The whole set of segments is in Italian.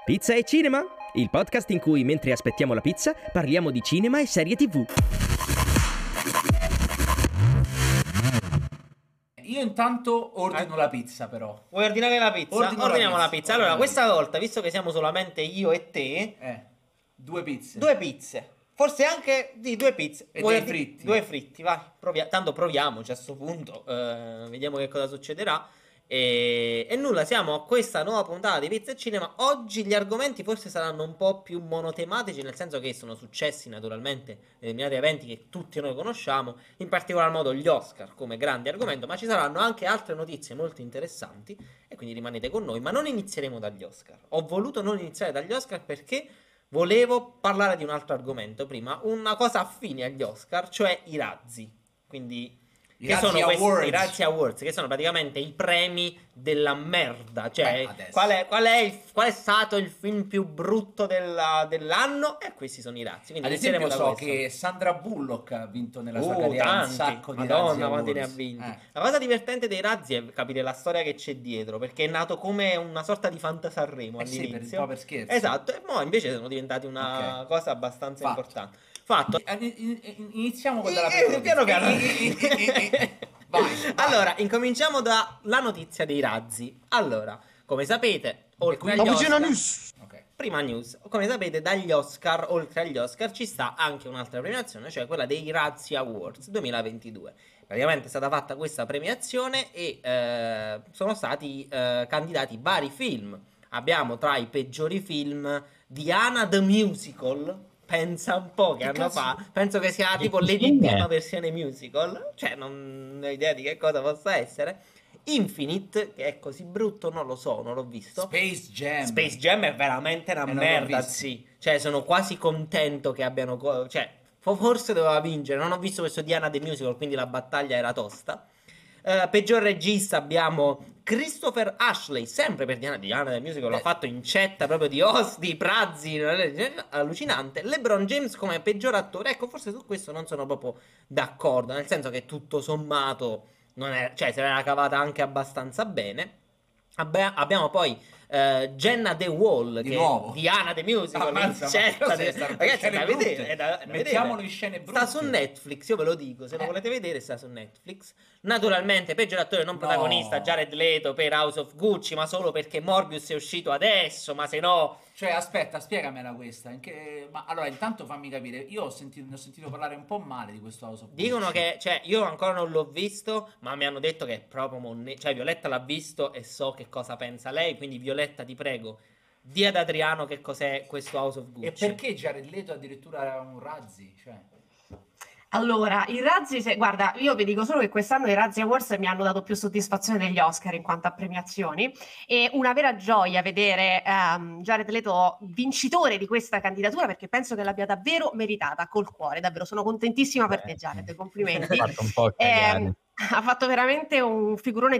Pizza e Cinema, il podcast in cui mentre aspettiamo la pizza parliamo di cinema e serie TV. Io intanto ordino la pizza, però. Vuoi ordinare la pizza? Ordiniamo la pizza. Allora, questa volta, visto che siamo solamente io e te, due pizze. due pizze. Forse anche di due pizze. E dei fritti. Due fritti, vai. Tanto proviamoci a sto punto. Vediamo che cosa succederà. E nulla, siamo a questa nuova puntata di Pizza e Cinema. Oggi gli argomenti forse saranno un po' più monotematici, nel senso che sono successi naturalmente determinati eventi che tutti noi conosciamo, in particolar modo gli Oscar come grande argomento, ma ci saranno anche altre notizie molto interessanti e quindi rimanete con noi. Ma non inizieremo dagli Oscar. Ho voluto non iniziare dagli Oscar perché volevo parlare di un altro argomento prima, una cosa affine agli Oscar, cioè i razzi. Quindi I Razzie Awards, che sono praticamente i premi della merda. Cioè, Beh, qual è stato il film più brutto dell'anno? E questi sono i Razzi. Quindi Ad esempio da so questo. che Sandra Bullock ha vinto nella sua carriera Tanti. un sacco di Madonna, Razzie quanti ne ha Awards. vinti. La cosa divertente dei Razzi è capire la storia che c'è dietro, perché è nato come una sorta di Fantasarremo Sì, all'inizio. un po' per scherzo. Esatto, e poi invece sono diventati una cosa abbastanza importante. Fatto. Iniziamo con la prima piano piano. Vai. Allora, incominciamo dalla notizia dei razzi. Allora, come sapete, oltre agli Oscar, prima news, come sapete, dagli Oscar, oltre agli Oscar, ci sta anche un'altra premiazione, cioè quella dei Razzie Awards 2022. Praticamente è stata fatta questa premiazione e sono stati candidati vari film. Abbiamo tra i peggiori film Diana the Musical. Pensa un po' che anno fa. Penso che sia tipo legittima versione musical. Cioè, non ho idea di che cosa possa essere. Infinite, che è così brutto, non lo so, non l'ho visto. Space Jam È veramente una merda, sì. Cioè, sono quasi contento che abbiano. Cioè, forse doveva vincere. Non ho visto questo Diana the Musical, quindi la battaglia era tosta. Peggior regista abbiamo Christopher Ashley, sempre per Diana del Musical, l'ha fatto incetta proprio di prazzi, allucinante. LeBron James come peggior attore, ecco, forse su questo non sono proprio d'accordo, nel senso che tutto sommato cioè se l'era cavata anche abbastanza bene. Abbiamo poi Jenna The Wall, di che nuovo. è Diana The Musical, ragazzi, è da vedere, mettiamolo in scene brutte. sta su Netflix, io ve lo dico, se lo volete vedere sta su Netflix. Naturalmente peggior attore non protagonista Jared Leto per House of Gucci, ma solo perché Morbius è uscito adesso, ma se no. Cioè, aspetta, spiegamela questa. Ma allora, intanto fammi capire. Io ne ho sentito parlare un po' male di questo House of Gucci. Dicono che, cioè, io ancora non l'ho visto, ma mi hanno detto che è proprio cioè, Violetta l'ha visto e so che cosa pensa lei. Quindi, Violetta, ti prego, di ad Adriano che cos'è questo House of Gucci. E perché Jared Leto addirittura un Razzi? Cioè. Allora, i razzi, guarda, io vi dico solo che quest'anno i Razzi Awards mi hanno dato più soddisfazione degli Oscar in quanto a premiazioni. È una vera gioia vedere Jared Leto vincitore di questa candidatura, perché penso che l'abbia davvero meritata col cuore, davvero sono contentissima per te, Jared, complimenti. Ha fatto un po' cagare. Ha fatto veramente un figurone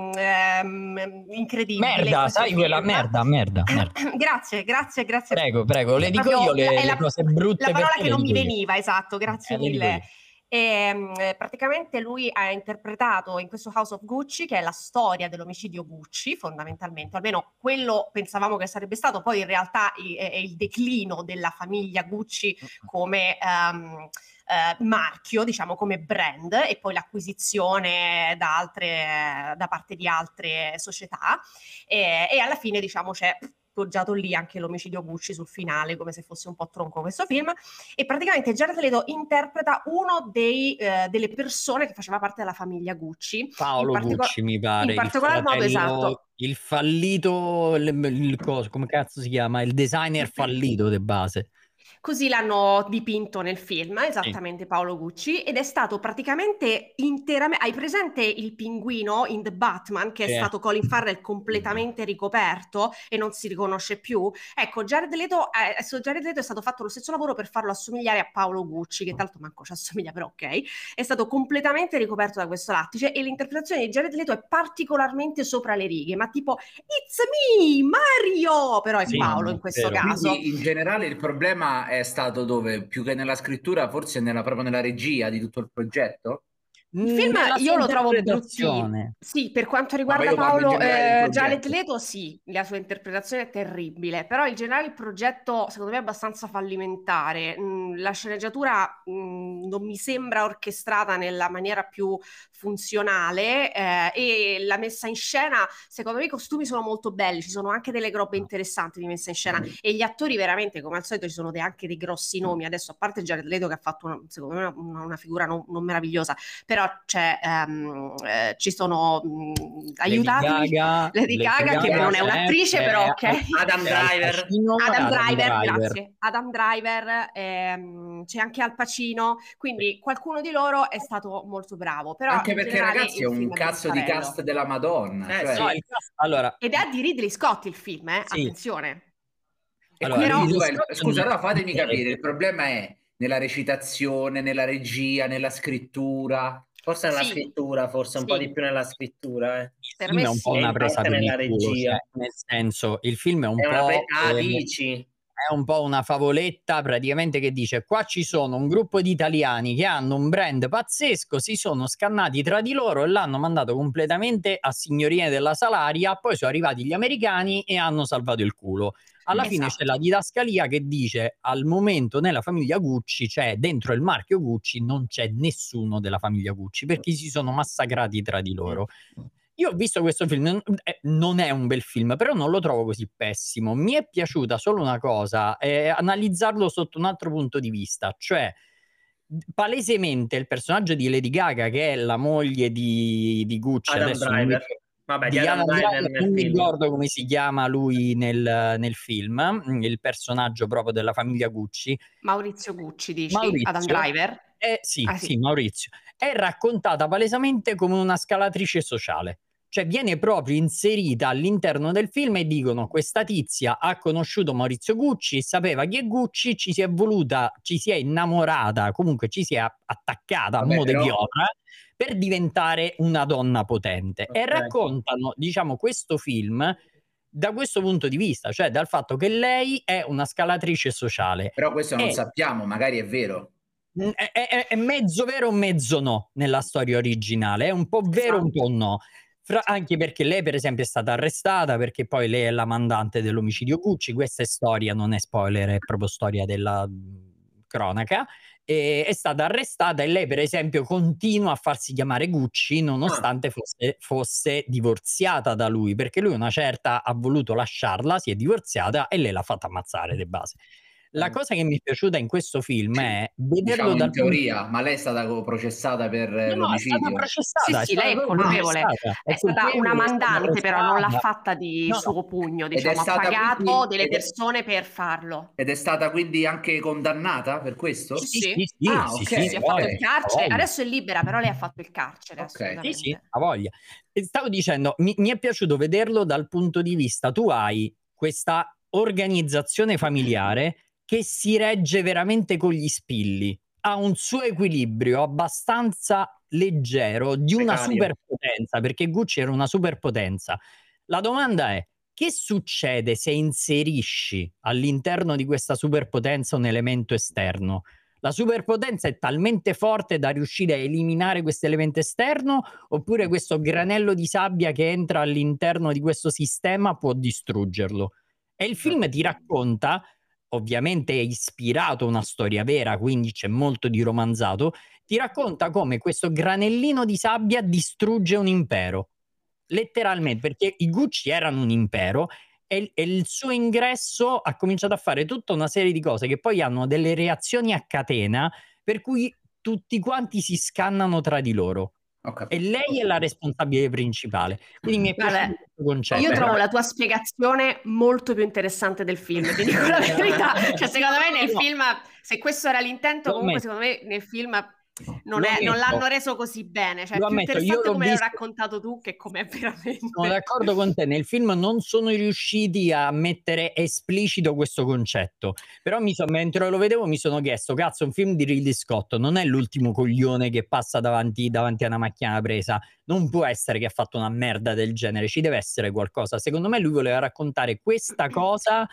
incredibile. Merda, sai quella merda. Grazie. Prego, le dico io le cose brutte. La parola perché che non mi le dico io. veniva, esatto, grazie mille. Praticamente lui ha interpretato in questo House of Gucci, che è la storia dell'omicidio Gucci, fondamentalmente, almeno quello pensavamo che sarebbe stato, poi in realtà è il declino della famiglia Gucci come marchio, diciamo, come brand, e poi l'acquisizione da parte di altre società, e alla fine, diciamo, c'è poggiato lì anche l'omicidio Gucci sul finale, come se fosse un po' tronco questo film. E praticamente Jared Leto interpreta uno delle persone che faceva parte della famiglia Gucci. Paolo Gucci, mi pare. In particolar modo, esatto. Il fallito, come cazzo si chiama? Il designer fallito di base. Così l'hanno dipinto nel film, esattamente, sì. Paolo Gucci, ed è stato praticamente interamente. Hai presente il pinguino in The Batman, che è stato Colin Farrell completamente ricoperto e non si riconosce più? Ecco, Jared Leto è stato fatto lo stesso lavoro per farlo assomigliare a Paolo Gucci, che tanto manco ci assomiglia, però ok. È stato completamente ricoperto da questo lattice, e l'interpretazione di Jared Leto è particolarmente sopra le righe, ma tipo It's me, Mario! Però è Paolo in questo caso. Quindi, in generale, il problema è stato dove? Più che nella scrittura, forse proprio nella regia di tutto il progetto? Il film io lo trovo bruttino. Sì, per quanto riguarda Paolo, Jared Leto sì, la sua interpretazione è terribile, però in generale il progetto secondo me è abbastanza fallimentare. La sceneggiatura non mi sembra orchestrata nella maniera più funzionale e la messa in scena, secondo me i costumi sono molto belli, ci sono anche delle robe interessanti di messa in scena e gli attori veramente, come al solito, ci sono anche dei grossi nomi. Adesso, a parte Jared Leto che ha fatto secondo me una figura non meravigliosa, però ci sono aiutatemi Lady Gaga che non è un'attrice, però ok. Adam Driver, grazie. Adam Driver, c'è anche Al Pacino, quindi qualcuno di loro è stato molto bravo, però anche perché ragazzi è un cazzo di cast della Madonna, sì. Allora, ed è di Ridley Scott il film, sì. Attenzione. Allora, scusa, allora fatemi capire, il problema è nella recitazione, nella regia, nella scrittura. Forse nella scrittura, un po' di più nella scrittura. Il film è un po' una presa per il culo, cioè, nel senso, il film è un è un po' una favoletta praticamente che dice: qua ci sono un gruppo di italiani che hanno un brand pazzesco, si sono scannati tra di loro e l'hanno mandato completamente a signoria della Salaria, poi sono arrivati gli americani e hanno salvato il culo. Alla fine c'è la didascalia che dice: al momento nella famiglia Gucci, cioè dentro il marchio Gucci, non c'è nessuno della famiglia Gucci perché si sono massacrati tra di loro. Io ho visto questo film, non è un bel film, però non lo trovo così pessimo. Mi è piaciuta solo una cosa, analizzarlo sotto un altro punto di vista, cioè palesemente il personaggio di Lady Gaga, che è la moglie di Gucci, Adam Driver. Vabbè, di Adam Driver non mi ricordo come si chiama lui nel film, il personaggio proprio della famiglia Gucci. Maurizio Gucci, dici? Adam Driver? Sì, Maurizio. È raccontata palesemente come una scalatrice sociale. Cioè viene proprio inserita all'interno del film e dicono: questa tizia ha conosciuto Maurizio Gucci, sapeva chi è Gucci, ci si è innamorata, comunque ci si è attaccata a mo' di piovra per diventare una donna potente. E raccontano, diciamo, questo film da questo punto di vista, cioè dal fatto che lei è una scalatrice sociale. Però questo non sappiamo, magari è vero. È mezzo vero, mezzo no nella storia originale, è un po' vero, un po' no. Anche perché lei per esempio è stata arrestata perché poi lei è la mandante dell'omicidio Gucci. Questa è storia, non è spoiler, è proprio storia della cronaca. È stata arrestata e lei per esempio continua a farsi chiamare Gucci nonostante fosse divorziata da lui, perché lui una certa ha voluto lasciarla, si è divorziata e lei l'ha fatta ammazzare di base. La cosa che mi è piaciuta in questo film è vederlo in teoria, ma lei è stata processata per l'omicidio. È stata processata, sì, lei è colpevole. È stata una mandante, però non l'ha fatta di suo pugno, diciamo, ha pagato delle persone per farlo. Ed è stata quindi anche condannata per questo? Sì, ha fatto il carcere. Adesso è libera, però lei ha fatto il carcere. Sì, ha voglia. E stavo dicendo, mi è piaciuto vederlo dal punto di vista, tu hai questa organizzazione familiare che si regge veramente con gli spilli, ha un suo equilibrio abbastanza leggero di una superpotenza, perché Gucci era una superpotenza. La domanda è: che succede se inserisci all'interno di questa superpotenza un elemento esterno? La superpotenza è talmente forte da riuscire a eliminare questo elemento esterno, oppure questo granello di sabbia che entra all'interno di questo sistema può distruggerlo? E il film ti racconta, ovviamente è ispirato a una storia vera, quindi c'è molto di romanzato, ti racconta come questo granellino di sabbia distrugge un impero, letteralmente, perché i Gucci erano un impero e il suo ingresso ha cominciato a fare tutta una serie di cose che poi hanno delle reazioni a catena per cui tutti quanti si scannano tra di loro. E lei è la responsabile principale. Quindi mi è piaciuto questo concetto. Io trovo la tua spiegazione molto più interessante del film, ti dico la verità. Cioè, secondo me nel film, se questo era l'intento, comunque secondo me nel film non l'hanno reso così bene. Cioè, è più interessante come l'hai raccontato tu che com'è veramente. Sono d'accordo con te, nel film non sono riusciti a mettere esplicito questo concetto, però mentre lo vedevo mi sono chiesto: cazzo, un film di Ridley Scott non è l'ultimo coglione che passa davanti a una macchina presa, non può essere che ha fatto una merda del genere, ci deve essere qualcosa. Secondo me lui voleva raccontare questa cosa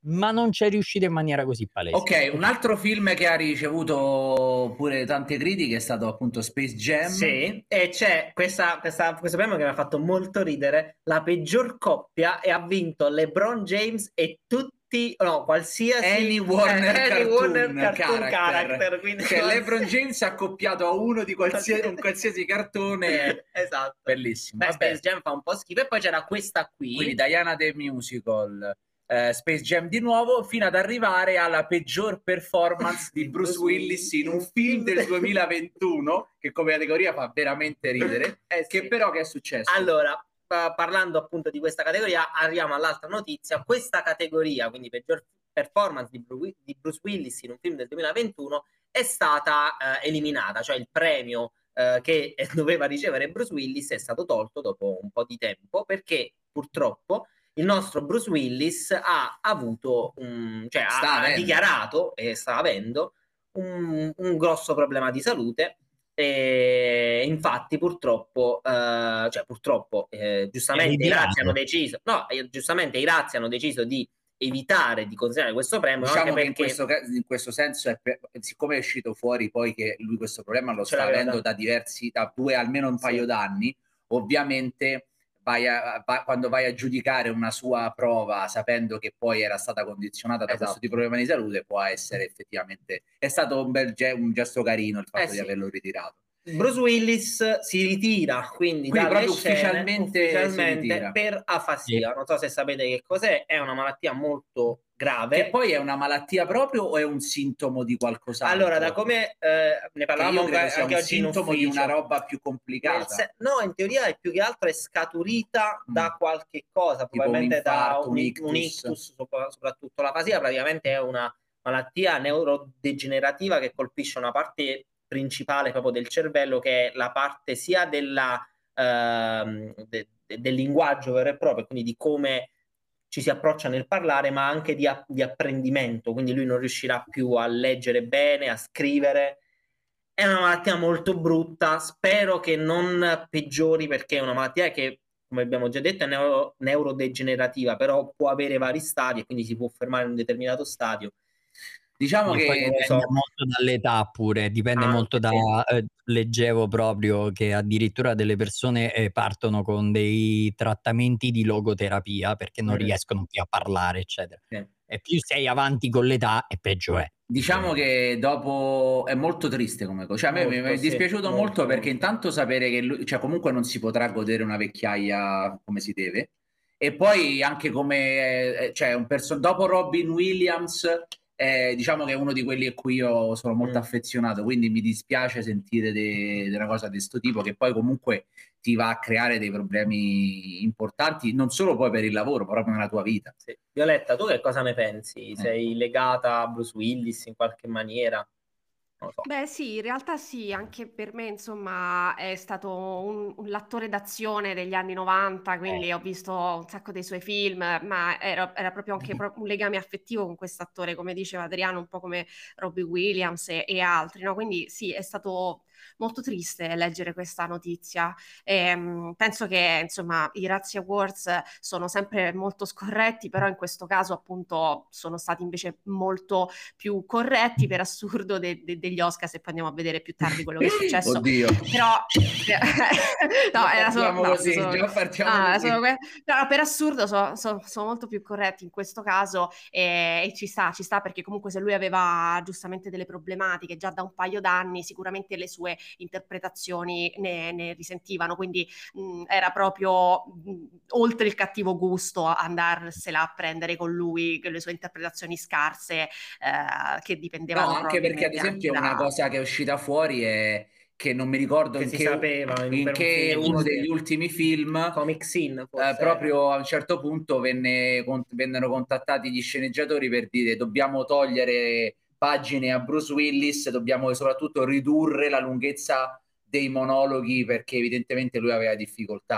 ma non c'è riuscito in maniera così palese. Ok, un altro film che ha ricevuto pure tante critiche è stato appunto Space Jam. Sì, e c'è questo premio che mi ha fatto molto ridere, la peggior coppia, e ha vinto LeBron James e qualsiasi Any Warner cartoon character, quindi cioè LeBron James accoppiato a uno di qualsiasi cartone. Esatto, bellissimo. Space Jam fa un po' schifo. E poi c'era questa qui, quindi Diana the Musical, Space Jam di nuovo, fino ad arrivare alla peggior performance di Bruce Willis in un film del 2021 che come categoria fa veramente ridere. Sì. Che però che è successo? Allora, parlando appunto di questa categoria, arriviamo all'altra notizia. Questa categoria, quindi peggior performance di Bruce Willis in un film del 2021, è stata eliminata, cioè il premio che doveva ricevere Bruce Willis è stato tolto dopo un po' di tempo, perché purtroppo il nostro Bruce Willis ha avuto ha dichiarato e sta avendo un grosso problema di salute. E infatti purtroppo giustamente i razzi hanno deciso di evitare di considerare questo premio, diciamo anche che perché in questo senso siccome è uscito fuori poi che lui questo problema lo sta avendo da almeno un paio d'anni, ovviamente quando vai a giudicare una sua prova sapendo che poi era stata condizionata da questo tipo di problema di salute, può essere effettivamente, è stato un gesto carino il fatto di averlo ritirato. Bruce Willis si ritira quindi dalle scene ufficialmente per afasia. Non so se sapete che cos'è, è una malattia molto grave. Che poi è una malattia proprio o è un sintomo di qualcos'altro? Allora, da come ne parlavamo anche oggi, un sintomo di una roba più complicata. No, in teoria è più che altro è scaturita da qualche cosa, probabilmente da un ictus, soprattutto l'afasia. Praticamente è una malattia neurodegenerativa che colpisce una parte principale proprio del cervello, che è la parte sia del linguaggio vero e proprio, quindi di come ci si approccia nel parlare, ma anche di apprendimento, quindi lui non riuscirà più a leggere bene, a scrivere. È una malattia molto brutta, spero che non peggiori, perché è una malattia che, come abbiamo già detto, è neurodegenerativa, però può avere vari stadi e quindi si può fermare in un determinato stadio. Diciamo che dipende molto dall'età pure, dipende molto da... leggevo proprio che addirittura delle persone partono con dei trattamenti di logoterapia perché non riescono più a parlare, eccetera. E più sei avanti con l'età e peggio è. Diciamo che dopo è molto triste come cosa, cioè a me mi è dispiaciuto molto perché intanto sapere che lui, cioè comunque non si potrà godere una vecchiaia come si deve, e poi anche come cioè dopo Robin Williams diciamo che è uno di quelli a cui io sono molto affezionato, quindi mi dispiace sentire di una cosa di questo tipo, che poi comunque ti va a creare dei problemi importanti, non solo poi per il lavoro, ma proprio nella tua vita. Sì. Violetta, tu che cosa ne pensi? Sei legata a Bruce Willis in qualche maniera? Non lo so. Beh sì, in realtà sì, anche per me insomma è stato un l'attore d'azione degli anni 90, quindi ho visto un sacco dei suoi film, ma era proprio anche un legame affettivo con quest'attore, come diceva Adriano, un po' come Robbie Williams e altri, no? Quindi sì, è stato molto triste leggere questa notizia. Penso che insomma i Razzie Awards sono sempre molto scorretti, però in questo caso appunto sono stati invece molto più corretti, per assurdo, degli Oscar, se poi andiamo a vedere più tardi quello che è successo. Oddio. Però no, era solo così, per assurdo sono molto più corretti in questo caso, e ci sta perché comunque se lui aveva giustamente delle problematiche già da un paio d'anni, sicuramente le sue interpretazioni ne risentivano, quindi era proprio oltre il cattivo gusto andarsela a prendere con lui, con le sue interpretazioni scarse che dipendevano anche perché ad esempio una cosa che è uscita fuori è che non mi ricordo che in che uno degli ultimi film Comic Scene proprio a un certo punto vennero contattati gli sceneggiatori per dire: dobbiamo togliere pagine a Bruce Willis, dobbiamo soprattutto ridurre la lunghezza dei monologhi perché evidentemente lui aveva difficoltà.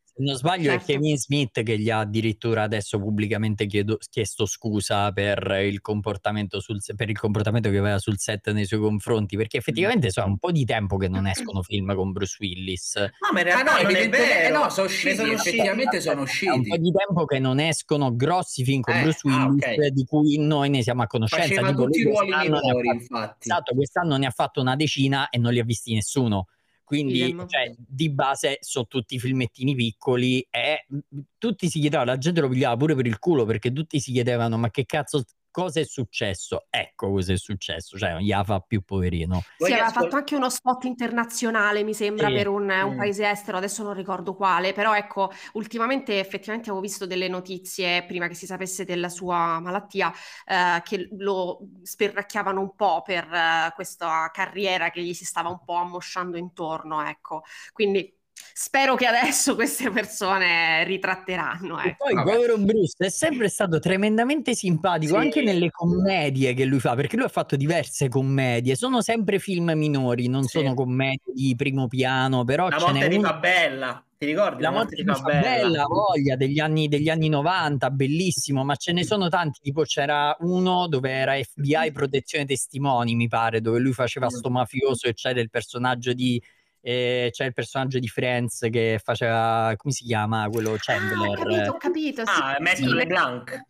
Se non sbaglio Certo. è Kevin Smith che gli ha addirittura adesso pubblicamente chiesto scusa per il comportamento che aveva sul set nei suoi confronti, perché effettivamente sono un po' di tempo che non escono film con Bruce Willis. No, ma in realtà non è vero. sono usciti, effettivamente sono usciti. È un po' di tempo che non escono grossi film con Bruce Willis, okay. Di cui noi ne siamo a conoscenza. Faceva Tipo, tutti i ruoli quest'anno minori, infatti. Esatto, quest'anno ne ha fatto una decina e non li ha visti nessuno. Quindi, cioè, di base sono tutti filmettini piccoli e tutti si chiedevano, la gente lo pigliava pure per il culo, perché tutti si chiedevano ma che cazzo, cosa è successo? Ecco cosa è successo, cioè non gliela fa più, poverino. Si aveva fatto anche uno spot internazionale, mi sembra, Sì. per un paese estero, adesso non ricordo quale, però ecco, ultimamente effettivamente avevo visto delle notizie, prima che si sapesse della sua malattia, che lo sperracchiavano un po' per questa carriera che gli si stava un po' ammosciando intorno, ecco. Quindi spero che adesso queste persone ritratteranno. E Ecco. poi povero Bruce è sempre stato tremendamente simpatico, anche nelle commedie che lui fa, perché lui ha fatto diverse commedie, sono sempre film minori, non sono commedie di primo piano, però La ce morte n'è di una... Fabella, ti ricordi? La morte di Fabella, voglia, degli anni 90, bellissimo, ma ce ne sono tanti, tipo c'era uno dove era FBI protezione testimoni, mi pare, dove lui faceva sto mafioso e c'era il personaggio di Friends che faceva, come si chiama quello, Chandler? Ho capito, sì. Matthew LeBlanc.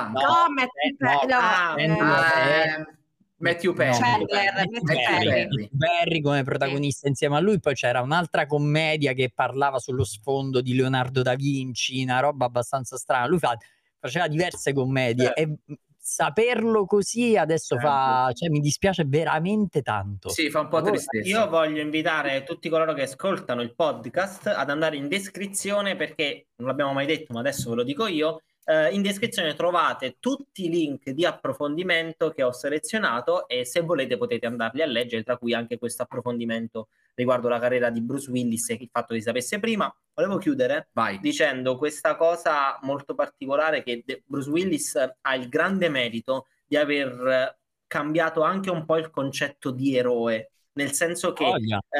Matthew Perry. Matthew Perry come protagonista insieme a lui. Poi c'era un'altra commedia che parlava sullo sfondo di Leonardo da Vinci, una roba abbastanza strana. Lui faceva diverse commedie e saperlo così adesso cioè mi dispiace veramente tanto. Sì, fa un po' tristezza. Io voglio invitare tutti coloro che ascoltano il podcast ad andare in descrizione, perché non l'abbiamo mai detto, ma adesso ve lo dico io. In descrizione trovate tutti i link di approfondimento che ho selezionato e se volete potete andarli a leggere, tra cui anche questo approfondimento riguardo la carriera di Bruce Willis e il fatto che si sapesse prima. Volevo chiudere dicendo questa cosa molto particolare, che Bruce Willis ha il grande merito di aver cambiato anche un po' il concetto di eroe, nel senso che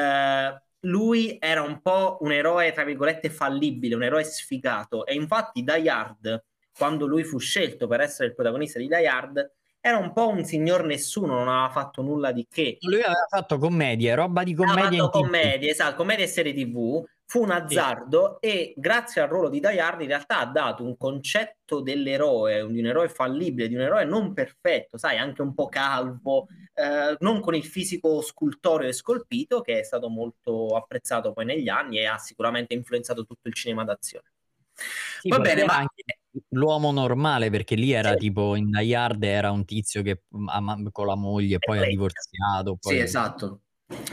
lui era un po' un eroe tra virgolette fallibile, un eroe sfigato, e infatti Die Hard, quando lui fu scelto per essere il protagonista di Die Hard, era un po' un signor nessuno, non aveva fatto nulla di che. Lui aveva fatto commedie, roba di commedia. Aveva fatto commedie, esatto, commedie e serie TV. Fu un azzardo e grazie al ruolo di Die Hard in realtà ha dato un concetto dell'eroe, di un eroe fallibile, di un eroe non perfetto, sai, anche un po' calvo, non con il fisico scultoreo e scolpito, che è stato molto apprezzato poi negli anni e ha sicuramente influenzato tutto il cinema d'azione. Sì, va bene, ma anche l'uomo normale, perché lì era tipo in Die Hard era un tizio che con la moglie poi ha divorziato. Poi... Sì, esatto.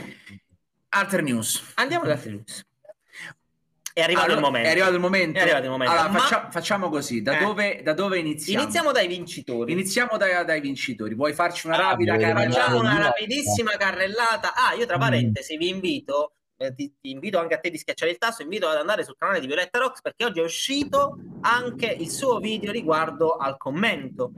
Altre news. Andiamo alle altre news. È arrivato il momento. È arrivato il momento. Allora, facciamo così. Da dove iniziamo? Iniziamo dai vincitori. Iniziamo dai vincitori. Vuoi farci una rapida carrellata? Facciamo una rapidissima carrellata. Io tra parentesi vi invito, ti invito anche a te di schiacciare il tasto, invito ad andare sul canale di Violetta Rocks, perché oggi è uscito anche il suo video riguardo al commento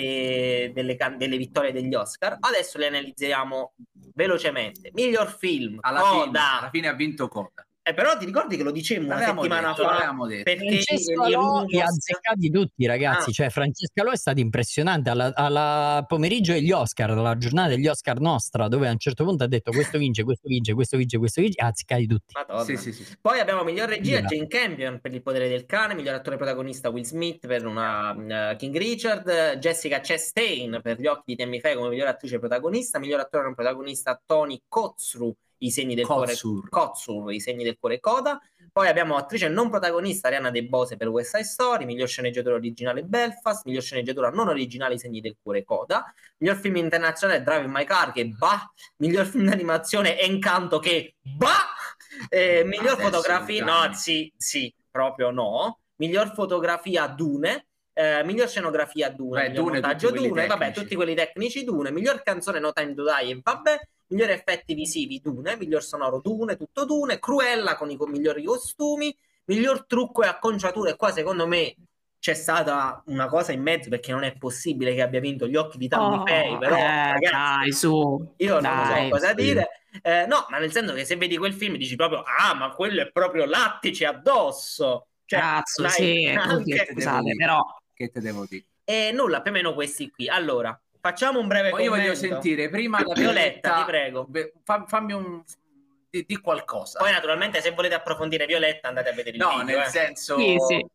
delle vittorie degli Oscar. Adesso le analizzeremo velocemente. Miglior film, alla fine ha vinto Coda. Però ti ricordi che lo dicemmo una settimana fa? Perché Francesca Lo li ha azzeccati tutti, ragazzi. Cioè, Francesca Lo è stata impressionante alla pomeriggio degli Oscar, alla giornata degli Oscar nostra, dove a un certo punto ha detto questo vince, questo vince, questo vince, questo vince, ha azzeccati tutti. Sì. Poi abbiamo miglior regia Jane Campion per Il potere del cane, miglior attore protagonista Will Smith per una King Richard, Jessica Chastain per Gli occhi di Tammy Faye come miglior attrice protagonista, miglior attore non protagonista Tony Kotsur, I segni del cuore, Kotsur, I segni del cuore Coda. Poi abbiamo attrice non protagonista Ariana De Bose per West Side Story, miglior sceneggiatura originale Belfast, miglior sceneggiatura non originale I segni del cuore Coda, miglior film internazionale Driving My Car, che miglior film d'animazione Encanto, che miglior fotografia proprio no, miglior fotografia Dune, miglior scenografia Dune, miglior montaggio Dune, tutti quelli tecnici Dune, miglior canzone No Time to Die e migliori effetti visivi Dune, miglior sonoro Dune, tutto Dune, Cruella con i migliori costumi, miglior trucco e acconciature, qua secondo me c'è stata una cosa in mezzo, perché non è possibile che abbia vinto Gli occhi di Tammy Faye, però ragazzi, dai, su, io dai, non so cosa sì. dire. No, ma nel senso che se vedi quel film dici proprio, ma quello è proprio lattice addosso. Cioè, cazzo, sì, anche... scusate, però... Che te devo dire? nulla, più o meno questi qui. Allora, facciamo un breve commento. Io voglio sentire prima da Violetta, ti prego. Fammi un... di qualcosa. Poi naturalmente se volete approfondire Violetta andate a vedere il video. No, nel senso... Sì.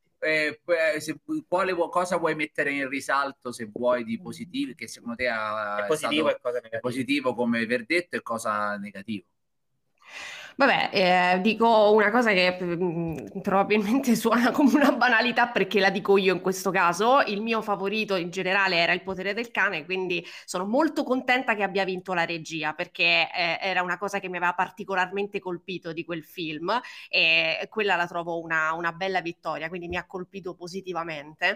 Cosa vuoi mettere in risalto, se vuoi, di positivi, che secondo te è positivo e cosa negativa? È positivo come verdetto e cosa negativo? Vabbè, dico una cosa che probabilmente suona come una banalità perché la dico io in questo caso. Il mio favorito in generale era Il potere del cane, quindi sono molto contenta che abbia vinto la regia, perché era una cosa che mi aveva particolarmente colpito di quel film, e quella la trovo una bella vittoria, quindi mi ha colpito positivamente.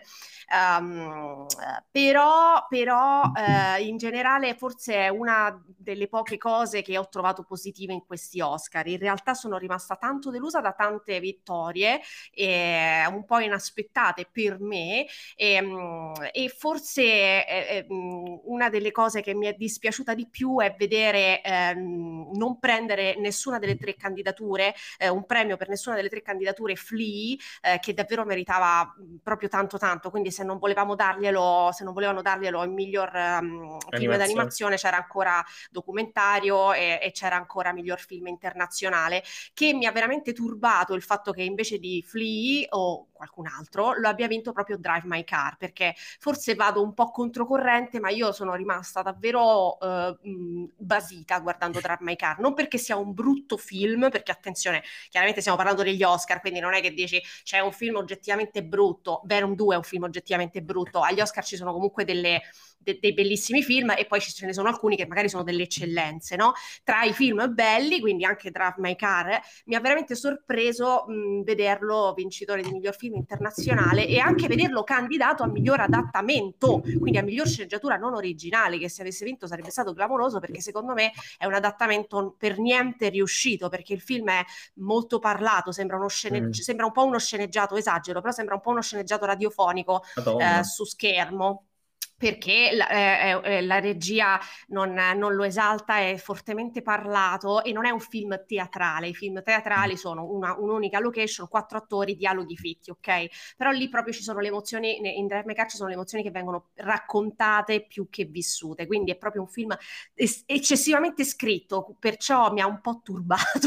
Però in generale forse è una delle poche cose che ho trovato positive in questi Oscar. In realtà sono rimasta tanto delusa da tante vittorie, un po' inaspettate per me, e forse una delle cose che mi è dispiaciuta di più è vedere non prendere nessuna delle tre candidature, un premio per nessuna delle tre candidature Flea, che davvero meritava proprio tanto, quindi se non volevano darglielo il miglior film d'animazione, c'era ancora documentario e c'era ancora miglior film internazionale, che mi ha veramente turbato il fatto che invece di Flea o qualcun altro lo abbia vinto proprio Drive My Car, perché forse vado un po' controcorrente, ma io sono rimasta davvero basita guardando Drive My Car, non perché sia un brutto film, perché attenzione, chiaramente stiamo parlando degli Oscar, quindi non è che dici c'è un film oggettivamente brutto. Venom 2 è un film oggettivamente brutto, agli Oscar ci sono comunque dei bellissimi film e poi ce ne sono alcuni che magari sono delle eccellenze, no? Tra i film belli, quindi anche Drive My Car, mi ha veramente sorpreso vederlo vincitore di miglior film internazionale e anche vederlo candidato a miglior adattamento, quindi a miglior sceneggiatura non originale, che se avesse vinto sarebbe stato clamoroso, perché secondo me è un adattamento per niente riuscito, perché il film è molto parlato, sembra un po' uno sceneggiato, esagero, però sembra un po' uno sceneggiato radiofonico su schermo, perché la regia non lo esalta, è fortemente parlato e non è un film teatrale. I film teatrali sono un'unica location, 4 attori, dialoghi fitti, ok? Però lì proprio ci sono le emozioni, in Drive My Car ci sono le emozioni che vengono raccontate più che vissute, quindi è proprio un film eccessivamente scritto, perciò mi ha un po' turbato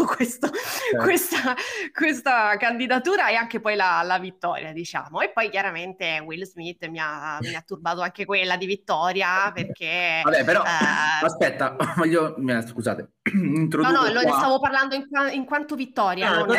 questa candidatura e anche poi la vittoria, diciamo. E poi chiaramente Will Smith mi ha turbato anche quella di vittoria, perché vabbè, però aspetta, scusate, no, lo stavo parlando in quanto vittoria, no,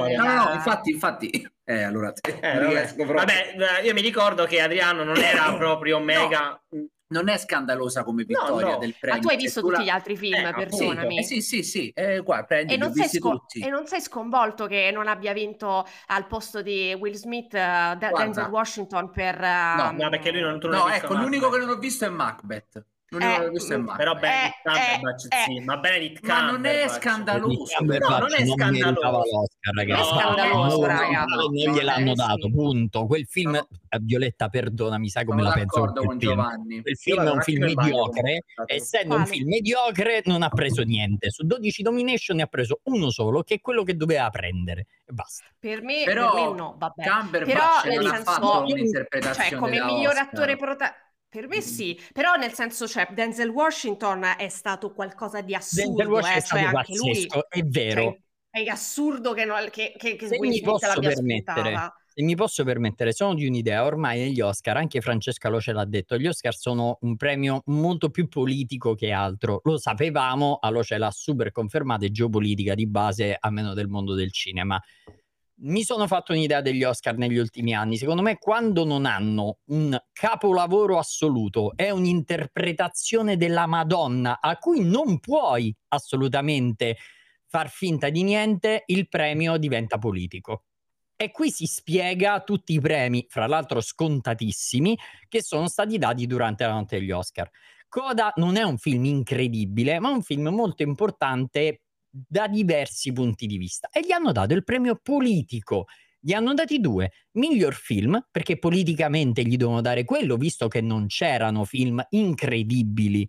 infatti allora riesco proprio. Vabbè, io mi ricordo che Adriano non era proprio mega non è scandalosa come vittoria del premio. Ma tu hai visto tutti gli altri film, perdonami. Sì, qua prendi, e non sei sconvolto che non abbia vinto al posto di Will Smith Denzel Washington per... No, perché lui non No, ecco, l'unico che non ho visto è Macbeth. Però Benedict Cumberbatch sì, ma Benedict Cumberbatch, ma non è scandaloso. No, non è scandaloso. Ragazzi. È scandaloso, raga. Non gliel'hanno dato, punto. Quel film, Violetta, perdonami, sai come la penso con Giovanni. Il film è un film mediocre, essendo un film mediocre non ha preso niente. Su 12 nomination ne ha preso uno solo, che è quello che doveva prendere, e basta. Per me no, vabbè. Cumberbatch non ha fatto un'interpretazione, cioè come miglior attore per me sì, però nel senso, cioè, Denzel Washington è stato qualcosa di assurdo, cioè anche lui, è vero. Cioè, è assurdo che Will Smith l'abbia spuntata. Se mi posso permettere, sono di un'idea, ormai negli Oscar, anche Francesca Lo ce l'ha detto, gli Oscar sono un premio molto più politico che altro. Lo sapevamo, Lo ce l'ha super confermato, è geopolitica di base, a meno del mondo del cinema. Mi sono fatto un'idea degli Oscar negli ultimi anni. Secondo me, quando non hanno un capolavoro assoluto, è un'interpretazione della Madonna a cui non puoi assolutamente far finta di niente, il premio diventa politico. E qui si spiega tutti i premi, fra l'altro scontatissimi, che sono stati dati durante la notte degli Oscar. Coda non è un film incredibile, ma un film molto importante da diversi punti di vista, e gli hanno dato il premio politico Gli hanno dati 2, miglior film, perché politicamente gli devono dare quello, visto che non c'erano film incredibili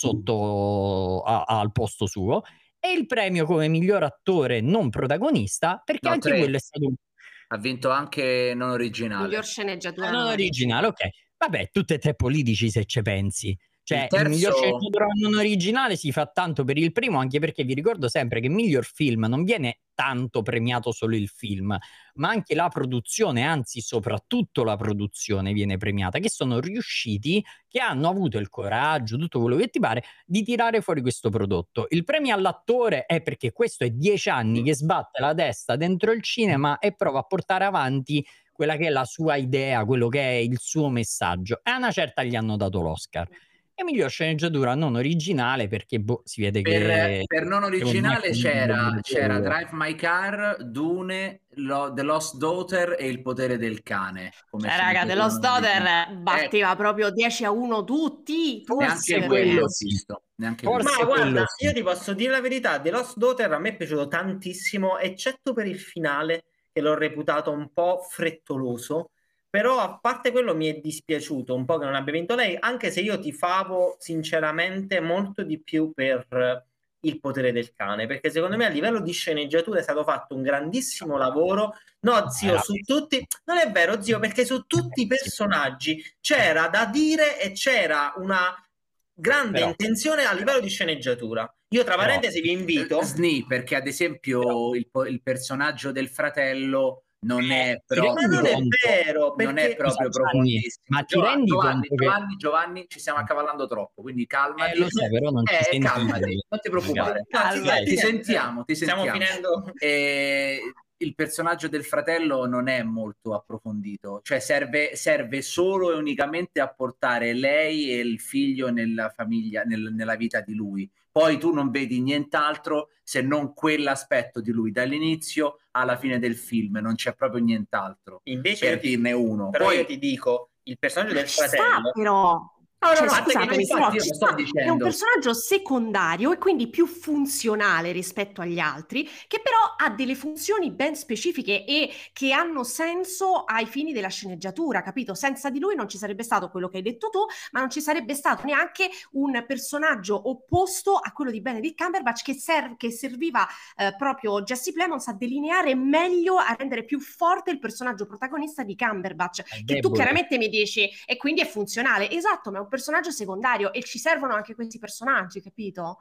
sotto al posto suo, e il premio come miglior attore non protagonista, perché anche 3. quello è stato... Ha vinto anche non originale. Miglior sceneggiatura non originale, ok. Vabbè, tutte e tre politici se ci pensi. Cioè, il miglior sceneggiatura non originale si fa tanto per il primo, anche perché vi ricordo sempre che miglior film non viene tanto premiato solo il film, ma anche la produzione, anzi soprattutto la produzione viene premiata, che sono riusciti, che hanno avuto il coraggio, tutto quello che ti pare, di tirare fuori questo prodotto. Il premio all'attore è perché questo è 10 anni che sbatte la testa dentro il cinema e prova a portare avanti quella che è la sua idea, quello che è il suo messaggio. E a una certa gli hanno dato l'Oscar. E miglior sceneggiatura non originale perché si vede che... Per non originale c'era Drive My Car, Dune, The Lost Daughter e Il potere del cane. Raga, The Lost Daughter batteva proprio 10-1 tutti. Neanche quello visto. Ma guarda, io ti posso dire la verità, The Lost Daughter a me è piaciuto tantissimo, eccetto per il finale, che l'ho reputato un po' frettoloso. Però a parte quello mi è dispiaciuto un po' che non abbia vinto lei, anche se io tifavo sinceramente molto di più per Il potere del cane, perché secondo me a livello di sceneggiatura è stato fatto un grandissimo lavoro. No, zio, su tutti... Non è vero, zio, perché su tutti i personaggi c'era da dire e c'era una grande intenzione a livello di sceneggiatura. Io tra parentesi vi invito... Sni, perché ad esempio il personaggio del fratello... non è proprio, non è vero, perché... non è proprio profondissimo. Ma ti rendi conto Giovanni, ci stiamo accavallando troppo, quindi calmati. Lo so, però non ci senti. Calmati, non ti preoccupare. Ti sentiamo. Stiamo finendo. Il personaggio del fratello non è molto approfondito, cioè serve solo e unicamente a portare lei e il figlio nella famiglia, nella vita di lui. Poi tu non vedi nient'altro se non quell'aspetto di lui dall'inizio alla fine del film, non c'è proprio nient'altro. Invece per dirne uno. Però poi io ti dico, il personaggio del fratello... però... Scusatemi, è un personaggio secondario e quindi più funzionale rispetto agli altri, che però ha delle funzioni ben specifiche e che hanno senso ai fini della sceneggiatura, capito? Senza di lui non ci sarebbe stato quello che hai detto tu, ma non ci sarebbe stato neanche un personaggio opposto a quello di Benedict Cumberbatch che serviva proprio Jesse Plemons a delineare meglio, a rendere più forte il personaggio protagonista di Cumberbatch, che tu chiaramente mi dici e quindi è funzionale. Esatto, ma è un personaggio secondario e ci servono anche questi personaggi, capito?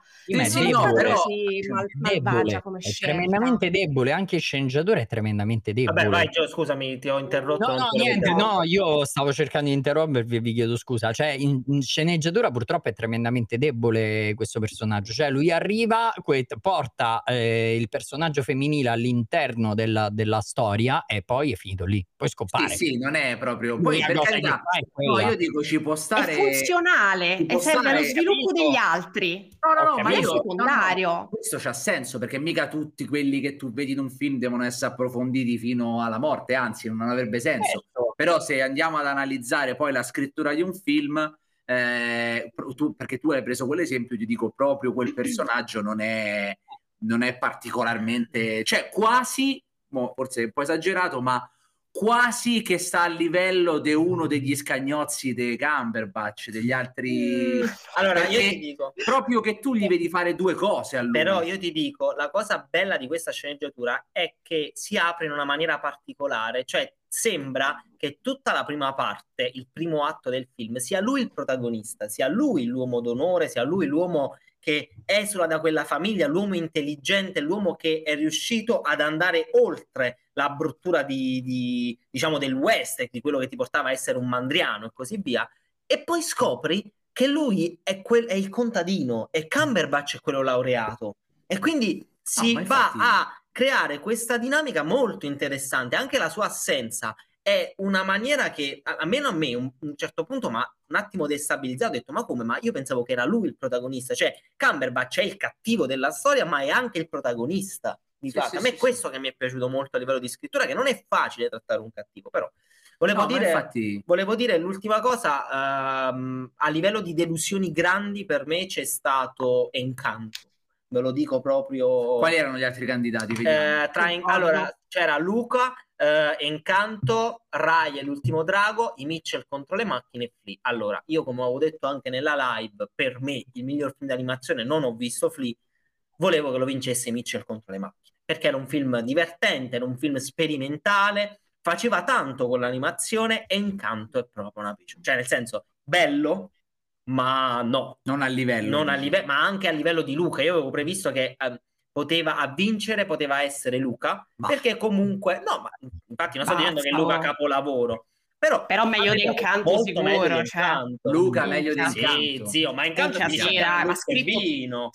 Malvagia come è tremendamente debole, anche il sceneggiatore è tremendamente debole. Vabbè, vai Gio, scusami, ti ho interrotto. No, io stavo cercando di interrompervi e vi chiedo scusa. Cioè, in sceneggiatura purtroppo è tremendamente debole questo personaggio. Cioè, lui arriva, porta il personaggio femminile all'interno della storia e poi è finito lì. Poi scompare. Sì, non è proprio... Poi, per carità, no, io dico ci può stare... È funzionale e serve allo sviluppo degli altri. No, ma è secondario. No, questo c'ha senso, perché mica tutti quelli che tu vedi in un film devono essere approfonditi fino alla morte, anzi non avrebbe senso. Però se andiamo ad analizzare poi la scrittura di un film, perché tu hai preso quell'esempio, ti dico proprio quel personaggio non è particolarmente... Cioè quasi, forse è un po' esagerato, ma quasi che sta a livello di uno degli scagnozzi dei Cumberbatch, degli altri. Allora io ti dico proprio che tu gli vedi fare due cose a lui. Però io ti dico, la cosa bella di questa sceneggiatura è che si apre in una maniera particolare, cioè sembra che tutta la prima parte, il primo atto del film, sia lui il protagonista, sia lui l'uomo d'onore, sia lui l'uomo che esula da quella famiglia, l'uomo intelligente, l'uomo che è riuscito ad andare oltre la bruttura diciamo del West, di quello che ti portava a essere un mandriano e così via, e poi scopri che lui è il contadino e Cumberbatch è quello laureato, e quindi va a creare questa dinamica molto interessante. Anche la sua assenza è una maniera che almeno a me un certo punto ma un attimo destabilizzato. Ho detto ma come? Ma io pensavo che era lui il protagonista, cioè Cumberbatch è il cattivo della storia ma è anche il protagonista di fatto. A me è questo che mi è piaciuto molto a livello di scrittura, che non è facile trattare un cattivo. Però volevo dire l'ultima cosa, a livello di delusioni grandi per me c'è stato Encanto. ve lo dico proprio. Quali erano gli altri candidati? Allora, c'era Luca, Encanto, Raya e l'ultimo drago, I Mitchell contro le macchine e Flea. Allora, io come avevo detto anche nella live, per me il miglior film d'animazione, non ho visto Flea, volevo che lo vincesse Mitchell contro le macchine, perché era un film divertente, era un film sperimentale, faceva tanto con l'animazione, e Encanto è proprio una piccia. Cioè, nel senso, bello, ma no. Non a livello. Ma anche a livello di Luca. Io avevo previsto che poteva essere Luca, perché comunque... No, ma infatti non sto dicendo che Luca capolavoro. Però meglio di Encanto sicuro, Luca meglio di Encanto. Sì, zio, ma Encanto ma scritto vino.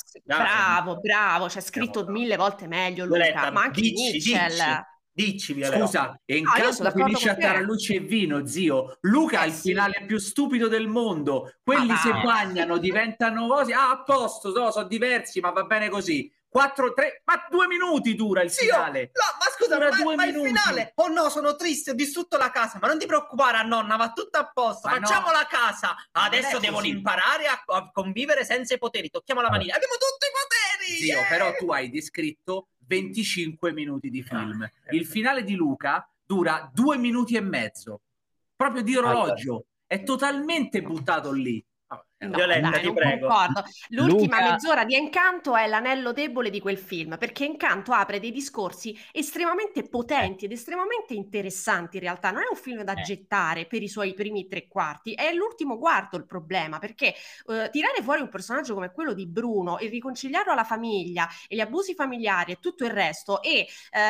Bravo, c'è scritto 1000 volte meglio Luca, ma anche Mitchell. Dici, Violetta. Scusa, Encanto finisce a Taraluce e vino, zio. Luca è il finale più stupido del mondo. Quelli si bagnano, diventano così. A posto, sono diversi, ma va bene così. 4, 3, ma 2 minuti dura il finale. No, ma scusa, ma il finale? Oh no, sono triste, ho distrutto la casa. Ma non ti preoccupare, a nonna, va tutto a posto. Facciamo la casa. Adesso devono imparare a convivere senza i poteri. Tocchiamo la maniglia. Abbiamo tutti i poteri! Zio, però tu hai descritto 25 minuti di film. Il finale di Luca dura 2 minuti e mezzo. Proprio di orologio. È totalmente buttato lì. Violetta, ti prego. Concordo. L'ultima mezz'ora di Encanto è l'anello debole di quel film, perché Encanto apre dei discorsi estremamente potenti ed estremamente interessanti. In realtà non è un film da gettare per i suoi primi 3 quarti, è l'ultimo quarto il problema, perché tirare fuori un personaggio come quello di Bruno e riconciliarlo alla famiglia e gli abusi familiari e tutto il resto, e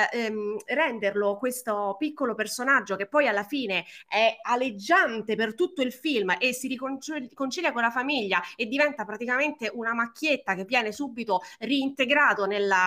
renderlo questo piccolo personaggio che poi alla fine è aleggiante per tutto il film e si riconcilia con la famiglia e diventa praticamente una macchietta che viene subito reintegrato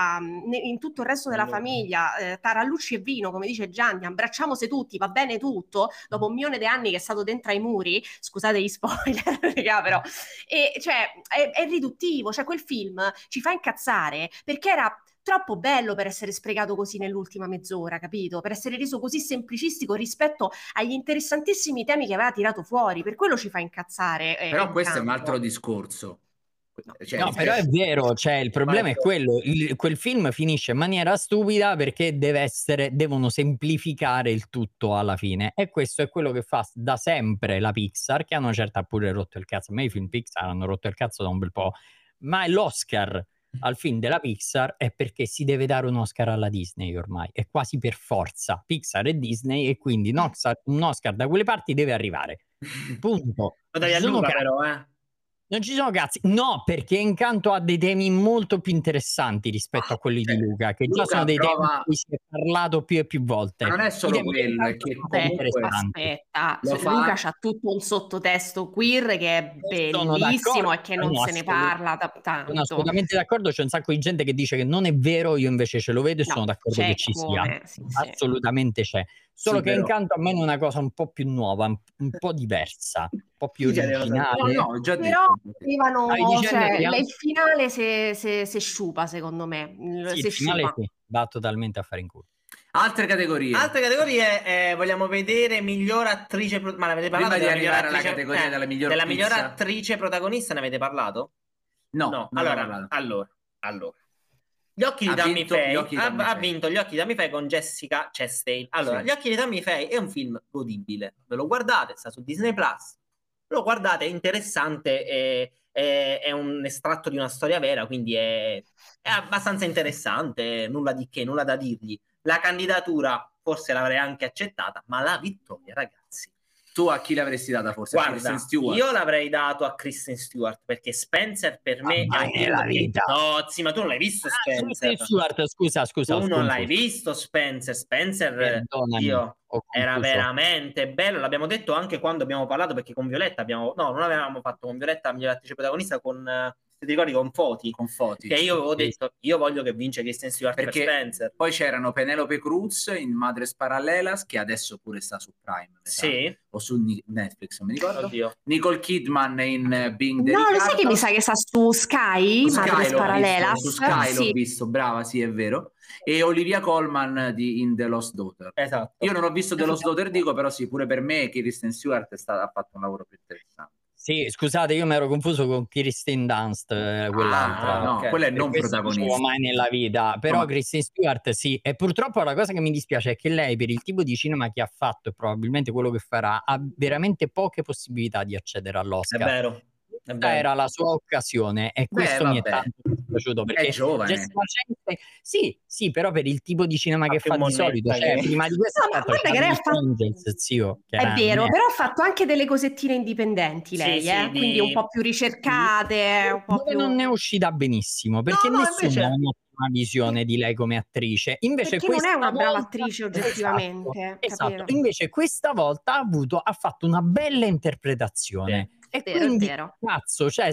in tutto il resto della famiglia, tarallucci e vino, come dice Gianni, abbracciamoci tutti, va bene tutto, dopo 1 milione di anni che è stato dentro ai muri, scusate gli spoiler, raga, però, e cioè è riduttivo, cioè quel film ci fa incazzare perché era troppo bello per essere sprecato così nell'ultima mezz'ora, capito? Per essere reso così semplicistico rispetto agli interessantissimi temi che aveva tirato fuori, per quello ci fa incazzare. Però questo è un altro discorso. No, però è vero, cioè il problema è quello, quel film finisce in maniera stupida perché devono semplificare il tutto alla fine, e questo è quello che fa da sempre la Pixar, che a una certa ha pure rotto il cazzo. A me i film Pixar hanno rotto il cazzo da un bel po', ma l'Oscar al film della Pixar è perché si deve dare un Oscar alla Disney ormai, è quasi per forza, Pixar e Disney, e quindi un Oscar da quelle parti deve arrivare, punto. Non ci sono cazzi, no, perché Encanto ha dei temi molto più interessanti rispetto a quelli di Luca, che già sono dei temi di cui si è parlato più e più volte. Ma non è solo quello, è che aspetta, Luca c'ha tutto un sottotesto queer che è bellissimo e che non se ne parla tanto. Sono assolutamente d'accordo, c'è un sacco di gente che dice che non è vero, io invece ce lo vedo e sono d'accordo che ci sia. Assolutamente c'è. Solo che Encanto a me è una cosa un po' più nuova, un po' diversa, un po' più originale. No, già però il finale se sciupa, secondo me. Sì, il finale va totalmente a fare in culo. Altre categorie, vogliamo vedere miglior attrice, ma l'avete parlato? Prima di arrivare alla categoria della miglior attrice protagonista, ne avete parlato? No. Allora. Gli occhi di Tammy Faye ha vinto Gli occhi di Tammy Faye con Jessica Chastain. Allora, Gli occhi di Tammy Faye è un film godibile, ve lo guardate, sta su Disney Plus, lo guardate, è interessante, è un estratto di una storia vera, quindi è abbastanza interessante, nulla di che, nulla da dirgli. La candidatura forse l'avrei anche accettata, ma la vittoria, ragazzi, tu a chi l'avresti data forse? Guarda, a Kristen Stewart? Io l'avrei dato a Kristen Stewart, perché Spencer per me è la vita. No, sì, ma tu non l'hai visto Spencer. Kristen Stewart, scusa. Tu non l'hai visto Spencer, era veramente bello, l'abbiamo detto anche quando abbiamo parlato, perché con Violetta non avevamo fatto con Violetta miglior attrice protagonista, ti ricordi, con Foti, che io avevo detto io voglio che vince Kristen Stewart perché per Spencer. Poi c'erano Penelope Cruz in Madres Paralelas, che adesso pure sta su Prime, o su Netflix, non mi ricordo. Oddio. Nicole Kidman in Being the No, lo sai che mi sa che sta su Sky, Madres Paralelas. Su Sky l'ho visto, brava, sì, è vero. E Olivia Colman in The Lost Daughter. Esatto. Io non ho visto The Lost Daughter, dico, però sì, pure per me Kristen Stewart ha fatto un lavoro più interessante. Sì, scusate, io mi ero confuso con Kirsten Dunst, quell'altra. No, quella è non protagonista. Non mai nella vita, però Kristen Stewart sì, e purtroppo la cosa che mi dispiace è che lei, per il tipo di cinema che ha fatto e probabilmente quello che farà, ha veramente poche possibilità di accedere all'Oscar. È vero. Questa era la sua occasione e questo mi è tanto piaciuto perché è giovane. Sì, però per il tipo di cinema che fa di solito, cioè prima di questo ma guarda che lei ha fatto... È vero, però ha fatto anche delle cosettine indipendenti lei, quindi un po' più ricercate, un po' più... non è uscita benissimo perché nessuno ha un'ottima visione di lei come attrice. Invece perché non è una brava attrice oggettivamente. Esatto. Invece questa volta ha fatto una bella interpretazione. E quindi, cazzo, cioè,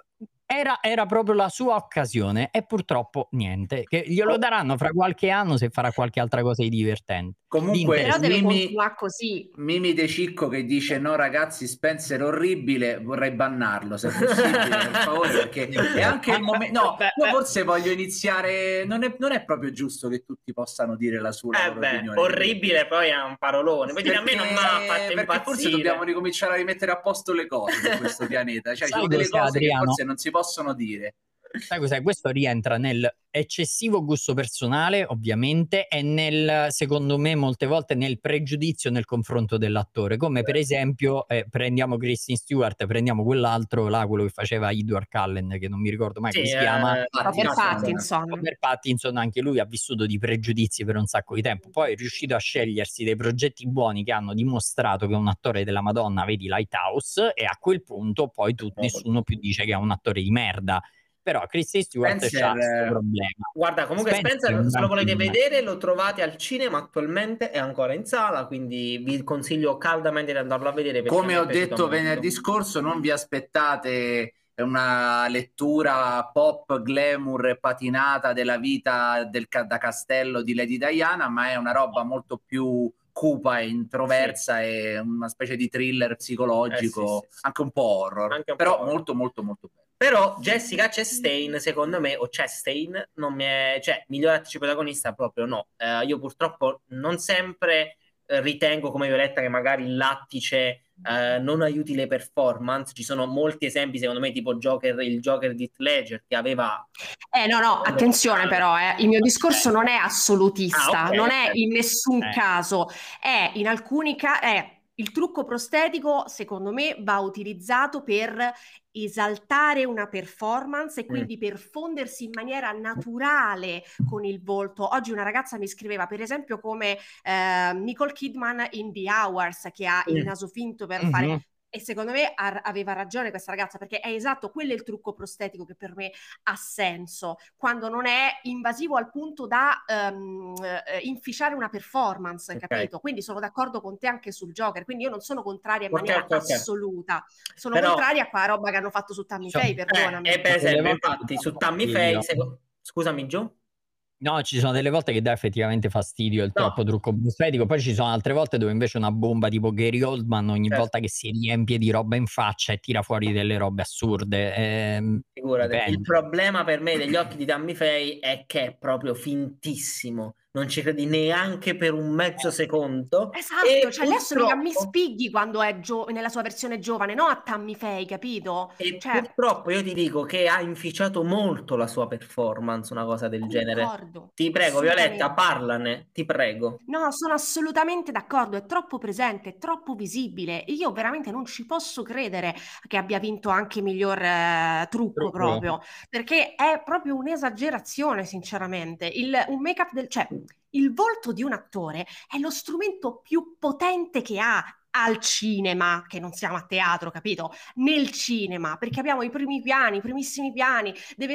era proprio la sua occasione e purtroppo niente, che glielo daranno fra qualche anno se farà qualche altra cosa di divertente. Comunque, però deve continuare così. Mimi De Cicco che dice no ragazzi, Spencer orribile, vorrei bannarlo se possibile, per favore, perché è anche il momento... No, io forse voglio iniziare... Non è proprio giusto che tutti possano dire la sua opinione. Orribile poi è un parolone. Perché a me non mi ha fatto impazzire. Forse dobbiamo ricominciare a rimettere a posto le cose su questo pianeta. Cioè, ci sono delle cose che forse non si possono dire. Sai cos'è? Questo rientra nel eccessivo gusto personale, ovviamente, e nel, secondo me, molte volte nel pregiudizio nei confronto dell'attore, come per esempio prendiamo Kristen Stewart, prendiamo quell'altro là, quello che faceva Edward Cullen, che non mi ricordo mai come si chiama, Robert Pattinson, anche lui ha vissuto di pregiudizi per un sacco di tempo, poi è riuscito a scegliersi dei progetti buoni che hanno dimostrato che è un attore della Madonna, vedi Lighthouse, e a quel punto poi nessuno più dice che è un attore di merda. Però Kristen Stewart c'ha questo problema. Guarda, comunque Spencer se lo volete vedere, lo trovate al cinema attualmente, è ancora in sala, quindi vi consiglio caldamente di andarlo a vedere. Come ho detto venerdì scorso, non vi aspettate una lettura pop, glamour e patinata della vita da castello di Lady Diana, ma è una roba molto più cupa e introversa, e una specie di thriller psicologico, anche un po' horror, però molto molto molto bello. Però Jessica Chastain, secondo me, o Chastain, non mi è... cioè, miglior attrice protagonista proprio no. Io purtroppo non sempre ritengo, come Violetta, che magari il lattice non aiuti le performance. Ci sono molti esempi, secondo me, tipo il Joker di Heath Ledger, che aveva... no, attenzione però, il mio discorso non è assolutista, non è in nessun caso, è in alcuni casi... Il trucco prostetico, secondo me, va utilizzato per esaltare una performance e quindi per fondersi in maniera naturale con il volto. Oggi una ragazza mi scriveva, per esempio, come Nicole Kidman in The Hours, che ha il naso finto per fare... E secondo me aveva ragione questa ragazza, perché è esatto, quello è il trucco prostetico che per me ha senso, quando non è invasivo al punto da inficiare una performance, capito? Quindi sono d'accordo con te anche sul Joker, quindi io non sono contraria in maniera assoluta, sono contraria a quella roba che hanno fatto su Tammy Faye, perdonami. E per esempio, infatti, su Tammy Faye, scusami Gio? No, ci sono delle volte che dà effettivamente fastidio il troppo trucco prostetico, poi ci sono altre volte dove invece una bomba tipo Gary Oldman ogni volta che si riempie di roba in faccia e tira fuori delle robe assurde. Figurati. Il problema per me degli occhi di Tammy Faye è che è proprio fintissimo. Non ci credi neanche per un mezzo secondo. Esatto, cioè lei assomiglia a Miss Piggy quando è nella sua versione giovane, no a Tammy Faye, capito? E purtroppo io ti dico che ha inficiato molto la sua performance, una cosa del genere. Ti prego, Violetta, parlane, ti prego. No, sono assolutamente d'accordo, è troppo presente, è troppo visibile. Io veramente non ci posso credere che abbia vinto anche miglior trucco proprio, perché è proprio un'esagerazione, sinceramente. Un make-up il volto di un attore è lo strumento più potente che ha al cinema, che non siamo a teatro, capito? Nel cinema, perché abbiamo i primissimi piani, deve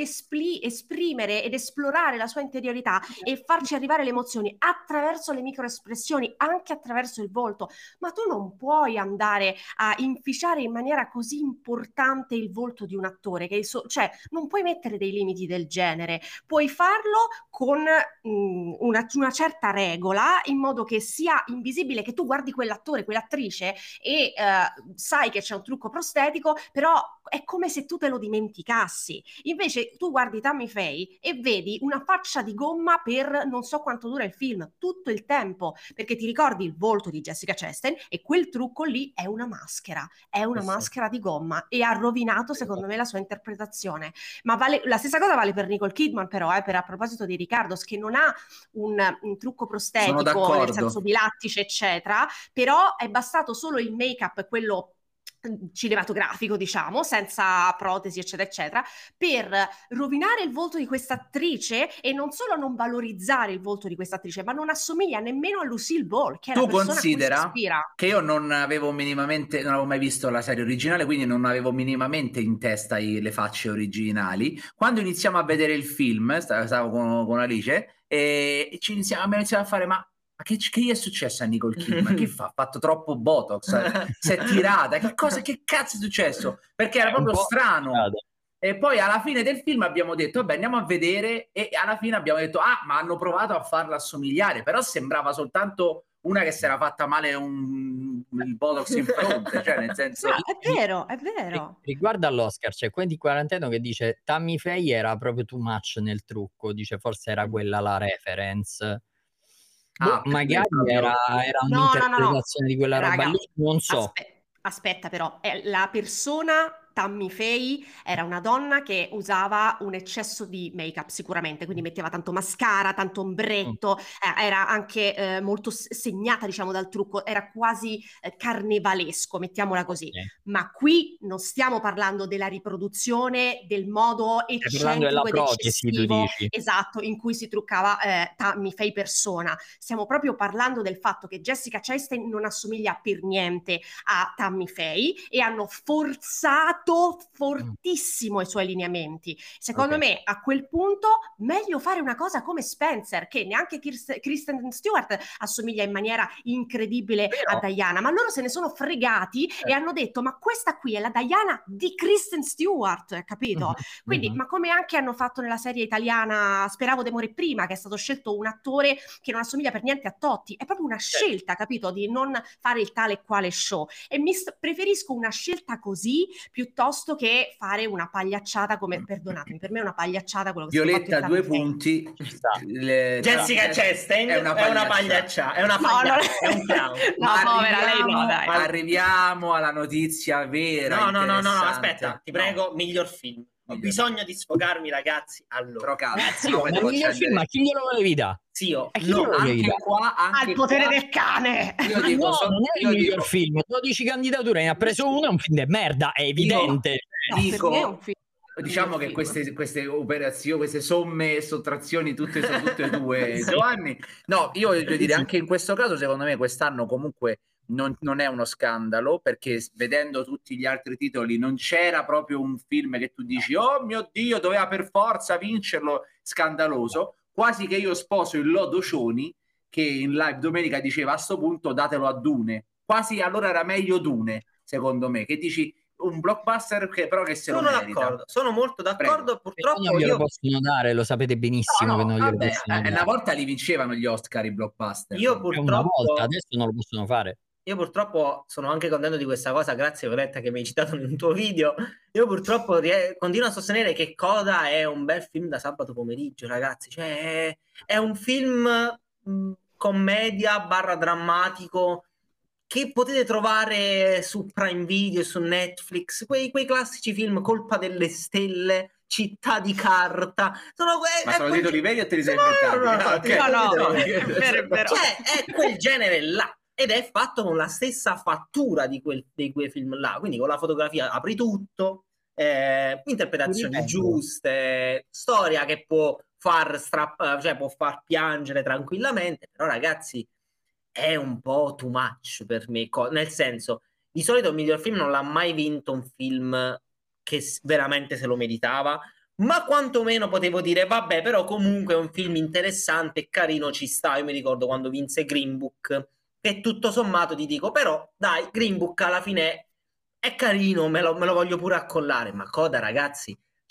esprimere ed esplorare la sua interiorità e farci arrivare le emozioni attraverso le microespressioni, anche attraverso il volto. Ma tu non puoi andare a inficiare in maniera così importante il volto di un attore, cioè non puoi mettere dei limiti del genere, puoi farlo con una certa regola, in modo che sia invisibile, che tu guardi quell'attore di quell'attrice e sai che c'è un trucco prostetico, però è come se tu te lo dimenticassi. Invece tu guardi Tammy Faye e vedi una faccia di gomma per non so quanto dura il film, tutto il tempo, perché ti ricordi il volto di Jessica Chastain e quel trucco lì è una maschera di gomma e ha rovinato secondo me la sua interpretazione. Ma la stessa cosa vale per Nicole Kidman però, a proposito di Riccardo, che non ha un trucco prostetico nel senso di lattice eccetera, però è bastato solo il make-up, quello cinematografico, diciamo, senza protesi eccetera eccetera, per rovinare il volto di questa attrice e non solo non valorizzare il volto di questa attrice, ma non assomiglia nemmeno a Lucille Ball, che è la persona a cui si ispira. Che io non avevo mai visto la serie originale, quindi non avevo minimamente in testa le facce originali. Quando iniziamo a vedere il film, stavo con Alice e abbiamo iniziato a fare che gli è successo a Nicole Kidman? Che fa? Ha fatto troppo Botox? Si è tirata? Che cazzo è successo? Perché era proprio strano. E poi alla fine del film abbiamo detto, vabbè, andiamo a vedere, e alla fine abbiamo detto, ma hanno provato a farla assomigliare, però sembrava soltanto una che si era fatta male il Botox in fronte, cioè nel senso... No, è vero. Riguardo all'Oscar, c'è Quentin Quaranteno che dice Tammy Faye era proprio too much nel trucco, dice forse era quella la reference. Magari era un'interpretazione di quella roba lì, non so. Aspetta però, la persona Tammy Faye era una donna che usava un eccesso di make-up sicuramente, quindi metteva tanto mascara, tanto ombretto, era anche molto segnata diciamo dal trucco, era quasi carnevalesco, mettiamola così. Ma qui non stiamo parlando della riproduzione del modo eccentrico ed eccessivo, esatto, in cui si truccava Tammy Faye persona. Stiamo proprio parlando del fatto che Jessica Chastain non assomiglia per niente a Tammy Faye e hanno forzato fortissimo i suoi lineamenti. Secondo me a quel punto meglio fare una cosa come Spencer, che neanche Kristen Stewart assomiglia in maniera incredibile a Diana, ma loro se ne sono fregati e hanno detto ma questa qui è la Diana di Kristen Stewart, capito? Quindi ma come anche hanno fatto nella serie italiana Speravo de morire prima, che è stato scelto un attore che non assomiglia per niente a Totti, è proprio una scelta, capito, di non fare il tale e quale show, e preferisco una scelta così piuttosto che fare una pagliacciata come, perdonatemi, per me è una pagliacciata quello che Violetta, 2 punti. Jessica Chastain è una pagliacciata, è una pagliaccia, è un clown. No, povera, lei no, dai. Arriviamo alla notizia vera. No, aspetta, ti prego, miglior film. Ho bisogno di sfogarmi, ragazzi. Allora, ma miglior film, ma chi glielo volevi dare? Zio, anche qua al potere del cane. Io dico, non è il miglior film, 12 candidature, ne ha preso uno, è un film di merda, è evidente. Diciamo che queste operazioni, queste somme e sottrazioni tutte e due, Giovanni. No, io voglio dire, anche in questo caso, secondo me, quest'anno comunque non è uno scandalo, perché vedendo tutti gli altri titoli non c'era proprio un film che tu dici, oh mio Dio, doveva per forza vincerlo, scandaloso. Quasi che io sposo il Lodo Cioni, che in live domenica diceva a sto punto datelo a Dune. Quasi allora era meglio Dune, secondo me, che dici un blockbuster che però che se lo merita. Sono molto d'accordo. Purtroppo non glielo possono dare, lo sapete benissimo che non glielo possono dare. Una volta li vincevano gli Oscar i blockbuster. Io purtroppo una volta, adesso non lo possono fare. Io purtroppo sono anche contento di questa cosa, grazie Violetta che mi hai citato in un tuo video. Io purtroppo continuo a sostenere che Coda è un bel film da sabato pomeriggio, ragazzi. Cioè, è un film commedia / drammatico che potete trovare su Prime Video e su Netflix, quei classici film Colpa delle stelle, Città di carta. Sono titoli veri o te li sei inventati? No, cioè, è quel genere là. Ed è fatto con la stessa fattura di quei film là, quindi con la fotografia apri tutto, interpretazioni giuste, storia che può far piangere tranquillamente, però ragazzi è un po' too much per me, nel senso, di solito il miglior film non l'ha mai vinto un film che veramente se lo meritava, ma quantomeno potevo dire vabbè, però comunque è un film interessante e carino, ci sta. Io mi ricordo quando vinse Green Book, che tutto sommato ti dico, però dai, Green Book alla fine è carino, me lo voglio pure accollare, ma Coda ragazzi,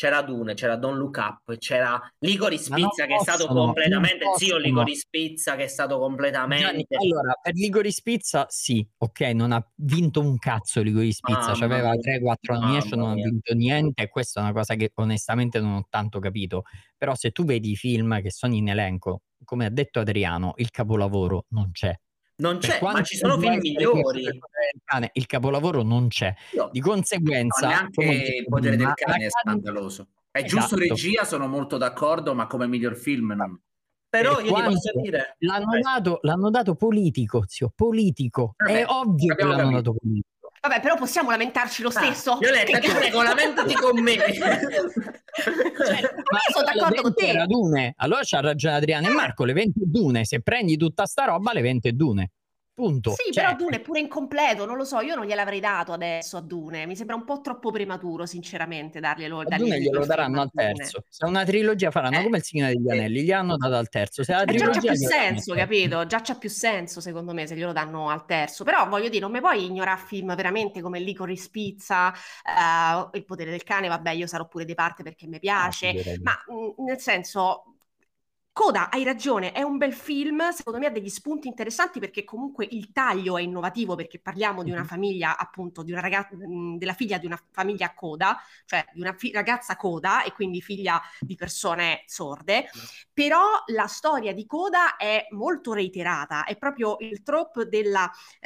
c'era Dune, c'era Don't Look Up, c'era Licorice Pizza che è stato completamente zio Licorice Pizza che è stato completamente Gianni, allora per Licorice Pizza sì, ok, non ha vinto un cazzo Licorice Pizza, c'aveva 3-4 nomination, non ha vinto niente, e questa è una cosa che onestamente non ho tanto capito. Però se tu vedi i film che sono in elenco, come ha detto Adriano, il capolavoro non c'è. Non c'è, ma ci sono film migliori. Il capolavoro non c'è. Di conseguenza, neanche Il potere del cane è scandaloso. È giusto, regia, sono molto d'accordo, ma come miglior film non... Però io ti posso dire, l'hanno dato politico, zio, politico. È ovvio che l'hanno dato politico. Vabbè, però possiamo lamentarci lo stesso. Violetta, tu regolamentati con me. Ma io sono d'accordo con te. Dune. Allora c'ha ragione Adriano e Marco, l'evento è Dune. Se prendi tutta sta roba, l'evento è Dune. Punto. Sì, però Dune è pure incompleto, non lo so, io non gliel'avrei dato adesso a Dune, mi sembra un po' troppo prematuro sinceramente darglielo. Dune glielo daranno al terzo, se una trilogia faranno come il Signore degli Anelli, gli hanno dato al terzo, se la trilogia già c'ha più senso, capito? Già c'ha più senso secondo me se glielo danno al terzo, però voglio dire, non mi puoi ignorare film veramente come Licorice Pizza, Il potere del cane, vabbè io sarò pure di parte perché mi piace, ma nel senso... Coda, hai ragione, è un bel film, secondo me ha degli spunti interessanti perché comunque il taglio è innovativo, perché parliamo di una famiglia, appunto, di una ragazza, della figlia di una famiglia coda, cioè di una ragazza coda e quindi figlia di persone sorde, però la storia di Coda è molto reiterata, è proprio il trope del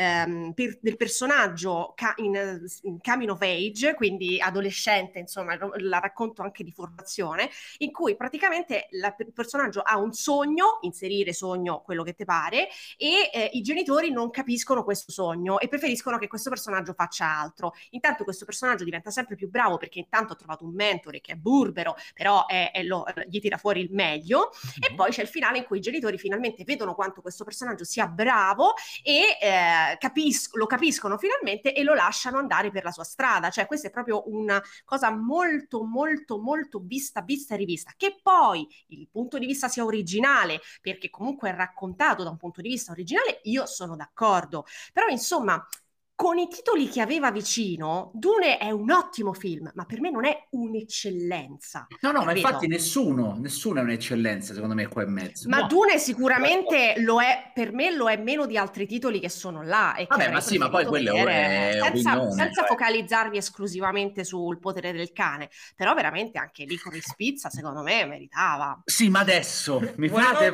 personaggio in coming of age, quindi adolescente, insomma, la racconto anche di formazione, in cui praticamente il personaggio ha un sogno, inserire sogno quello che te pare, e i genitori non capiscono questo sogno e preferiscono che questo personaggio faccia altro. Intanto questo personaggio diventa sempre più bravo perché intanto ha trovato un mentore che è burbero, però gli tira fuori il meglio, e poi c'è il finale in cui i genitori finalmente vedono quanto questo personaggio sia bravo e lo capiscono finalmente e lo lasciano andare per la sua strada. Cioè questa è proprio una cosa molto molto molto vista e rivista, che poi il punto di vista sia originale, perché comunque è raccontato da un punto di vista originale, io sono d'accordo, però insomma con i titoli che aveva vicino, Dune è un ottimo film, ma per me non è un'eccellenza. No, ma infatti nessuno è un'eccellenza, secondo me, qua in mezzo. Ma Dune sicuramente lo è, per me lo è meno di altri titoli che sono là. E vabbè, ma sì, ma poi quello è senza focalizzarvi esclusivamente sul potere del cane, però veramente anche Licorice Pizza, secondo me, meritava. Sì, ma adesso mi fate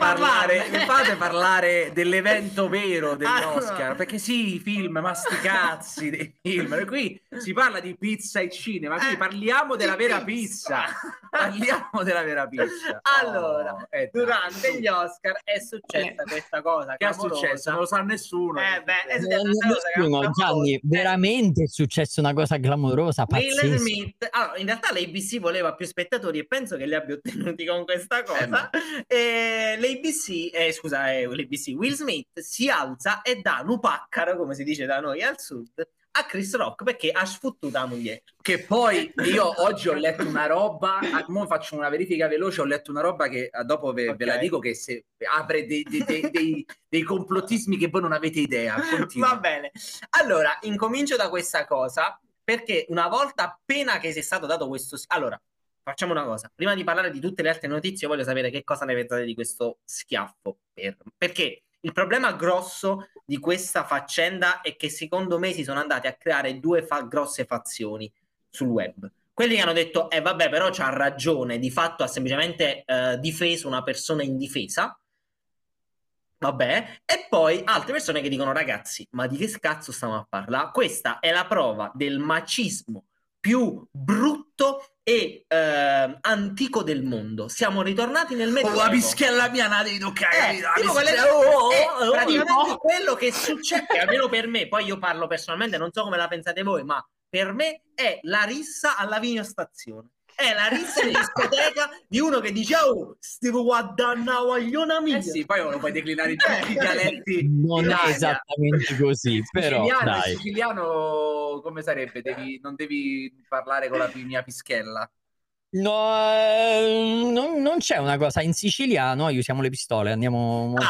parlare dell'evento vero degli Oscar, perché sì, i film masticati cazzi dei film, qui si parla di pizza e cinema, quindi parliamo della vera pizza. Parliamo della vera pizza. Allora, durante gli Oscar è successa questa cosa. Che è successo? Non lo sa nessuno. Nessuno, Gianni, veramente è successa una cosa clamorosa, pazzesca. Will Smith, allora, in realtà l'ABC voleva più spettatori e penso che li abbia ottenuti con questa cosa. L'ABC, Will Smith si alza e dà un paccar, come si dice da noi al sud, a Chris Rock perché ha sfottuto la moglie. Che poi io oggi ho letto una roba, mo faccio una verifica veloce, ho letto una roba che dopo ve la dico, che se apre dei complottismi che voi non avete idea. Continua. Va bene, allora incomincio da questa cosa, perché una volta appena che sia stato dato questo... Allora, facciamo una cosa, prima di parlare di tutte le altre notizie voglio sapere che cosa ne pensate di questo schiaffo, perché il problema grosso di questa faccenda è che secondo me si sono andati a creare due grosse fazioni sul web. Quelli che hanno detto vabbè, però c'ha ragione, di fatto ha semplicemente difeso una persona indifesa, vabbè, e poi altre persone che dicono ragazzi, ma di che cazzo stiamo a parlare? Questa è la prova del macismo più brutto e antico del mondo. Siamo ritornati nel Medioevo. La pischella mia la devi toccare. Praticamente quello che succede, almeno per me, poi io parlo personalmente, non so come la pensate voi, ma per me è la rissa alla Vigno Stazione. È la rissa in discoteca di uno che dice stiamo guardando una guagliona mia. Sì, poi lo puoi declinare in tutti i dialetti. Non è esattamente così, però dai. Siciliano come sarebbe? Non devi parlare con la mia pischella. non c'è una cosa. In Sicilia noi usiamo le pistole, andiamo molto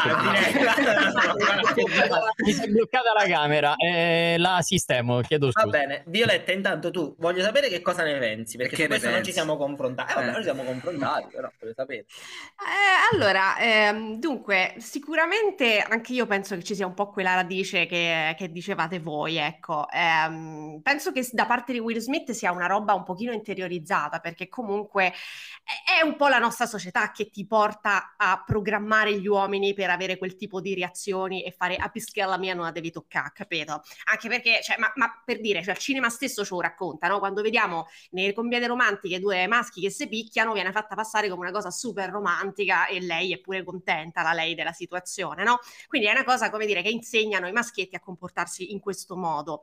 mi si è bloccata la camera, la sistemo, chiedo scusa. Va bene, Violetta, intanto tu voglio sapere che cosa ne pensi, perché su questo non ci siamo confrontati. Vabbè, noi siamo confrontati, però voglio sapere. Allora, dunque, sicuramente anche io penso che ci sia un po' quella radice che dicevate voi, ecco. Penso che da parte di Will Smith sia una roba un pochino interiorizzata, perché comunque è un po' la nostra società che ti porta a programmare gli uomini per avere quel tipo di reazioni e fare a pischella mia non la devi toccare, capito? Anche perché, cioè, ma per dire, cioè, il cinema stesso ce lo racconta, no? Quando vediamo nelle commedie romantiche due maschi che si picchiano, viene fatta passare come una cosa super romantica e lei è pure contenta, la lei della situazione, no? Quindi è una cosa, come dire, che insegnano i maschietti a comportarsi in questo modo.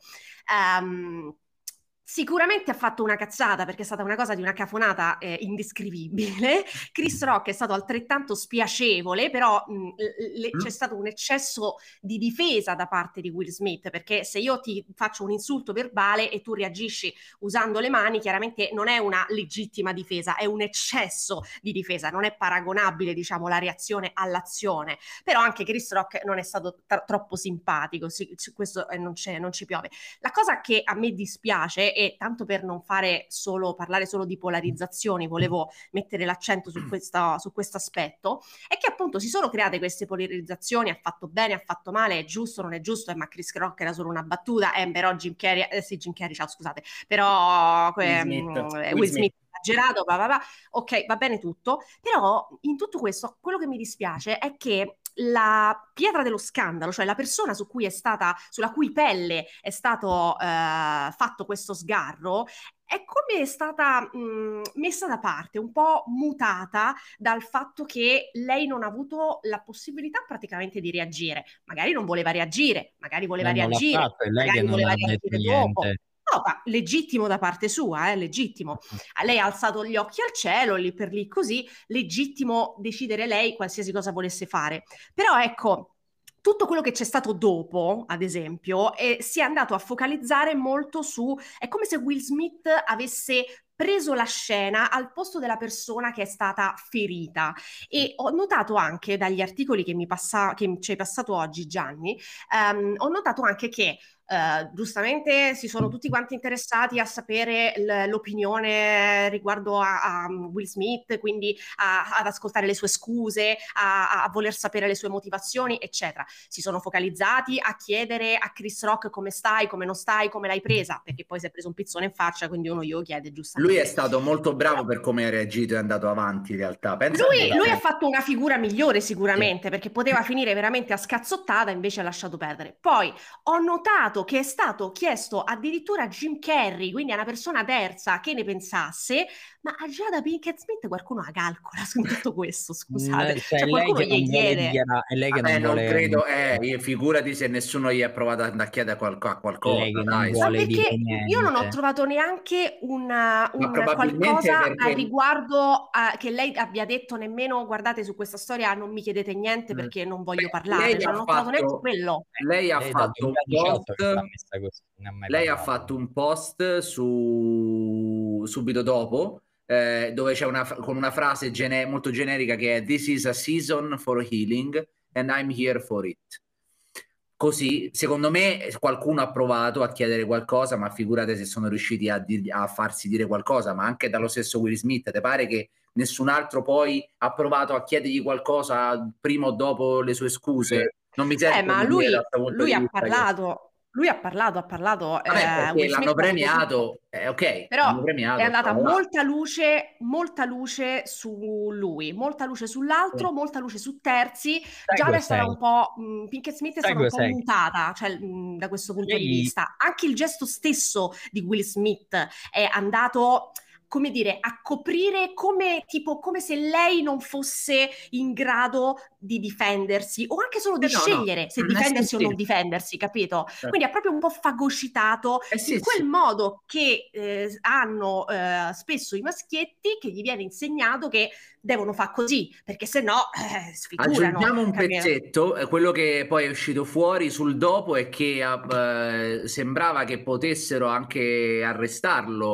Sicuramente ha fatto una cazzata perché è stata una cosa di una cafonata indescrivibile. Chris Rock è stato altrettanto spiacevole, però c'è stato un eccesso di difesa da parte di Will Smith, perché se io ti faccio un insulto verbale e tu reagisci usando le mani, chiaramente non è una legittima difesa, è un eccesso di difesa, non è paragonabile, diciamo, la reazione all'azione. Però anche Chris Rock non è stato troppo simpatico, questo non ci piove. La cosa che a me dispiace, e tanto per non parlare solo di polarizzazioni, volevo mettere l'accento su questo aspetto, è che appunto si sono create queste polarizzazioni, ha fatto bene, ha fatto male, è giusto, non è giusto, ma Chris Rock era solo una battuta, però Jim Carrey, ciao, scusate, però Will Smith esagerato, ok, va bene tutto, però in tutto questo quello che mi dispiace è che la pietra dello scandalo, cioè la persona sulla cui pelle è stato fatto questo sgarro, è come è stata messa da parte, un po' mutata dal fatto che lei non ha avuto la possibilità praticamente di reagire. Magari non voleva reagire, magari voleva reagire, fatto, è lei magari che non voleva ha detto reagire dopo. niente. No, ma legittimo da parte sua, legittimo. Lei ha alzato gli occhi al cielo, lì per lì così, legittimo decidere lei qualsiasi cosa volesse fare. Però ecco, tutto quello che c'è stato dopo, ad esempio, si è andato a focalizzare molto è come se Will Smith avesse preso la scena al posto della persona che è stata ferita. E ho notato anche dagli articoli che ci hai passato oggi, Gianni, ho notato anche che giustamente si sono tutti quanti interessati a sapere l'opinione riguardo a Will Smith, quindi ad ascoltare le sue scuse, a voler sapere le sue motivazioni, eccetera. Si sono focalizzati a chiedere a Chris Rock come stai, come non stai, come l'hai presa, perché poi si è preso un pizzone in faccia, quindi uno glielo chiede giustamente. Lui è stato molto bravo per come ha reagito e è andato avanti in realtà. Lui ha fatto una figura migliore sicuramente, sì, perché poteva finire veramente a scazzottata, invece ha lasciato perdere. Poi ho notato che è stato chiesto addirittura a Jim Carrey, quindi a una persona terza, che ne pensasse, ma già da Pinkett Smith qualcuno la calcola su tutto questo, scusate. Cioè qualcuno gli chiede. È lei che non vuole... credo, figurati se nessuno gli ha provato a chiedere a qualcosa. Lei che non vuole perché io non ho trovato neanche qualcosa al riguardo che lei abbia detto, nemmeno guardate su questa storia non mi chiedete niente perché non voglio parlare, cioè, non ho trovato neanche quello. Lei ha fatto un post, lei ha fatto un post subito dopo dove c'è con una frase molto generica che è "This is a season for healing and I'm here for it". Così, secondo me, qualcuno ha provato a chiedere qualcosa, ma figurate se sono riusciti a farsi dire qualcosa, ma anche dallo stesso Will Smith. Te pare che nessun altro poi ha provato a chiedergli qualcosa prima o dopo le sue scuse? Non mi sento ma lui ha parlato. Lui ha parlato. Perché l'hanno premiato, ok. Però premiato, è andata molta luce su lui, molta luce sull'altro, molta luce su terzi. Già adesso era un po'. Pinkett Smith è stata un po' mutata, cioè, da questo punto di vista. Anche il gesto stesso di Will Smith è andato, come dire, a coprire come se lei non fosse in grado di difendersi o anche solo di scegliere se difendersi o non difendersi, capito? Quindi ha proprio un po' fagocitato in quel modo che hanno spesso i maschietti, che gli viene insegnato che devono fare così, perché se no sfigurano. Aggiungiamo un pezzetto, quello che poi è uscito fuori sul dopo è che sembrava che potessero anche arrestarlo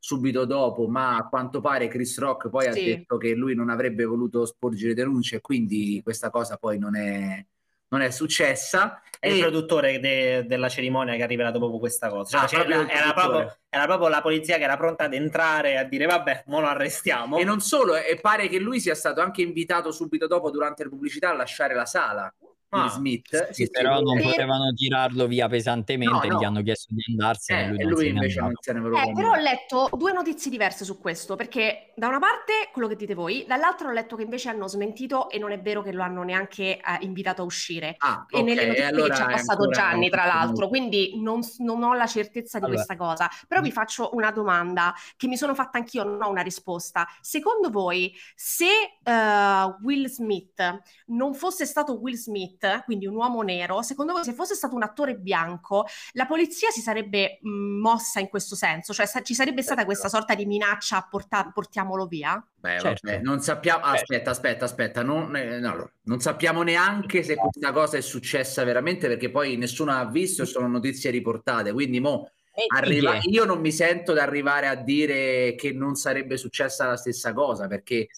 subito dopo, ma a quanto pare Chris Rock poi ha detto che lui non avrebbe voluto sporgere denunce e quindi questa cosa poi non è successa. È il produttore della cerimonia che ha rivelato proprio questa cosa. Cioè, era proprio la polizia che era pronta ad entrare e a dire vabbè, mo lo arrestiamo. E non solo, e pare che lui sia stato anche invitato subito dopo, durante le pubblicità, a lasciare la sala. Smith, sì, però non potevano tirarlo via pesantemente, gli hanno chiesto di andarsene e lui invece non se ne però ho letto due notizie diverse su questo, perché da una parte quello che dite voi, dall'altra ho letto che invece hanno smentito e non è vero che lo hanno neanche invitato a uscire, e nelle notizie che ci ha passato Gianni tra l'altro, quindi non ho la certezza di questa cosa, però vi faccio una domanda che mi sono fatta anch'io, non ho una risposta. Secondo voi, se Will Smith non fosse stato Will Smith, quindi un uomo nero, secondo voi se fosse stato un attore bianco, la polizia si sarebbe mossa in questo senso? Cioè ci sarebbe stata questa sorta di minaccia a portiamolo via? Beh, vabbè, non sappiamo. Aspetta, non sappiamo neanche se questa cosa è successa veramente, perché poi nessuno ha visto e sono notizie riportate, quindi io non mi sento di arrivare a dire che non sarebbe successa la stessa cosa, perché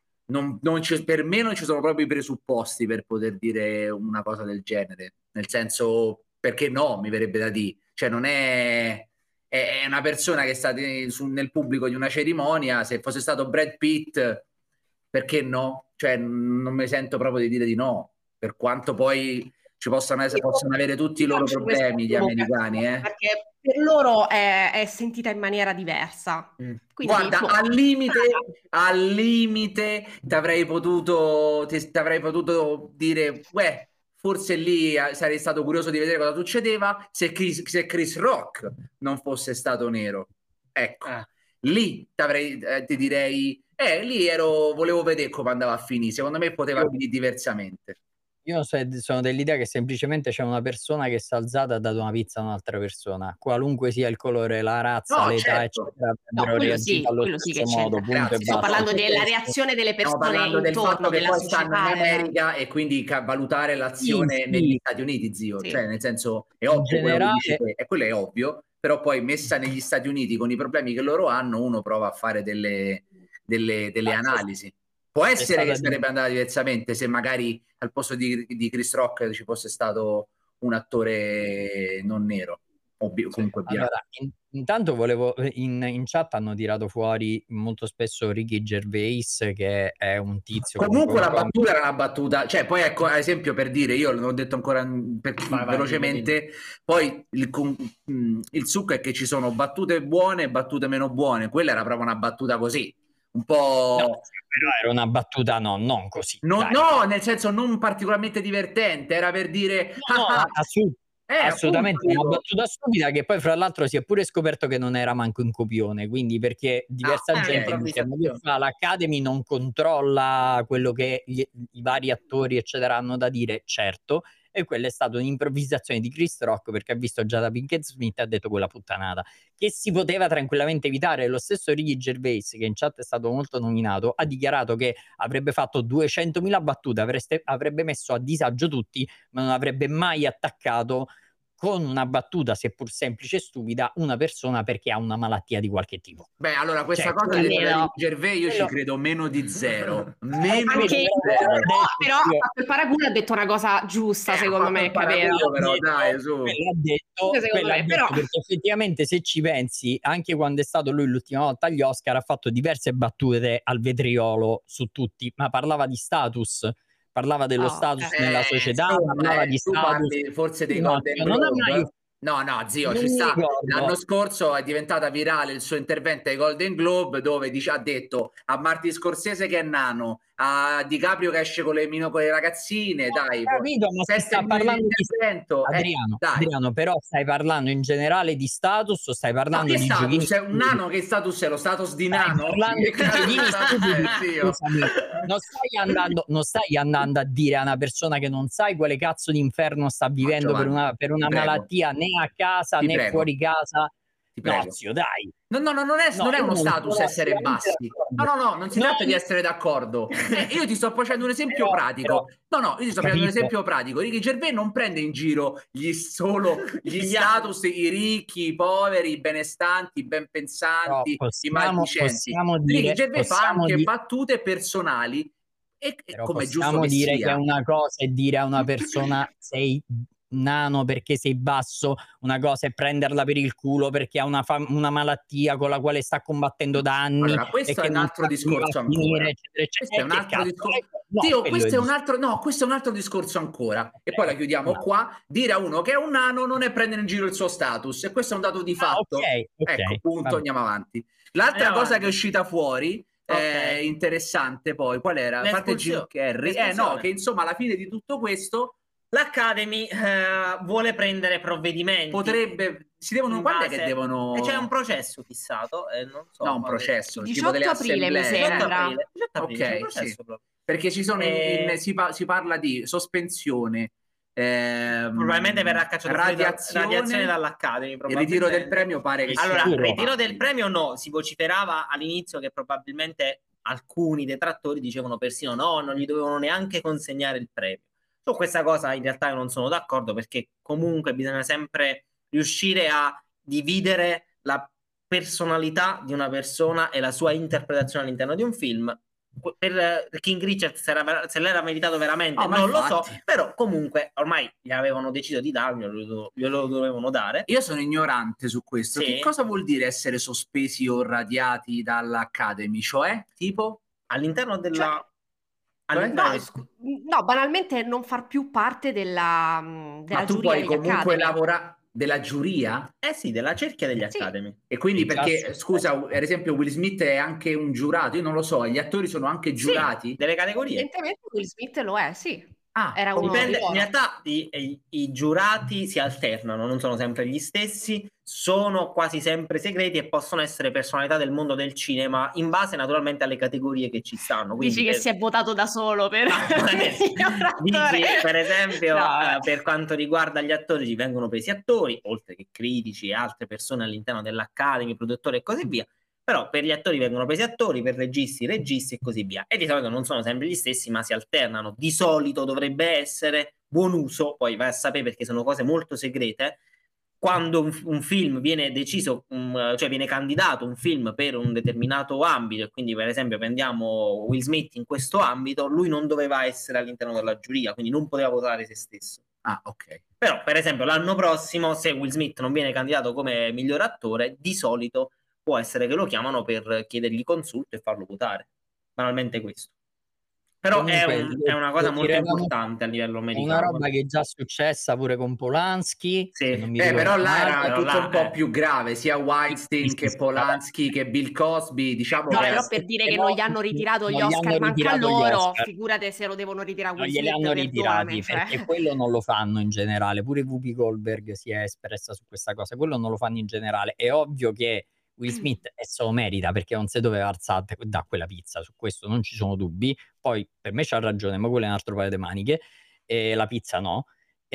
per me non ci sono proprio i presupposti per poter dire una cosa del genere, nel senso, perché no, mi verrebbe da dire, cioè non è una persona che sta nel pubblico di una cerimonia. Se fosse stato Brad Pitt, perché no? Cioè non mi sento proprio di dire di no, per quanto poi ci possono avere tutti i loro problemi gli americani, perché per loro è sentita in maniera diversa. Quindi, guarda, al limite ti avrei potuto dire, forse lì sarei stato curioso di vedere cosa succedeva se Chris Rock non fosse stato nero. Ecco, lì ti direi, lì volevo vedere come andava a finire. Secondo me poteva finire diversamente. Io sono dell'idea che semplicemente c'è una persona che si è alzata e ha dato una pizza a un'altra persona, qualunque sia il colore, la razza, l'età, eccetera, avrebbero reagito allo stesso modo. Sto parlando della reazione delle persone intorno, che della poi società. stanno in America e quindi valutare l'azione negli Stati Uniti, zio. Cioè, nel senso, è ovvio quello è ovvio, però poi messa negli Stati Uniti con i problemi che loro hanno, uno prova a fare delle analisi. Può essere che sarebbe andata diversamente se magari al posto di Chris Rock ci fosse stato un attore non nero o comunque bianco. Allora, intanto volevo, in chat hanno tirato fuori molto spesso Ricky Gervais, che è un tizio. Comunque la battuta era una battuta, cioè poi ecco, ad esempio, per dire, io l'ho detto ancora velocemente, poi il succo è che ci sono battute buone e battute meno buone. Quella era proprio una battuta così, un po'... No, però era una battuta non così. No, nel senso non particolarmente divertente, era per dire... assolutamente una battuta stupida, che poi fra l'altro si è pure scoperto che non era manco un copione, quindi perché diversa gente dice l'Academy non controlla quello che i vari attori eccetera hanno da dire, certo, e quella è stata un'improvvisazione di Chris Rock, perché ha visto Jada Pinkett Smith e ha detto quella puttanata che si poteva tranquillamente evitare. Lo stesso Ricky Gervais, che in chat è stato molto nominato, ha dichiarato che avrebbe fatto 200.000 battute, avrebbe messo a disagio tutti, ma non avrebbe mai attaccato con una battuta, seppur semplice e stupida, una persona perché ha una malattia di qualche tipo. Beh, allora questa cosa di Gervais io ci credo meno di zero. Però a quel paragone ha detto una cosa giusta, secondo me, però dai, però perché effettivamente se ci pensi, anche quando è stato lui l'ultima volta agli Oscar, ha fatto diverse battute al vetriolo su tutti, ma parlava di status, parlava dello status nella società, parlava di status, forse dei Golden Globe. No, zio, ci sta. L'anno scorso è diventata virale il suo intervento ai Golden Globe, dove ha detto a Martin Scorsese che è nano, a DiCaprio che esce con le ragazzine, dai. Capito, ma si sta parlando di Adriano, però stai parlando in generale di status o stai parlando di giochini? Un nano, che status è? Lo status di nano? Parlando di giochini stupidi. Non stai andando a dire a una persona che non sai quale cazzo di inferno sta vivendo per una malattia, né a casa né fuori casa, ti prego. No, zio, dai. No, non è uno status essere bassi. No, non si tratta di essere d'accordo. Io ti sto facendo un esempio pratico. Io ti sto facendo un esempio pratico. Ricky Gervais non prende in giro solo gli status, i ricchi, i poveri, i benestanti, i ben pensanti, i maldicenti. Ricky Gervais fa anche battute personali. E come giusto che dire sia. che una cosa è dire a una persona sei nano perché sei basso, una cosa è prenderla per il culo perché ha una malattia con la quale sta combattendo da anni. Allora, questo è un altro discorso ancora. Questo è un altro discorso. Questo è un altro discorso ancora. E poi la chiudiamo qua. Dire a uno che è un nano non è prendere in giro il suo status, e questo è un dato di fatto. Ecco, punto, andiamo avanti. L'altra cosa che è uscita fuori interessante, poi qual era? A parte Jim Carrey, che insomma alla fine di tutto questo l'Academy vuole prendere provvedimenti. Si devono, quando è che devono? C'è un processo fissato, non so. No, un processo, 18 tipo delle aprile mi sembra. 18 aprile, sì. Perché ci sono si parla di sospensione. Probabilmente verrà cacciato radiazione dall'Academy. Il ritiro del premio pare che sia. Il ritiro del premio no, si vociferava all'inizio che probabilmente alcuni detrattori dicevano persino no, non gli dovevano neanche consegnare il premio. Su questa cosa in realtà io non sono d'accordo, perché comunque bisogna sempre riuscire a dividere la personalità di una persona e la sua interpretazione all'interno di un film. Per King Richard se l'era meritato veramente non lo so, però comunque ormai gli avevano deciso di darglielo, glielo dovevano dare. Io sono ignorante su questo. Che cosa vuol dire essere sospesi o radiati dall'Academy? Cioè, tipo? All'interno della... No, banalmente non far più parte della Ma tu puoi comunque lavorare della giuria? Sì, della cerchia degli Academy. E quindi perché, scusa, per esempio Will Smith è anche un giurato, io non lo so, gli attori sono anche giurati? Delle categorie. Evidentemente Will Smith lo è, sì. Era dipende, in realtà i giurati si alternano, non sono sempre gli stessi, sono quasi sempre segreti e possono essere personalità del mondo del cinema in base naturalmente alle categorie che ci stanno. Quindi dici che si è votato da solo per dici, per esempio per quanto riguarda gli attori ci vengono presi attori, oltre che critici e altre persone all'interno dell'Academy, produttori e così via. Però per gli attori vengono presi attori, per registi e così via. E di solito non sono sempre gli stessi, ma si alternano. Di solito dovrebbe essere buon uso, poi vai a sapere perché sono cose molto segrete. Quando un film viene deciso, cioè viene candidato un film per un determinato ambito, e quindi per esempio prendiamo Will Smith in questo ambito, lui non doveva essere all'interno della giuria, quindi non poteva votare se stesso. Ok. Però per esempio l'anno prossimo, se Will Smith non viene candidato come miglior attore, di solito può essere che lo chiamano per chiedergli consulto e farlo votare. Banalmente questo. Però comunque, è una cosa molto importante a livello americano. Una roba che è già successa pure con Polanski. Però là era tutto un po' più grave, sia Weinstein che Polanski che Bill Cosby. Diciamo no, però per dire che non gli hanno ritirato gli Oscar, manca loro, figurate se lo devono ritirare. Non glieli hanno ritirati, perché quello non lo fanno in generale. Pure Whoopi Goldberg si è espressa su questa cosa. Quello non lo fanno in generale. È ovvio che Will Smith se lo merita, perché non si doveva alzare da quella pizza, su questo non ci sono dubbi. Poi per me c'ha ragione, ma quello è un altro paio di maniche, e la pizza no.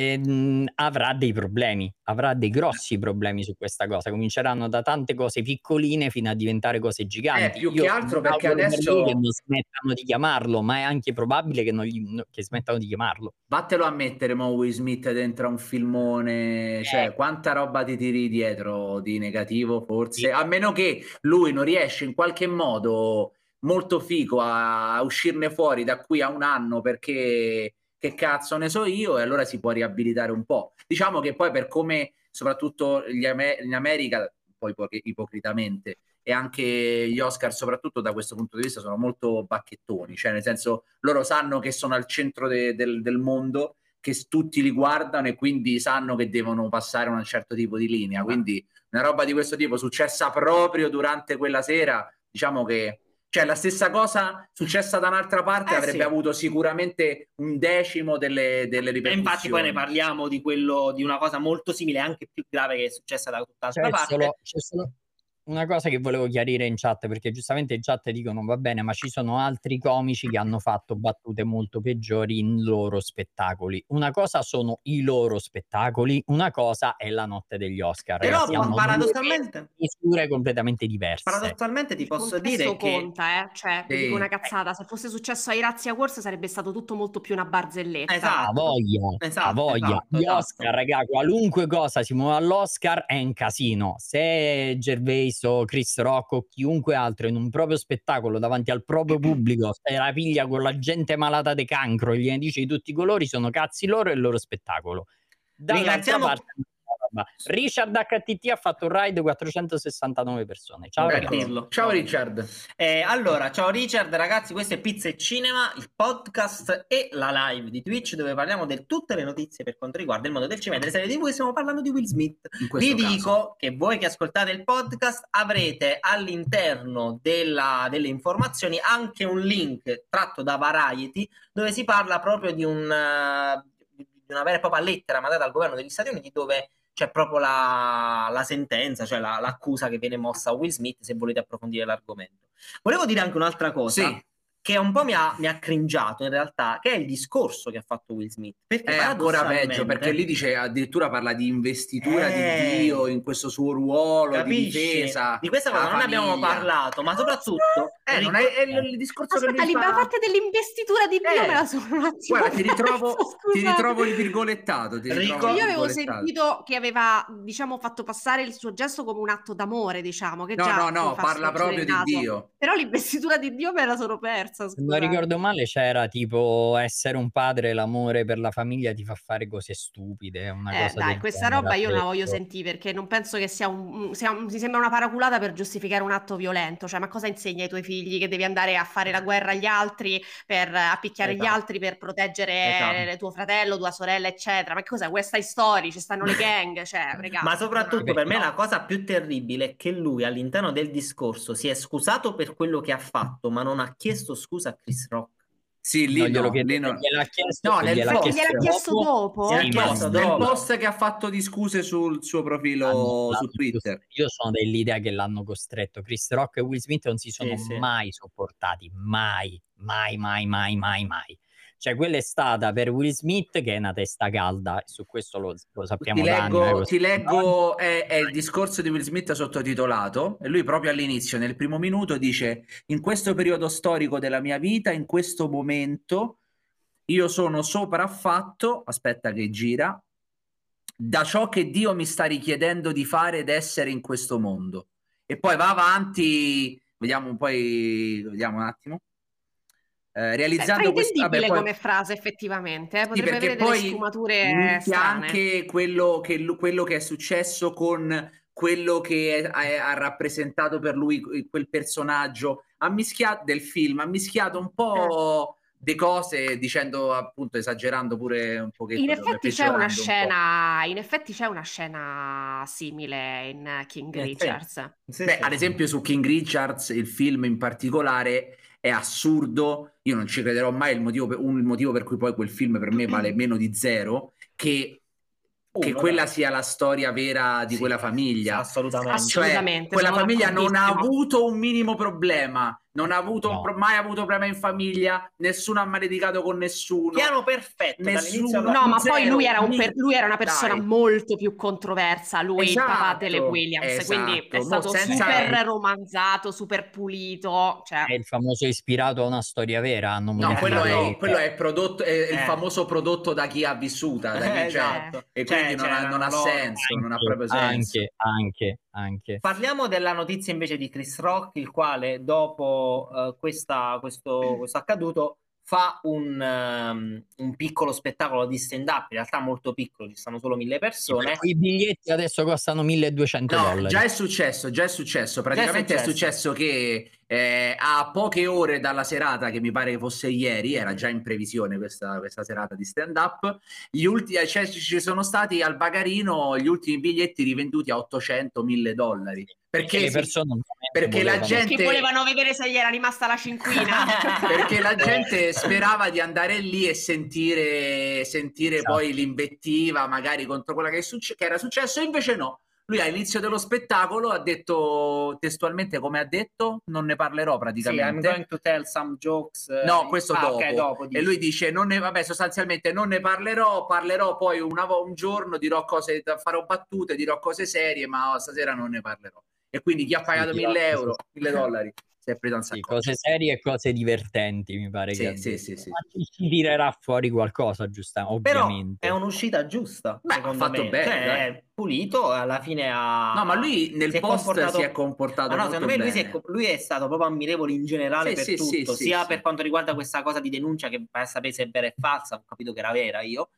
Avrà dei problemi, avrà dei grossi problemi su questa cosa. Cominceranno da tante cose piccoline fino a diventare cose giganti. Più che altro perché adesso che non smettano di chiamarlo, ma è anche probabile che che smettano di chiamarlo. Vattelo a mettere Will Smith dentro a un filmone, cioè quanta roba ti tiri dietro di negativo, forse, a meno che lui non riesce in qualche modo molto figo a uscirne fuori da qui a un anno, perché che cazzo ne so io, e allora si può riabilitare un po'. Diciamo che poi, per come soprattutto in America, poi ipocritamente, e anche gli Oscar soprattutto da questo punto di vista sono molto bacchettoni, cioè nel senso loro sanno che sono al centro del mondo, che tutti li guardano e quindi sanno che devono passare un certo tipo di linea, quindi una roba di questo tipo successa proprio durante quella sera, diciamo che cioè la stessa cosa successa da un'altra parte avrebbe avuto sicuramente un decimo delle ripercussioni. E infatti poi ne parliamo di una cosa molto simile, anche più grave, che è successa da tutt'altra parte. una cosa che volevo chiarire in chat, perché giustamente in chat dicono va bene, ma ci sono altri comici che hanno fatto battute molto peggiori in loro spettacoli. Una cosa sono i loro spettacoli, una cosa è la notte degli Oscar. Però Ragazzi, paradossalmente misure completamente diverse. Paradossalmente ti posso dire che conta, cioè, vi dico una cazzata, se fosse successo ai Razzie Awards sarebbe stato tutto molto più una barzelletta. Esatto. A voglia. Gli Oscar, raga, qualunque cosa si muove all'Oscar è un casino. Se Gervais o Chris Rock o chiunque altro in un proprio spettacolo davanti al proprio pubblico se la piglia con la gente malata di cancro e gliene dice di tutti i colori, sono cazzi loro e il loro spettacolo. Dall'altra parte Richard HTT ha fatto un ride 469 persone. Ciao Richard. Ciao Richard. Allora, ciao Richard, ragazzi, questo è Pizza e Cinema, il podcast e la live di Twitch dove parliamo di tutte le notizie per quanto riguarda il mondo del cinema e delle serie TV. Stiamo parlando di Will Smith. Vi dico che voi che ascoltate il podcast avrete all'interno delle informazioni anche un link tratto da Variety dove si parla proprio di una vera e propria lettera mandata al governo degli Stati Uniti dove c'è proprio la sentenza, cioè l'accusa che viene mossa a Will Smith, se volete approfondire l'argomento. Volevo dire anche un'altra cosa, che un po' mi ha cringiato in realtà, che è il discorso che ha fatto Will Smith. Perché è ancora peggio, perché lì dice, addirittura parla di investitura di Dio in questo suo ruolo, capisci? Di difesa. Di questa cosa non ne abbiamo parlato, ma soprattutto... non è il discorso che lui fa... la parte dell'investitura di Dio me la sono un attimo... Guarda, ti ritrovo il virgolettato. Io avevo sentito che aveva, diciamo, fatto passare il suo gesto come un atto d'amore, diciamo. Che no, parla proprio di Dio. Però l'investitura di Dio me la sono persa. Se non ricordo male c'era tipo essere un padre, l'amore per la famiglia ti fa fare cose stupide, una cosa dai, questa roba io non la voglio sentire perché non penso che sia mi sembra una paraculata per giustificare un atto violento, cioè ma cosa insegni ai tuoi figli che devi andare a fare la guerra agli altri a picchiare gli altri per proteggere tuo fratello, tua sorella eccetera, ma che cos'è West Side Story, ci stanno le gang, cioè ragazzi, ma soprattutto per me la cosa più terribile è che lui all'interno del discorso si è scusato per quello che ha fatto ma non ha chiesto scusa a Chris Rock. Sì, lì gliel'ha chiesto, gliel'ha chiesto dopo. Nel post che ha fatto di scuse sul suo profilo su Twitter. Io sono dell'idea che l'hanno costretto. Chris Rock e Will Smith non si sono mai sopportati, mai. Cioè quella è stata per Will Smith che è una testa calda, e su questo lo sappiamo da anni. Ti leggo è il discorso di Will Smith sottotitolato e lui proprio all'inizio, nel primo minuto dice: in questo periodo storico della mia vita, in questo momento io sono sopraffatto, aspetta che gira, da ciò che Dio mi sta richiedendo di fare ed essere in questo mondo. E poi va avanti, vediamo un attimo. Realizzando fraintendibile come frase effettivamente, potrebbe avere delle sfumature strane. Anche quello che è successo con quello che ha rappresentato per lui quel personaggio del film, ha mischiato un po' le cose dicendo, appunto, esagerando pure un pochetto. In effetti c'è una scena simile in King Richards. Ad esempio su King Richards, il film in particolare è assurdo, io non ci crederò mai, il motivo per cui poi quel film per me vale meno di zero, che quella sia la storia vera di quella famiglia. Assolutamente. Quella famiglia non ha avuto un minimo problema, non ha avuto mai avuto problemi in famiglia, nessuno ha mai litigato con nessuno. Piano perfetto. No, ma poi lui era una persona molto più controversa, il papà delle Williams, quindi è stato super romanzato, super pulito. Cioè... È il famoso ispirato a una storia vera. Quello è prodotto, è il famoso prodotto da chi ha vissuta, e quindi non ha senso, non ha proprio senso. Anche. Parliamo della notizia invece di Chris Rock, il quale dopo questo accaduto fa un piccolo spettacolo di stand-up, in realtà molto piccolo, ci stanno solo 1000 persone. I biglietti adesso costano $1.200. Già è successo. Praticamente è successo che a poche ore dalla serata, che mi pare che fosse ieri, era già in previsione questa serata di stand-up, ci sono stati al bagarino gli ultimi biglietti rivenduti a $800.000. Perché la gente... Che volevano vedere se gli era rimasta la cinquina. Perché la gente sperava di andare lì e sentire poi l'invettiva magari contro quella che era successo, invece no. Lui all'inizio dello spettacolo ha detto testualmente, come ha detto, non ne parlerò praticamente. Sì, I'm going to tell some jokes. No, questo dopo. Okay, dopo e lui dice, vabbè, sostanzialmente non ne parlerò poi un giorno, dirò cose, farò battute, dirò cose serie, ma stasera non ne parlerò. E quindi chi ha pagato 1.000 euro, $1.000, si è preso un sacco. Cose serie e cose divertenti, mi pare che sì. Ma ci tirerà fuori qualcosa, giusto? Ovviamente. Però è un'uscita giusta. Beh, ha fatto me. bene, cioè, è pulito, alla fine ha... No, ma lui nel post si è comportato molto secondo me bene. lui è stato proprio ammirevole in generale per tutto, sia per quanto riguarda questa cosa di denuncia che vai a sapere se è vera e falsa, ho capito che era vera io,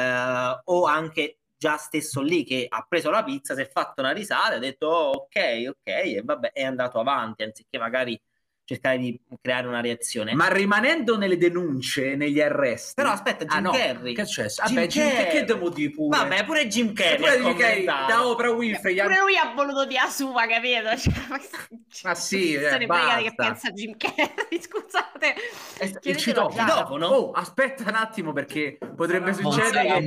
o anche già stesso lì che ha preso la pizza, si è fatto una risata, ha detto ok, e vabbè, è andato avanti, anziché magari cercare di creare una reazione. Ma rimanendo nelle denunce, negli arresti. Però aspetta, Jim Carrey. Che è successo? Jim Carrey. Che devo dire pure? Vabbè, pure Jim Carrey. Da Oprah Winfrey. Pure lui ha voluto dire a sua, capito? Cioè, ma sì, se ne frega di che pensa Jim Carrey, scusate. Il citofono, no? Oh, aspetta un attimo perché potrebbe succedere che...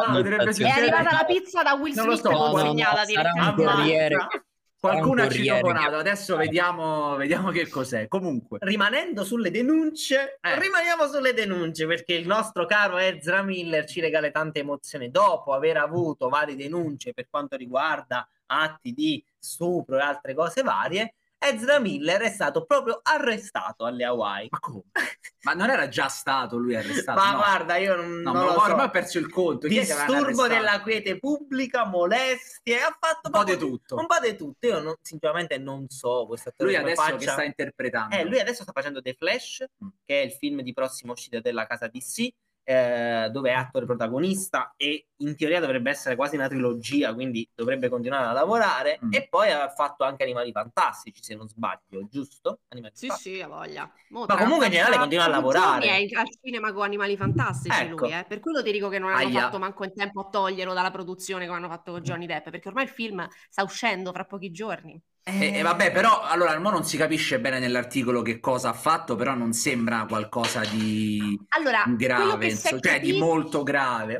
È arrivata la pizza da Will Smith consegnata direttamente. Qualcuno ha citofonato, adesso vediamo che cos'è. Comunque, rimanendo sulle denunce, rimaniamo sulle denunce, perché il nostro caro Ezra Miller ci regala tante emozioni. Dopo aver avuto varie denunce per quanto riguarda atti di stupro e altre cose varie, Ezra Miller è stato proprio arrestato alle Hawaii. Ma come? Ma non era già stato lui arrestato? Ma guarda, io non lo so. Ormai ho perso il conto. Disturbo della quiete pubblica, molestie, ha fatto un po' di tutto. Un po' di tutto. Io sinceramente non so questo attore. Lui adesso che sta interpretando. Lui adesso sta facendo The Flash, che è il film di prossima uscita della casa DC, dove è attore protagonista e in teoria dovrebbe essere quasi una trilogia, quindi dovrebbe continuare a lavorare. E poi ha fatto anche Animali Fantastici, se non sbaglio, giusto? Sì, ha voglia. Ma comunque in generale continua a lavorare. È al cinema con Animali Fantastici, ecco. lui, per quello ti dico che non hanno fatto manco in tempo a toglierlo dalla produzione come hanno fatto con Johnny Depp, perché ormai il film sta uscendo fra pochi giorni. Vabbè, però allora non si capisce bene nell'articolo che cosa ha fatto, però non sembra qualcosa di grave, cioè di molto grave.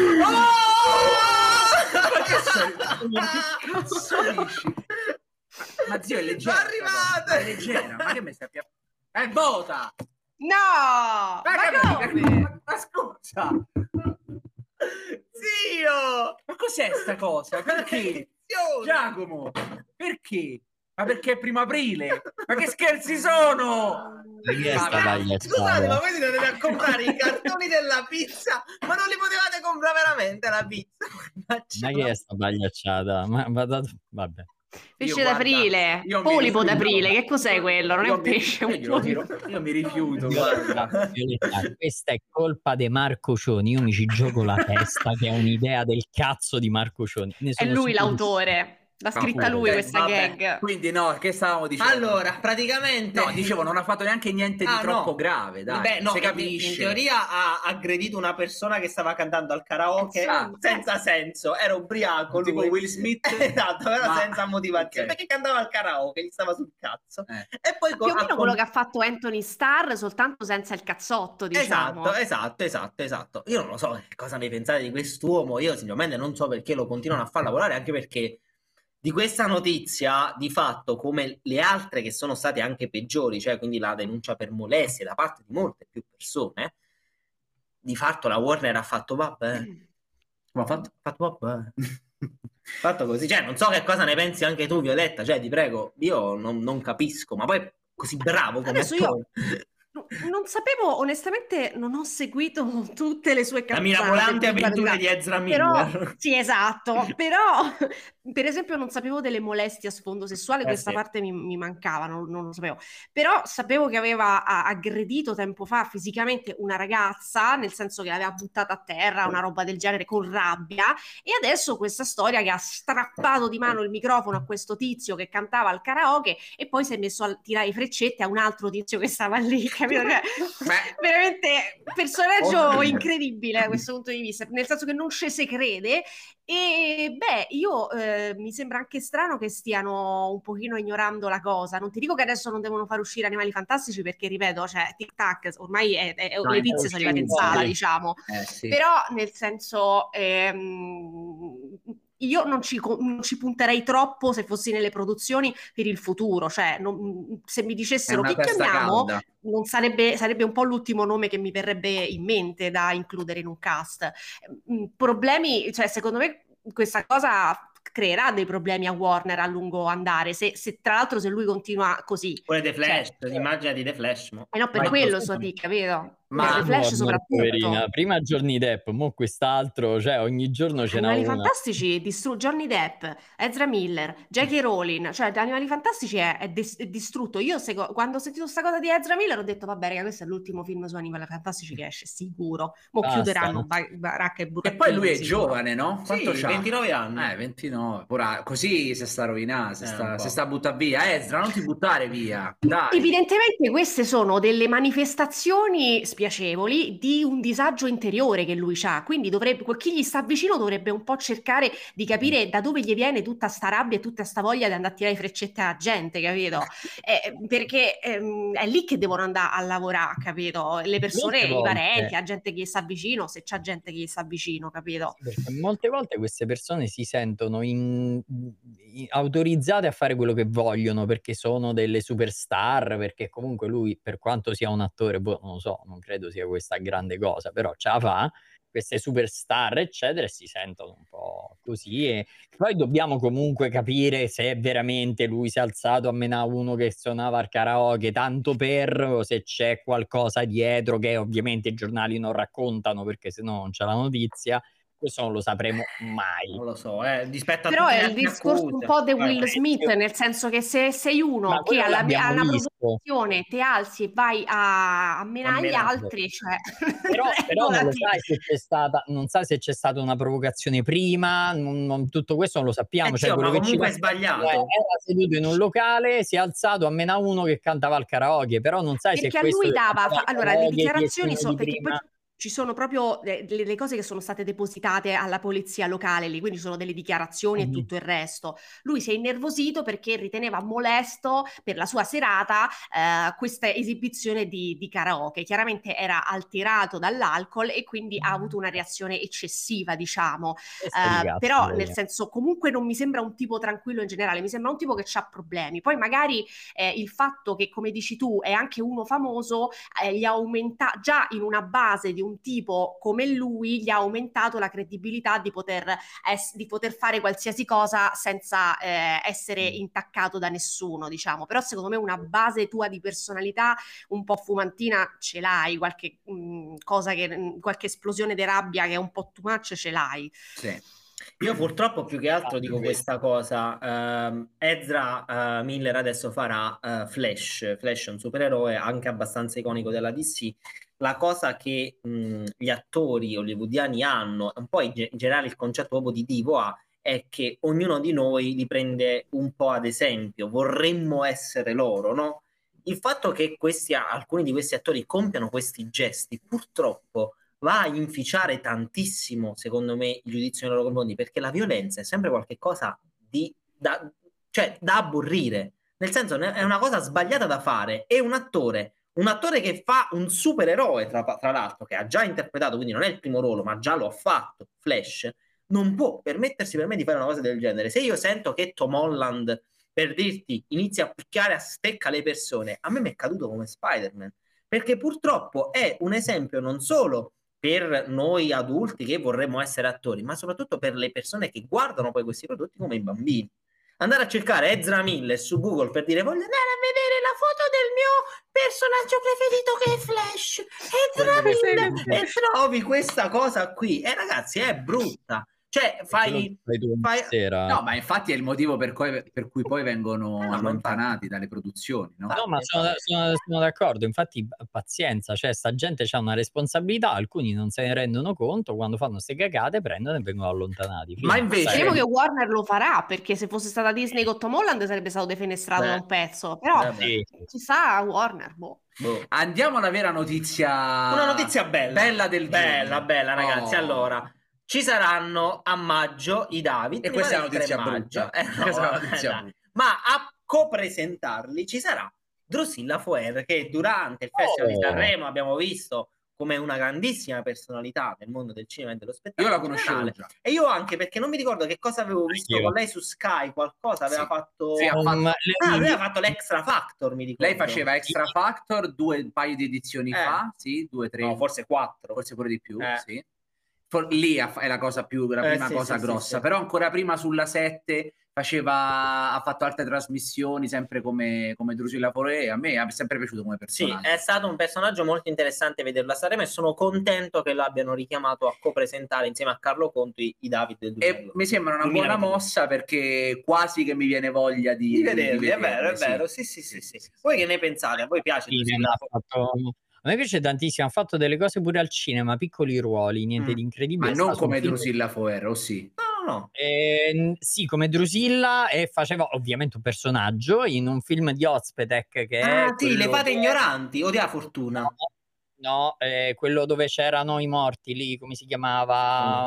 Ma zio, è leggera. È leggera, ma che mi stai più... È vota! No! Ma scusa! Zio! Ma cos'è sta cosa? Perché? Giacomo, perché? Ma perché è 1° aprile? Ma che scherzi sono? Scusate, ma voi siete andati a comprare i cartoni della pizza, ma non li potevate comprare veramente la pizza? Ma che è sta pagliacciata? Vabbè. Pesce d'aprile, polipo d'aprile, che cos'è quello? Non è un pesce, io mi rifiuto. Guarda. Questa è colpa di Marco Cioni. Io mi ci gioco la testa che è un'idea del cazzo di Marco Cioni. È lui l'autore. L'ha scritta lui questa gag. Quindi no, che stavamo dicendo? Allora, praticamente... No, dicevo, non ha fatto neanche niente di troppo grave, dai. Beh, no, si capisce. In teoria ha aggredito una persona che stava cantando al karaoke senza senso. Era ubriaco lui. Tipo Will Smith. Esatto, però senza motivazione. Perché cantava al karaoke, gli stava sul cazzo. E poi più o meno quello che ha fatto Anthony Starr, soltanto senza il cazzotto, diciamo. Esatto. Io non lo so cosa ne pensate di quest'uomo. Io sinceramente non so perché lo continuano a far lavorare, anche perché di questa notizia, di fatto, come le altre che sono state anche peggiori, cioè quindi la denuncia per molestie da parte di molte più persone, di fatto la Warner ha fatto vabbè. Ma ha fatto vabbè. Fatto così, cioè non so che cosa ne pensi anche tu, Violetta, cioè ti prego, io non capisco, ma poi così bravo come attore. Non sapevo, onestamente non ho seguito tutte le sue canzoni. La mirabolante avventura di Ezra Miller. Sì, esatto, però per esempio non sapevo delle molestie a sfondo sessuale, questa parte mi mancava, non lo sapevo. Però sapevo che aveva aggredito tempo fa fisicamente una ragazza, nel senso che l'aveva buttata a terra, una roba del genere, con rabbia, e adesso questa storia che ha strappato di mano il microfono a questo tizio che cantava al karaoke e poi si è messo a tirare freccette a un altro tizio che stava lì, capito? Cioè, veramente personaggio incredibile da questo punto di vista, nel senso che non ci si crede. E io mi sembra anche strano che stiano un pochino ignorando la cosa. Non ti dico che adesso non devono far uscire Animali Fantastici, perché ripeto, cioè tic tac, ormai le pizze sono arrivate in sala, diciamo. Però nel senso io non ci punterei troppo se fossi nelle produzioni per il futuro, cioè se mi dicessero chi chiamiamo, non sarebbe un po' l'ultimo nome che mi verrebbe in mente da includere in un cast. Problemi, cioè secondo me questa cosa creerà dei problemi a Warner a lungo andare, se tra l'altro se lui continua così. Pure The Flash, l'immagine di The Flash. No, per quello so di, capito? Ma The Flash soprattutto. Poverina, prima Johnny Depp, mo quest'altro, cioè ogni giorno ce n'è Animali una. Fantastici, Johnny Depp, Ezra Miller, J.K. Rowling, cioè Animali Fantastici è distrutto. Io quando ho sentito sta cosa di Ezra Miller ho detto vabbè raga, questo è l'ultimo film su Animali Fantastici che esce, sicuro. Mo chiuderanno baracca e burattini. E poi lui è giovane, no? Quanto sì, c'ha? 29 anni. 29. Così si sta rovinando, si sta buttando via. Ezra, non ti buttare via. Dai. Evidentemente queste sono delle manifestazioni spiacevoli di un disagio interiore che lui ha, quindi chi gli sta vicino dovrebbe un po' cercare di capire da dove gli viene tutta sta rabbia e tutta sta voglia di andare a tirare freccette alla gente, capito? Perché è lì che devono andare a lavorare, capito? Le persone, i parenti, la gente che gli sta vicino, se c'è gente che gli sta vicino, capito? Perché molte volte queste persone si sentono autorizzate a fare quello che vogliono perché sono delle superstar, perché comunque lui, per quanto sia un attore, non lo so, non credo sia questa grande cosa, però ce la fa, queste superstar eccetera, e si sentono un po' così, e poi dobbiamo comunque capire se veramente lui si è alzato a menare uno che suonava al karaoke tanto per, o se c'è qualcosa dietro che ovviamente i giornali non raccontano perché sennò non c'è la notizia. Questo non lo sapremo mai. Non lo so, rispetto a però è il discorso un po' di Will Smith, nel senso che se sei uno che alla produzione ti alzi e vai a menare gli altri, cioè... però non lo sai se c'è stata, non sai se c'è stata una provocazione prima, tutto questo non lo sappiamo. Cioè, ma comunque è sbagliato. Era seduto in un locale, si è alzato a menare uno che cantava al karaoke, però non sai perché se a lui dava, allora le dichiarazioni sono perché poi ci sono proprio le cose che sono state depositate alla polizia locale lì, quindi sono delle dichiarazioni e tutto il resto. Lui si è innervosito perché riteneva molesto per la sua serata questa esibizione di karaoke. Chiaramente era alterato dall'alcol e quindi ha avuto una reazione eccessiva, diciamo. Però nel senso, comunque non mi sembra un tipo tranquillo in generale, mi sembra un tipo che ha problemi. Poi magari il fatto che, come dici tu, è anche uno famoso, gli aumenta già in una base di un tipo come lui, gli ha aumentato la credibilità di poter fare qualsiasi cosa senza essere intaccato da nessuno, diciamo. Però secondo me una base tua di personalità un po' fumantina ce l'hai, qualche cosa qualche esplosione di rabbia che è un po' too much ce l'hai. Sì. Io purtroppo più che altro dico questa cosa, Ezra Miller adesso farà Flash. Flash è un supereroe anche abbastanza iconico della DC. La cosa che gli attori hollywoodiani hanno, un po' in generale il concetto proprio di divo ha, è che ognuno di noi li prende un po' ad esempio, vorremmo essere loro, no? Il fatto che alcuni di questi attori compiano questi gesti purtroppo va a inficiare tantissimo, secondo me, il giudizio nei loro confronti, perché la violenza è sempre qualcosa da aborrire, nel senso è una cosa sbagliata da fare, e un attore che fa un supereroe, tra l'altro, che ha già interpretato, quindi non è il primo ruolo, ma già lo ha fatto, Flash, non può permettersi per me di fare una cosa del genere. Se io sento che Tom Holland, per dirti, inizia a picchiare a stecca le persone, a me mi è caduto come Spider-Man, perché purtroppo è un esempio non solo per noi adulti che vorremmo essere attori, ma soprattutto per le persone che guardano poi questi prodotti come i bambini. Andare a cercare Ezra Miller su Google per dire voglio andare a vedere la foto del mio personaggio preferito che è Flash, Ezra Miller, e trovi questa cosa qui, e ragazzi è brutta. Cioè fai... No, ma infatti è il motivo per cui poi vengono allontanati dalle produzioni, no? No, ma sono d'accordo, infatti pazienza, cioè sta gente c'ha una responsabilità, alcuni non se ne rendono conto, quando fanno ste cagate prendono e vengono allontanati. Ma invece... Speriamo che Warner lo farà, perché se fosse stata Disney con Tom Holland sarebbe stato defenestrato da un pezzo, però ci sa Warner, Andiamo alla vera notizia. Una notizia bella del bella ragazzi. Allora, ci saranno a maggio i David, e questa è una notizia brutta. Ma a copresentarli ci sarà Drusilla Foer, che durante il Festival di Sanremo abbiamo visto come una grandissima personalità nel mondo del cinema e dello spettacolo. Io la conoscevo già. E io anche, perché non mi ricordo che cosa avevo visto con lei su Sky, qualcosa aveva fatto... Sì, aveva fatto l'Extra Factor, mi ricordo. Lei faceva Extra Factor un paio di edizioni fa, sì, 2, 3. No, forse 4. Forse pure di più, sì. Lì è la cosa la prima cosa grossa, però ancora prima sulla 7 ha fatto altre trasmissioni sempre come Drusilla Foret. A me è sempre piaciuto come personaggio. Sì, è stato un personaggio molto interessante vederlo a Sanremo e sono contento che l'abbiano richiamato a co-presentare insieme a Carlo Conti i David del 2022. E mi sembra una buona mossa, perché quasi che mi viene voglia di vederli. È vero, sì. Voi che ne pensate? A voi piace? A me piace tantissimo, ha fatto delle cose pure al cinema, piccoli ruoli, niente di incredibile. Ma non come Drusilla Foer, o sì? No. Sì, come Drusilla, e faceva ovviamente un personaggio in un film di Ozpetek che è sì, Le fate ignoranti o di A Fortuna? No, quello dove c'erano i morti lì, come si chiamava?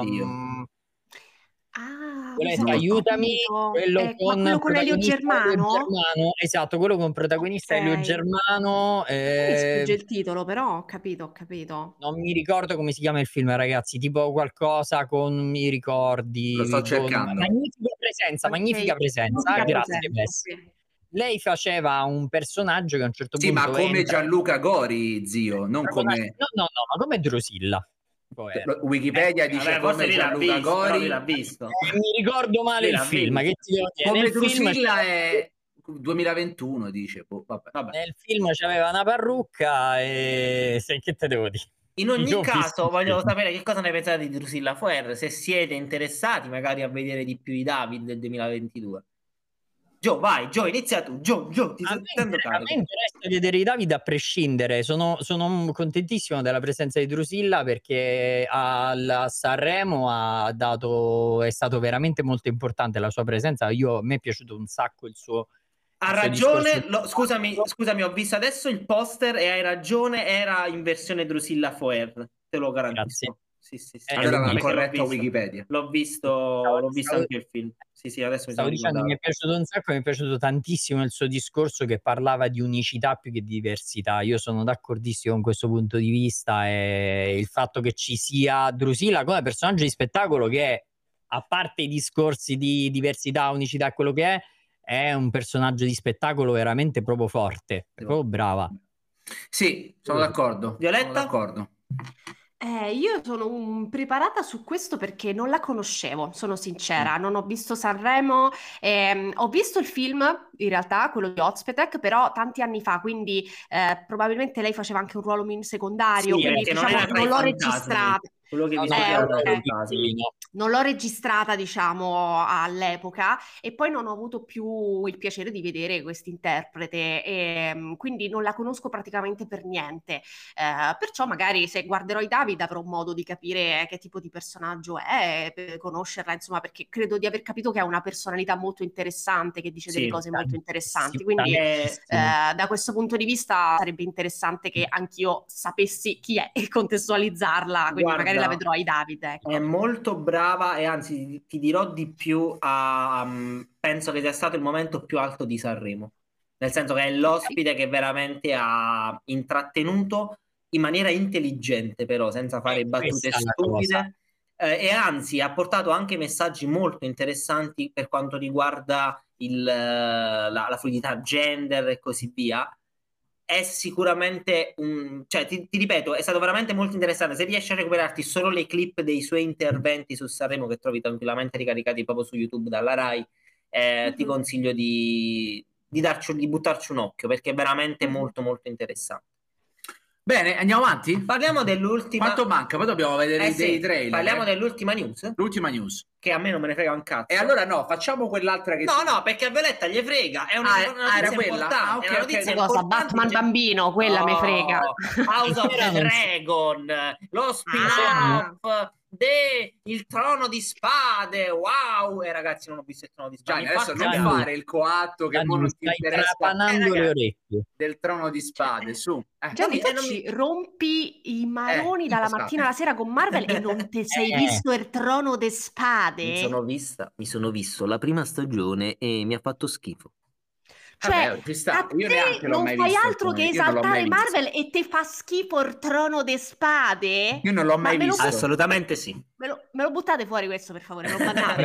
Aiutami, quello con Elio Germano. Esatto, quello con protagonista Elio Germano. Mi sfugge il titolo, però ho capito. Non mi ricordo come si chiama il film, ragazzi, tipo qualcosa con i ricordi. Lo sto cercando. Magnifica presenza. Grazie, Bessi. Lei faceva un personaggio che a un certo punto... Sì, ma come Gianluca Gori, zio, non come... No, ma come Drusilla. Wikipedia dice come Gianluca Gori. L'ha visto. Mi ricordo male il film. Che ti devo dire? Come Drusilla è 2021, dice. Vabbè. Nel film c'aveva una parrucca e che te devo dire? In ogni caso voglio sapere che cosa ne pensate di Drusilla Foer, se siete interessati magari a vedere di più i David del 2022. Gio, inizia tu. Gio, a me interessa vedere i David a prescindere. Sono contentissimo della presenza di Drusilla, perché al Sanremo è stato veramente molto importante la sua presenza. A me è piaciuto un sacco il suo... Ha ragione, scusami, ho visto adesso il poster e hai ragione, era in versione Drusilla Foer, te lo garantisco. Sì. Allora l'ha corretto Wikipedia. L'ho visto anche il film. Sì, adesso stavo dicendo, mi è piaciuto un sacco, mi è piaciuto tantissimo il suo discorso, che parlava di unicità più che di diversità. Io sono d'accordissimo con questo punto di vista, e il fatto che ci sia Drusilla come personaggio di spettacolo, che a parte i discorsi di diversità, unicità, quello che è un personaggio di spettacolo veramente proprio forte, proprio brava. Sì, sono d'accordo. Violetta? Sono d'accordo. Io sono preparata su questo perché non la conoscevo, sono sincera, non ho visto Sanremo, ho visto il film, in realtà, quello di Ozpetek, però tanti anni fa, quindi probabilmente lei faceva anche un ruolo secondario, quindi diciamo non l'ho registrata. Quello che non l'ho registrata, diciamo, all'epoca, e poi non ho avuto più il piacere di vedere quest'interprete, e quindi non la conosco praticamente per niente, perciò magari se guarderò i David avrò modo di capire che tipo di personaggio è, per conoscerla, insomma, perché credo di aver capito che ha una personalità molto interessante, che dice delle cose molto interessanti, quindi da questo punto di vista sarebbe interessante che anch'io sapessi chi è e contestualizzarla, quindi magari la vedrò ai David. Ecco. È molto brava, e anzi ti dirò di più, penso che sia stato il momento più alto di Sanremo, nel senso che è l'ospite che veramente ha intrattenuto in maniera intelligente, però senza fare battute stupide, e anzi ha portato anche messaggi molto interessanti per quanto riguarda la fluidità gender e così via. È sicuramente ti ripeto, è stato veramente molto interessante. Se riesci a recuperarti solo le clip dei suoi interventi su Sanremo, che trovi tranquillamente ricaricati proprio su YouTube dalla Rai, ti consiglio di buttarci un occhio, perché è veramente molto molto interessante. Bene, andiamo avanti? Parliamo dell'ultima... Quanto manca? Poi dobbiamo vedere dei trailer. Parliamo dell'ultima news? L'ultima news. Che a me non me ne frega un cazzo. E allora no, facciamo quell'altra che... No, perché a Violetta gli frega. È una notizia importante. È una notizia importante. Batman bambino, quella mi frega. House of the Dragon, lo spin-off il Trono di Spade. Wow! Ragazzi, non ho visto il Trono di Spade. Adesso non fare il coatto che non ti interessa le orecchie del Trono di Spade, su. Gianni, tu ci rompi i maroni dalla mattina alla sera con Marvel e non ti sei visto il Trono di Spade? Mi sono visto la prima stagione e mi ha fatto schifo. Cioè, ci sta. a te non fai altro che esaltare Marvel e te fa schifo il Trono de Spade? Io non l'ho mai visto. Assolutamente sì. Me lo buttate fuori questo, per favore, lo bannate.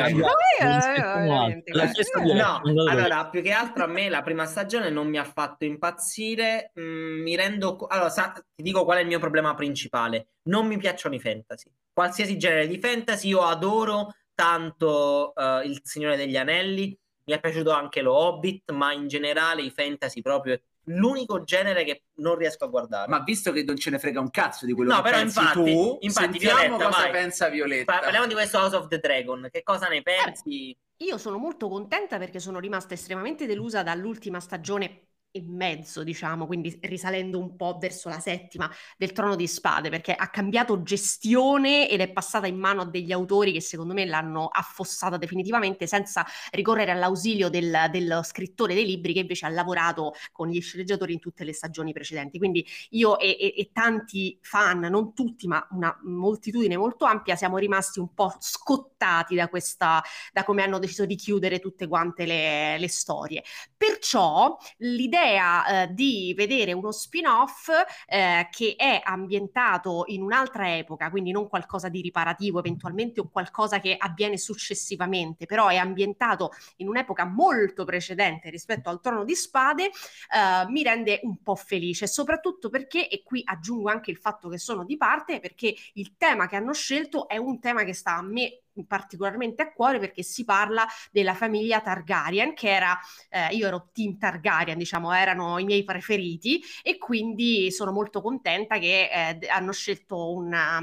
No, allora, più che altro a me la prima stagione non mi ha fatto impazzire. Mi rendo... Allora, ti dico qual è il mio problema principale. Non mi piacciono i fantasy. Qualsiasi genere di fantasy, io adoro tanto Il Signore degli Anelli. Mi è piaciuto anche lo Hobbit, ma in generale i fantasy proprio è l'unico genere che non riesco a guardare. Ma visto che non ce ne frega un cazzo di quello che però pensi infatti, sentiamo Violetta, cosa pensa Violetta. Parliamo di questo House of the Dragon. Che cosa ne pensi? Io sono molto contenta perché sono rimasta estremamente delusa dall'ultima stagione e mezzo, diciamo, quindi risalendo un po' verso la settima del Trono di Spade, perché ha cambiato gestione ed è passata in mano a degli autori che secondo me l'hanno affossata definitivamente senza ricorrere all'ausilio dello scrittore dei libri, che invece ha lavorato con gli sceneggiatori in tutte le stagioni precedenti. Quindi io e tanti fan, non tutti, ma una moltitudine molto ampia, siamo rimasti un po' scottati da come hanno deciso di chiudere tutte quante le storie. Perciò l'idea di vedere uno spin-off che è ambientato in un'altra epoca, quindi non qualcosa di riparativo eventualmente o qualcosa che avviene successivamente, però è ambientato in un'epoca molto precedente rispetto al Trono di Spade, mi rende un po' felice, soprattutto perché, e qui aggiungo anche il fatto che sono di parte, perché il tema che hanno scelto è un tema che sta a me particolarmente a cuore, perché si parla della famiglia Targaryen, che era io ero team Targaryen, diciamo, erano i miei preferiti, e quindi sono molto contenta che hanno scelto una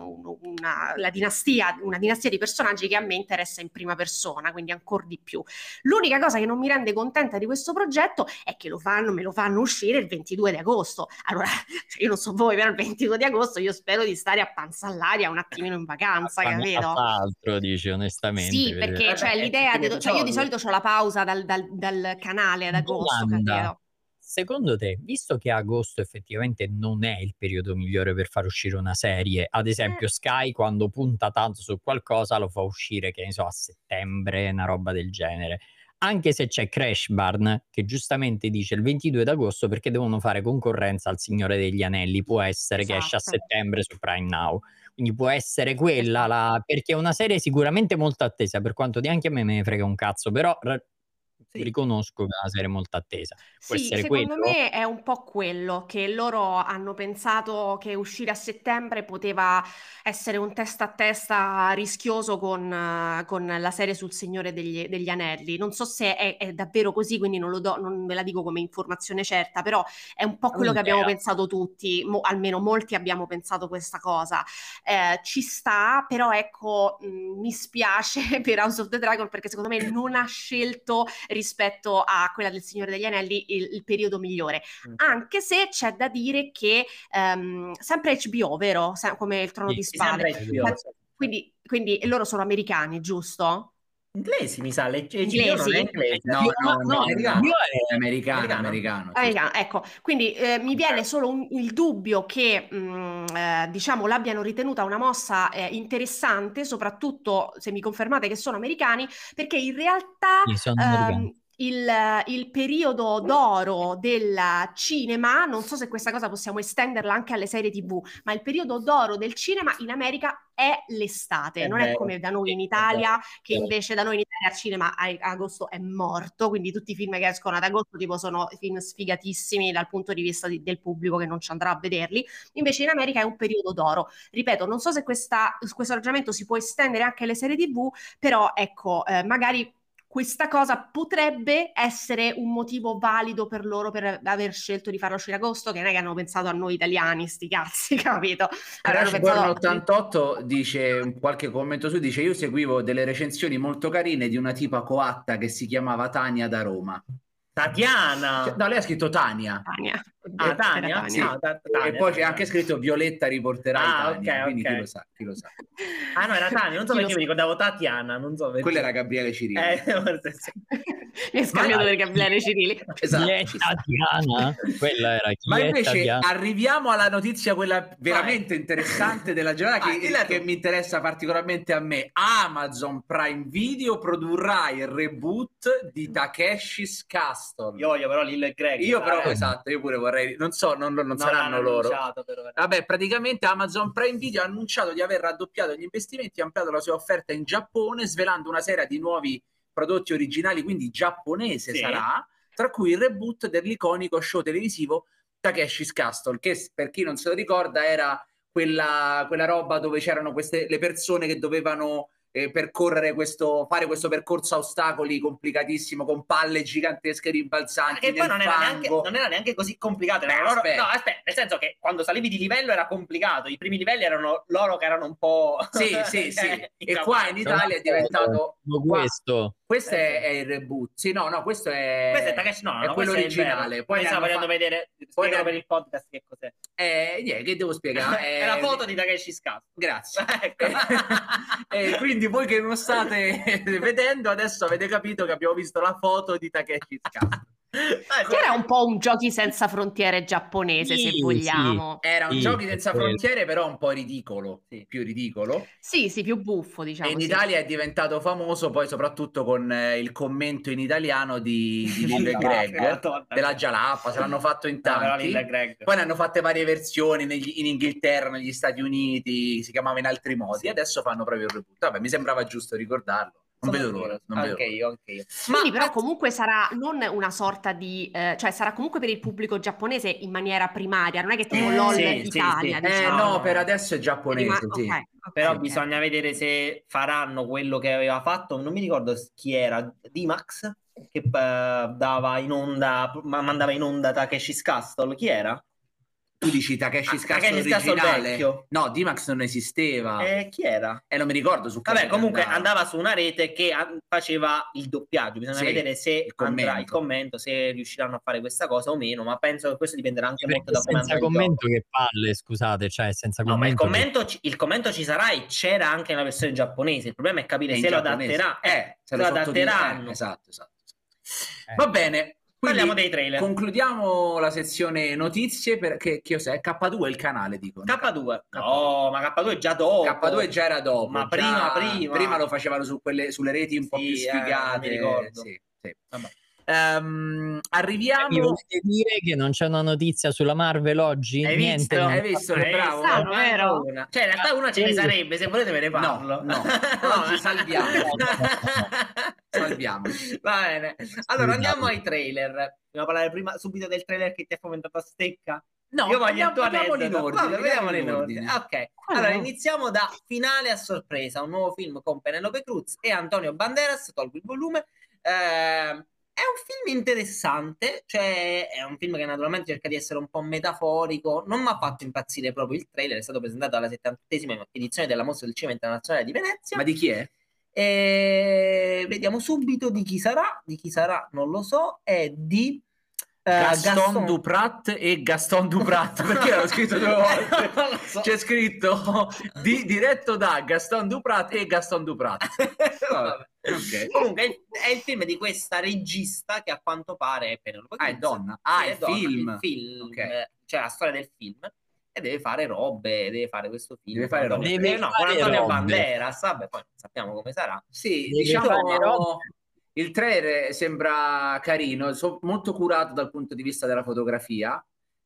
dinastia di personaggi che a me interessa in prima persona, quindi ancora di più. L'unica cosa che non mi rende contenta di questo progetto è che me lo fanno uscire il 22 di agosto. Allora, io non so voi, però il 22 di agosto io spero di stare a panza all'aria un attimino in vacanza, capito? Dici onestamente. Sì, perché l'idea io di solito ho la pausa dal canale ad agosto, capito? Secondo te, visto che agosto effettivamente non è il periodo migliore per far uscire una serie, ad esempio Sky quando punta tanto su qualcosa lo fa uscire, che ne so, a settembre, una roba del genere, anche se c'è Crash Barn che giustamente dice il 22 d'agosto perché devono fare concorrenza al Signore degli Anelli, può essere che esce a settembre su Prime Now, quindi può essere quella perché è una serie sicuramente molto attesa, per quanto neanche a me ne frega un cazzo, però riconosco che è una serie molto attesa. Può essere secondo quello? me è un po' quello che loro hanno pensato, che uscire a settembre poteva essere un testa a testa rischioso con la serie sul Signore degli Anelli. Non so se è davvero così, quindi non ve la dico come informazione certa, però è un po' quello che abbiamo pensato tutti, almeno molti abbiamo pensato questa cosa. Ci sta, però ecco, mi spiace per House of the Dragon, perché secondo me non ha scelto rispetto a quella del Signore degli Anelli il periodo migliore, anche se c'è da dire che sempre HBO, vero? Come il Trono di Spade, quindi loro sono americani, giusto? Inglesi, mi sa, inglesi? Non è inglese. No, è americano. Ecco, quindi mi viene solo il dubbio che diciamo l'abbiano ritenuta una mossa interessante, soprattutto se mi confermate che sono americani, perché in realtà il periodo d'oro del cinema, non so se questa cosa possiamo estenderla anche alle serie TV, ma il periodo d'oro del cinema in America è l'estate, non è come da noi in Italia, che invece da noi in Italia al cinema a agosto è morto, quindi tutti i film che escono ad agosto tipo sono film sfigatissimi dal punto di vista del pubblico che non ci andrà a vederli, invece in America è un periodo d'oro. Ripeto, non so se questo ragionamento si può estendere anche alle serie TV, però ecco, magari questa cosa potrebbe essere un motivo valido per loro per aver scelto di farlo uscire agosto, che non è che hanno pensato a noi italiani, sti cazzi, capito? Crash Burn 88 dice, qualche commento su, dice: io seguivo delle recensioni molto carine di una tipa coatta che si chiamava Tania da Roma. Tatiana! No, lei ha scritto Tania. Tania? Sì. Tania. E poi c'è anche scritto Violetta riporterà Tania, quindi chi lo sa. No, era Tania, non so perché mi ricordavo Tatiana, non so perché. Quella era Gabriele Cirillo. Mi hai scambiato per Gabriele Cirilli. Esatto. Tatiana, quella era chi. Ma invece arriviamo alla notizia, quella veramente interessante della giornata, che mi interessa particolarmente a me. Amazon Prime Video produrrà il reboot di Takeshi's Castle. Io voglio però Lil e Greg. Io però, esatto, io pure vorrei, non so, non saranno loro. Però. Vabbè, praticamente Amazon Prime Video ha annunciato di aver raddoppiato gli investimenti e ampliato la sua offerta in Giappone, svelando una serie di nuovi prodotti originali, quindi giapponese sarà, tra cui il reboot dell'iconico show televisivo Takeshi's Castle, che per chi non se lo ricorda era quella roba dove c'erano le persone che dovevano percorrere fare questo percorso a ostacoli complicatissimo con palle gigantesche rimbalzanti che poi nel non era neanche così complicato. Aspetta, nel senso che quando salivi di livello era complicato, i primi livelli erano loro che erano un po' sì. E qua in Italia è diventato questo è il reboot. Sì, no, questo è Takeshi, è quello originale. Poi stiamo facendo vedere, spiegalo per il podcast che cos'è. Che devo spiegare? È la foto di Takeshi's Castle. Grazie. Quindi voi che non state vedendo, adesso avete capito che abbiamo visto la foto di Takeshi's Castle. Che era un po' un giochi senza frontiere giapponese, se vogliamo. Era un giochi senza frontiere, però un po' ridicolo, più ridicolo. Sì, più buffo, diciamo. E in Italia è diventato famoso poi soprattutto con il commento in italiano di Lil e Greg, della Jalappa, se l'hanno fatto in tanti. Poi ne hanno fatte varie versioni in Inghilterra, negli Stati Uniti, si chiamava in altri modi, adesso fanno proprio il reboot. Vabbè, mi sembrava giusto ricordarlo. Non vedo l'ora. Anche io. Quindi però comunque sarà non una sorta di cioè sarà comunque per il pubblico giapponese in maniera primaria, non è che tipo LOL Italia, diciamo. No, per adesso è giapponese, okay. Però bisogna vedere se faranno quello che aveva fatto, non mi ricordo chi era, D-Max, che mandava in onda Takeshi's Castle, chi era? Tu dici Takeshi's Castle originale? No, D-Max non esisteva. Chi era? Non mi ricordo su Vabbè, comunque andava su una rete che faceva il doppiaggio. Bisogna vedere se andrà il commento, se riusciranno a fare questa cosa o meno, ma penso che questo dipenderà anche molto da come andrà il commento che palle, scusate, cioè senza commento. No, ma il commento ci sarà e c'era anche nella versione giapponese. Il problema è capire se lo adatterà. Se lo adatteranno. Esatto. Va bene. Quindi parliamo dei trailer. Concludiamo la sezione notizie perché che cos'è? K2 è il canale, dicono. K2. No, ma K2 è già dopo. K2 già era dopo. Ma prima lo facevano sulle reti un po' più sfigate. Mi ricordo. Sì. Vabbè. Arriviamo. Mi volete dire che non c'è una notizia sulla Marvel oggi? Hai visto? Bravo. Vero? Cioè, in realtà una ce ne sarebbe, se volete ve ne parlo. No. Oggi salviamo. Va bene. Allora andiamo ai trailer. Dobbiamo parlare subito del trailer che ti ha fomentato a stecca. No, io voglio il tuo aneddoto. Vediamo in ordine. Ok. Allora iniziamo da Finale a sorpresa, un nuovo film con Penelope Cruz e Antonio Banderas. Tolgo il volume. È un film interessante, cioè è un film che naturalmente cerca di essere un po' metaforico, non mi ha fatto impazzire proprio il trailer, è stato presentato alla 78esima edizione della Mostra del Cinema Internazionale di Venezia. Ma di chi è? Vediamo subito di chi sarà non lo so, è di Gaston Duprat e Gaston Duprat, perché l'ho scritto due volte? So. C'è scritto diretto da Gaston Duprat e Gaston Duprat. Okay. Comunque è il film di questa regista che a quanto pare è Penelope Cruz. È donna. Il film. Okay. Cioè la storia del film. E deve fare robe, deve fare questo film. Con Antonio Banderas, vabbè, poi sappiamo come sarà. Sì, diciamo il trailer sembra carino, molto curato dal punto di vista della fotografia,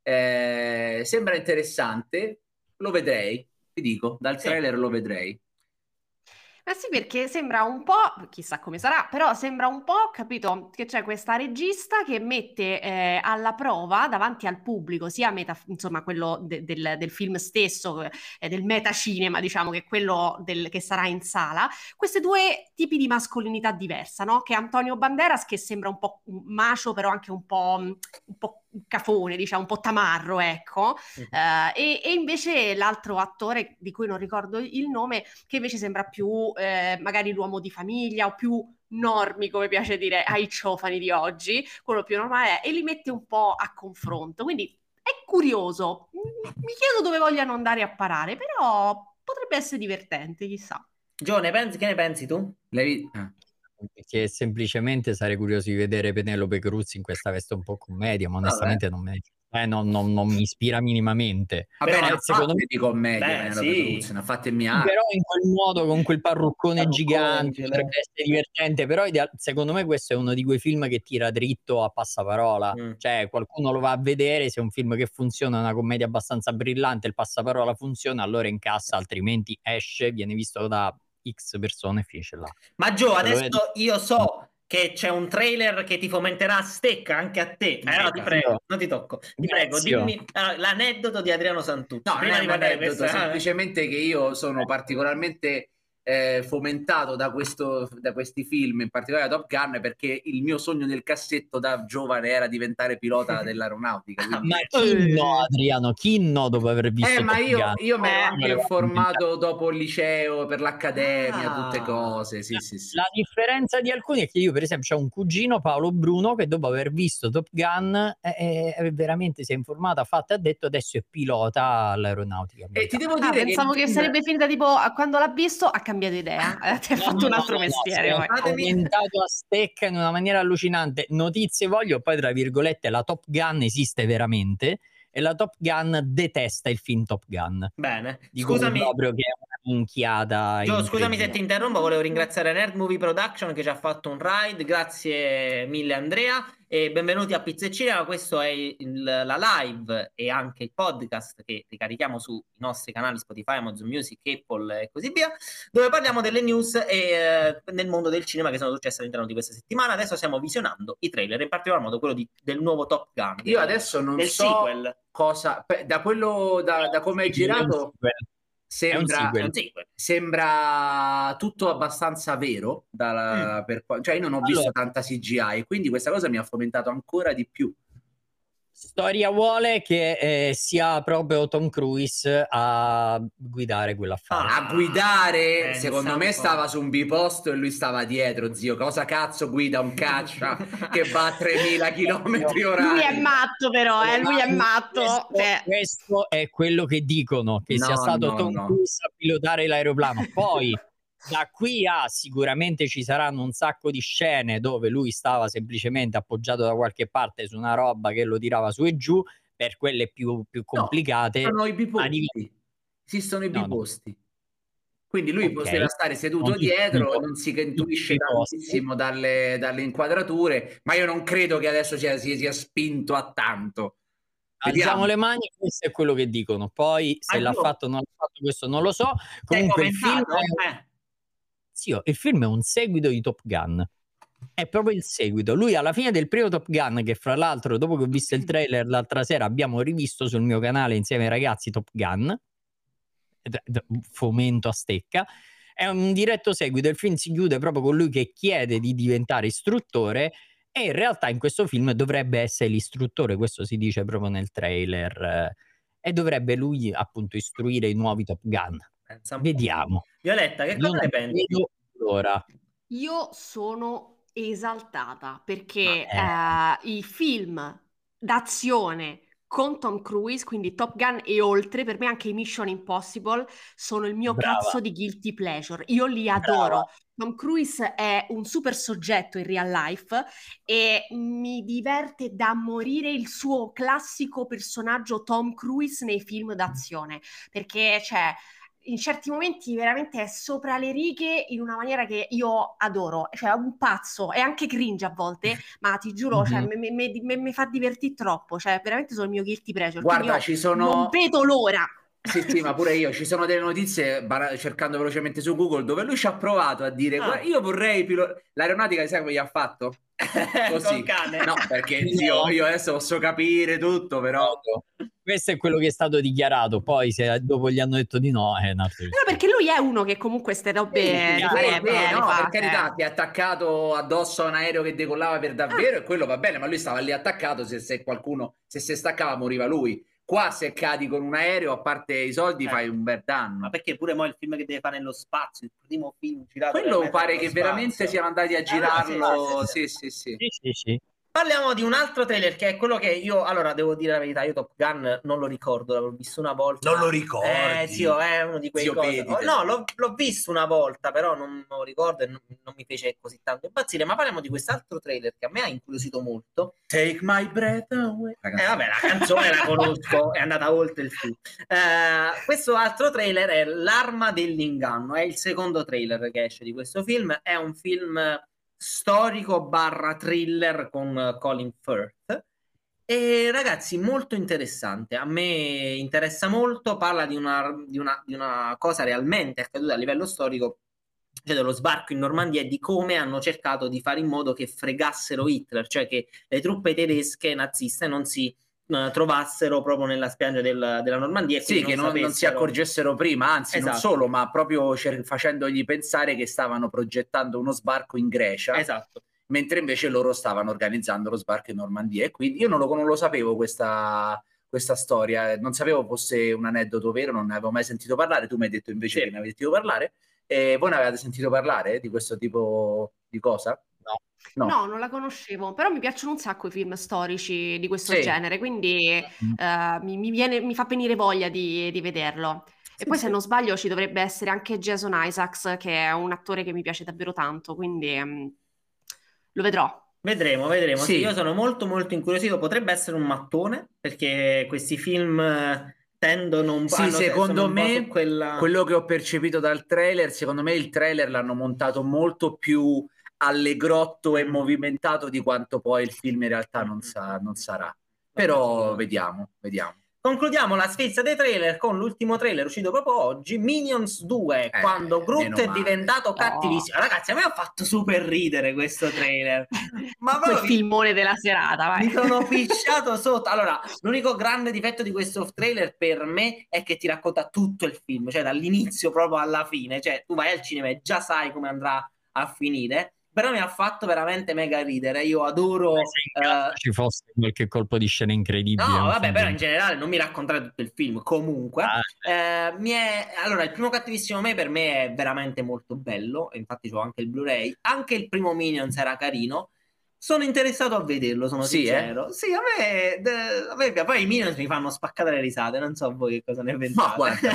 sembra interessante, lo vedrei, ti dico, dal trailer lo vedrei. Ma sì, perché sembra un po', chissà come sarà, però sembra un po', capito, che c'è questa regista che mette alla prova davanti al pubblico, sia insomma quello del film stesso, del metacinema, diciamo, che quello che sarà in sala, questi due tipi di mascolinità diversa, no? Che Antonio Banderas, che sembra un po' macio, però anche un po' cafone, diciamo, un po' tamarro, ecco, e invece l'altro attore, di cui non ricordo il nome, che invece sembra più magari l'uomo di famiglia o più normi, come piace dire ai ciofani di oggi, quello più normale, e li mette un po' a confronto, quindi è curioso, mi chiedo dove vogliano andare a parare, però potrebbe essere divertente, chissà. Gio, che ne pensi tu? Perché semplicemente sarei curioso di vedere Penelope Cruz in questa veste un po' commedia, ma onestamente non mi ispira minimamente. Vabbè, Però, secondo me di commedia, Cruz, ne ha fatte però in quel modo, con quel parruccone gigante, potrebbe essere divertente. Però secondo me questo è uno di quei film che tira dritto a passaparola. Cioè, qualcuno lo va a vedere, se è un film che funziona, una commedia abbastanza brillante, il passaparola funziona, allora incassa, altrimenti esce, viene visto da X persone e finisce là. Ma Gio, adesso io so che c'è un trailer che ti fomenterà a stecca anche a te. No, ti prego, non ti tocco. Ti prego, dimmi l'aneddoto di Adriano Santucci. No, prima di l'aneddoto, semplicemente che io sono particolarmente fomentato da questi film, in particolare Top Gun, perché il mio sogno nel cassetto da giovane era diventare pilota dell'aeronautica. Quindi... Ma chi no, Adriano? Chi no dopo aver visto ma Top Gun? io mi ero anche informato dopo il liceo, per l'accademia, tutte cose. Sì. La differenza di alcuni è che io, per esempio, ho un cugino, Paolo Bruno, che dopo aver visto Top Gun veramente si è informato, ha fatto e ha detto adesso è pilota all'aeronautica. E ti devo dire pensavo che sarebbe finita tipo quando l'ha visto ha cambiato idea, ti ha fatto un altro mestiere. Ha aumentato a stecca in una maniera allucinante. Notizie voglio, poi tra virgolette la Top Gun esiste veramente e la Top Gun detesta il film Top Gun. Bene, dico scusami proprio che è una minchiata. Scusami se ti interrompo, volevo ringraziare Nerd Movie Production che ci ha fatto un ride, grazie mille Andrea e benvenuti a Pizza e Cinema. Questo è la live e anche il podcast che ricarichiamo sui nostri canali Spotify, Amazon Music, Apple e così via, dove parliamo delle news e nel mondo del cinema che sono successe all'interno di questa settimana. Adesso stiamo visionando i trailer, in particolar modo quello del nuovo Top Gun. Io adesso non so sequel. Cosa da come è girato sembra tutto abbastanza vero cioè io non ho visto tanta CGI, quindi questa cosa mi ha fomentato ancora di più. Storia vuole che sia proprio Tom Cruise a guidare quell'affare. A guidare? Secondo me stava su un biposto e lui stava dietro, zio. Cosa cazzo guida un caccia che va a 3000 km/h? Lui è matto però, lui è matto. Questo è quello che dicono, che sia stato Tom Cruise a pilotare l'aeroplano. Poi da qui a sicuramente ci saranno un sacco di scene dove lui stava semplicemente appoggiato da qualche parte su una roba che lo tirava su e giù, per quelle più complicate. Sono i biposti. Esistono i biposti. Quindi lui poteva stare seduto dietro, non si intuisce tantissimo dalle inquadrature, ma io non credo che adesso si sia spinto a tanto. Alziamo le mani, questo è quello che dicono. Poi se l'ha fatto o non l'ha fatto, questo non lo so. Comunque il film il film è un seguito di Top Gun, è proprio il seguito. Lui alla fine del primo Top Gun, che fra l'altro dopo che ho visto il trailer l'altra sera abbiamo rivisto sul mio canale insieme ai ragazzi Top Gun, fomento a stecca, è un diretto seguito. Il film si chiude proprio con lui che chiede di diventare istruttore e in realtà in questo film dovrebbe essere l'istruttore, questo si dice proprio nel trailer, e dovrebbe lui appunto istruire i nuovi Top Gun. Vediamo. Violetta, che cosa ne pensi? Io sono esaltata perché i film d'azione con Tom Cruise, quindi Top Gun e oltre, per me anche i Mission Impossible sono il mio cazzo di guilty pleasure. Io li adoro. Tom Cruise è un super soggetto in real life e mi diverte da morire il suo classico personaggio Tom Cruise nei film d'azione, perché in certi momenti veramente è sopra le righe in una maniera che io adoro, cioè è un pazzo, è anche cringe a volte, ma ti giuro, mi fa divertire troppo, cioè veramente sono il mio guilty pleasure. Guarda, non vedo l'ora. Sì, ma pure io, ci sono delle notizie, cercando velocemente su Google, dove lui ci ha provato a dire io vorrei l'aeronautica, sai come gli ha fatto? Così. No, perché io adesso posso capire tutto, però questo è quello che è stato dichiarato. Poi se dopo gli hanno detto di no, è un altro. No, perché lui è uno che comunque ste robe per carità, ti è attaccato addosso a un aereo che decollava per davvero e quello va bene, ma lui stava lì attaccato, se qualcuno si staccava moriva lui. Qua se cadi con un aereo, a parte i soldi, fai un bel danno. Ma perché pure mo il film che deve fare nello spazio, il primo film girato... Quello pare che veramente siano andati a girarlo. Sì. Parliamo di un altro trailer che è quello che io, allora devo dire la verità, io Top Gun non lo ricordo, l'avevo visto una volta. Non lo ricordi? Zio, è uno di quei cose. No, l'ho visto una volta, però non lo ricordo e non mi fece così tanto impazzire. Ma parliamo di quest'altro trailer che a me ha incuriosito molto. Take my breath away. Vabbè, la canzone la conosco, è andata oltre il film. Questo altro trailer è L'arma dell'inganno, è il secondo trailer che esce di questo film, è un film storico / thriller con Colin Firth e ragazzi molto interessante, a me interessa molto, parla di una cosa realmente accaduta a livello storico, cioè dello sbarco in Normandia e di come hanno cercato di fare in modo che fregassero Hitler, cioè che le truppe tedesche naziste non si trovassero proprio nella spiaggia della Normandia e sì, che non si accorgessero prima, anzi esatto. Non solo, ma proprio facendogli pensare che stavano progettando uno sbarco in Grecia, esatto, mentre invece loro stavano organizzando lo sbarco in Normandia. E quindi io non lo sapevo questa storia, non sapevo fosse un aneddoto vero, non ne avevo mai sentito parlare. Tu mi hai detto invece che ne avete sentito parlare. E voi ne avete sentito parlare di questo tipo di cosa? No, non la conoscevo, però mi piacciono un sacco i film storici di questo genere, quindi mi fa venire voglia di vederlo. E poi se non sbaglio ci dovrebbe essere anche Jason Isaacs, che è un attore che mi piace davvero tanto, quindi lo vedrò. Vedremo. Sì, io sono molto molto incuriosito, potrebbe essere un mattone, perché questi film tendono un po'... Sì, secondo me, quello che ho percepito dal trailer, secondo me il trailer l'hanno montato molto più allegrotto e movimentato di quanto poi il film in realtà non sarà. Però vediamo. Concludiamo la sfilza dei trailer con l'ultimo trailer uscito proprio oggi, Minions 2, quando Groot è diventato cattivissimo. Ragazzi, a me ha fatto super ridere questo trailer. Ma quel filmone della serata, vai. Mi sono pisciato sotto. Allora, l'unico grande difetto di questo trailer per me è che ti racconta tutto il film, cioè dall'inizio proprio alla fine. Cioè, tu vai al cinema e già sai come andrà a finire. Però mi ha fatto veramente mega ridere. Io adoro ci fosse qualche colpo di scena incredibile. No, vabbè, però in generale non mi raccontare tutto il film. Comunque, allora, il primo cattivissimo me per me è veramente molto bello. Infatti c'ho anche il Blu-ray. Anche il primo Minions era carino. Sono interessato a vederlo, sono sincero. Sì, a me poi i Minions mi fanno spaccare le risate. Non so voi che cosa ne pensate. Ma guarda,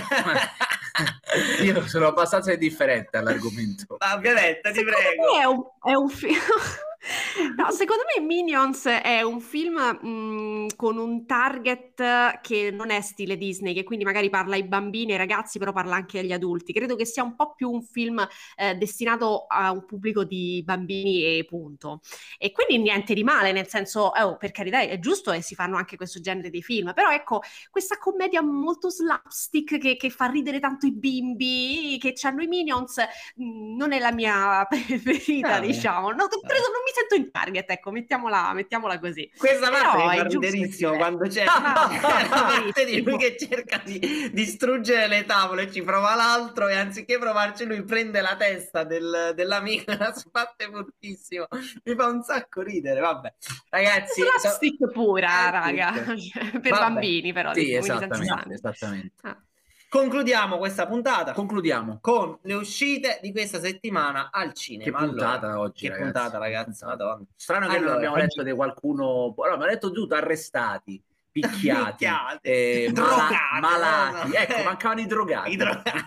io sono abbastanza indifferente all'argomento. Ovviamente, ti prego. È un film. No, secondo me Minions è un film con un target che non è stile Disney, che quindi magari parla ai bambini e ai ragazzi, però parla anche agli adulti. Credo che sia un po' più un film destinato a un pubblico di bambini e punto. E quindi niente di male, nel senso, per carità, è giusto e si fanno anche questo genere di film, però ecco, questa commedia molto slapstick che fa ridere tanto i bimbi, che hanno i Minions, non è la mia preferita, diciamo. No, credo non mi sento in target, ecco, mettiamola così. Questa parte mi fa riderissimo quando c'è la parte di lui che cerca di distruggere le tavole e ci prova l'altro e anziché provarci lui prende la testa dell'amico e la sbatte fortissimo. Mi fa un sacco ridere, vabbè. Ragazzi, slapstick pura, raga, per bambini però. Sì, esattamente. Concludiamo questa puntata. Concludiamo con le uscite di questa settimana al cinema. Che puntata oggi, che ragazzi. Puntata, ragazzi. Madonna. Strano che non abbiamo letto di qualcuno. Allora, mi ha detto tutto arrestati, picchiati, drogati, malati. Ecco, mancavano i drogati.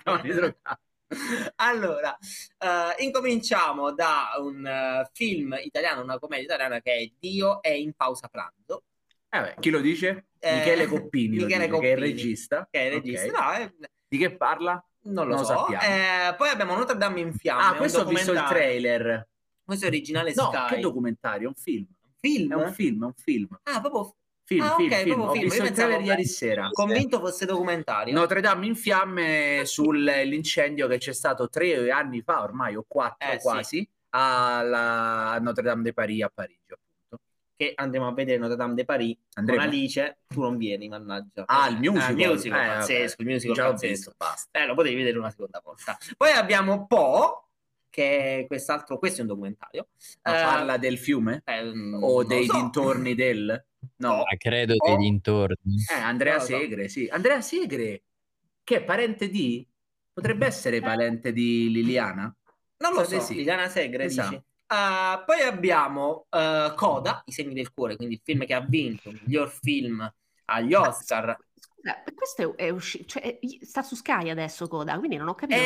Allora, incominciamo da un film italiano, una commedia italiana che è Dio è in pausa pranzo. Chi lo dice? Michele Coppini, che è il regista. Okay. Di che parla? Non lo sappiamo. Poi abbiamo Notre Dame in fiamme. Questo ho visto il trailer. Questo è originale No, Sky. che documentario? È un film. Film? È un film. Proprio film. Ho film. visto il trailer ieri sera. Convinto fosse documentario. Notre Dame in fiamme sull'incendio che c'è stato 3 anni fa, ormai, o 4 quasi, a Notre Dame de Paris a Parigi. Che andremo a vedere Notre Dame de Paris con Alice, tu non vieni, mannaggia. Il musical. Pazzesco, il musical già pazzesco. Visto, basta. Lo potevi vedere una seconda volta. Poi abbiamo Po, che è questo è un documentario. Parla del fiume? O dei dintorni del... No, credo dei dintorni. Andrea Segre, sì. Andrea Segre, che è parente di... Potrebbe essere parente di Liliana? Non lo so, sì. Liliana Segre, dici? Poi abbiamo Coda, I segni del cuore, quindi il film che ha vinto miglior film agli Oscar. Scusa, questo è uscito, cioè, sta su Sky adesso Coda, quindi non ho capito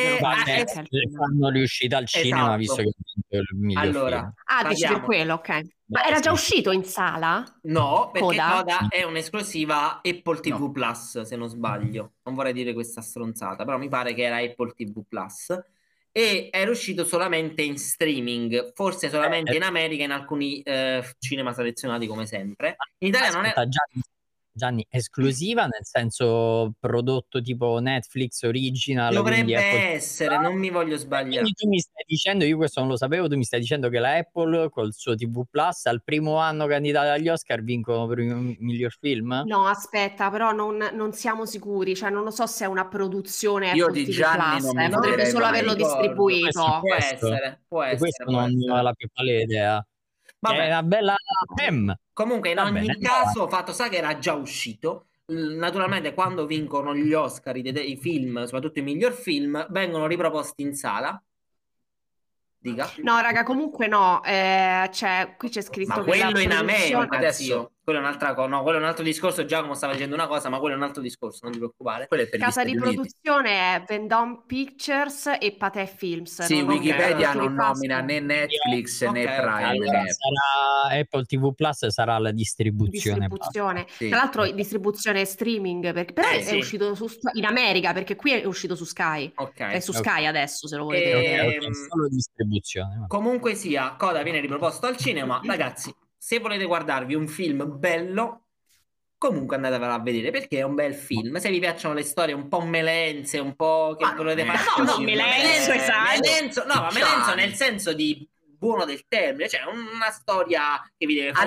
fanno riuscita al cinema, visto che è il miglior film. Dici per quello, ok. Ma era già uscito in sala? No, perché Coda è un'esclusiva Apple TV Plus, se non sbaglio. Non vorrei dire questa stronzata, però mi pare che era Apple TV Plus. E era uscito solamente in streaming, forse solamente in America, in alcuni cinema selezionati come sempre. In Italia non è... Gianni, esclusiva nel senso prodotto tipo Netflix original? Dovrebbe essere, non mi voglio sbagliare. Quindi tu mi stai dicendo, io questo non lo sapevo, tu mi stai dicendo che la Apple col suo TV Plus al primo anno candidata agli Oscar vincono per il miglior film? No, aspetta, però non siamo sicuri, cioè non lo so se è una produzione Io Apple di TV Gianni Plus, non mi potrebbe solo mai averlo ricordo. distribuito. Può essere. Questo non ho la più pallida idea. È una bella Comunque in ogni caso fatto sta che era già uscito. Naturalmente quando vincono gli Oscar i film, soprattutto i miglior film, vengono riproposti in sala. Dica. No, raga, comunque no, cioè, qui c'è scritto che quello in produzione... America adesso, quello è un'altra cosa, no, quello è un altro discorso. Giacomo stava dicendo una cosa, ma quello è un altro discorso, non ti preoccupare. Casa di produzione è Vendôme Pictures e Pathé Films. Sì, Wikipedia non nomina né Netflix né Prime. Allora, sarà Apple TV Plus, sarà la distribuzione. Sì. Tra l'altro distribuzione streaming, però è uscito in America, perché qui è uscito su Sky. È su Sky adesso, se lo volete. Solo distribuzione. Comunque sia, Coda viene riproposto al cinema. Ragazzi, se volete guardarvi un film bello, comunque andatevelo a vedere, perché è un bel film. Se vi piacciono le storie un po' melenze, un po' che volete fare... No, melenzo, esatto. No, ma melenzo nel senso di buono del termine, cioè una storia che vi deve fare a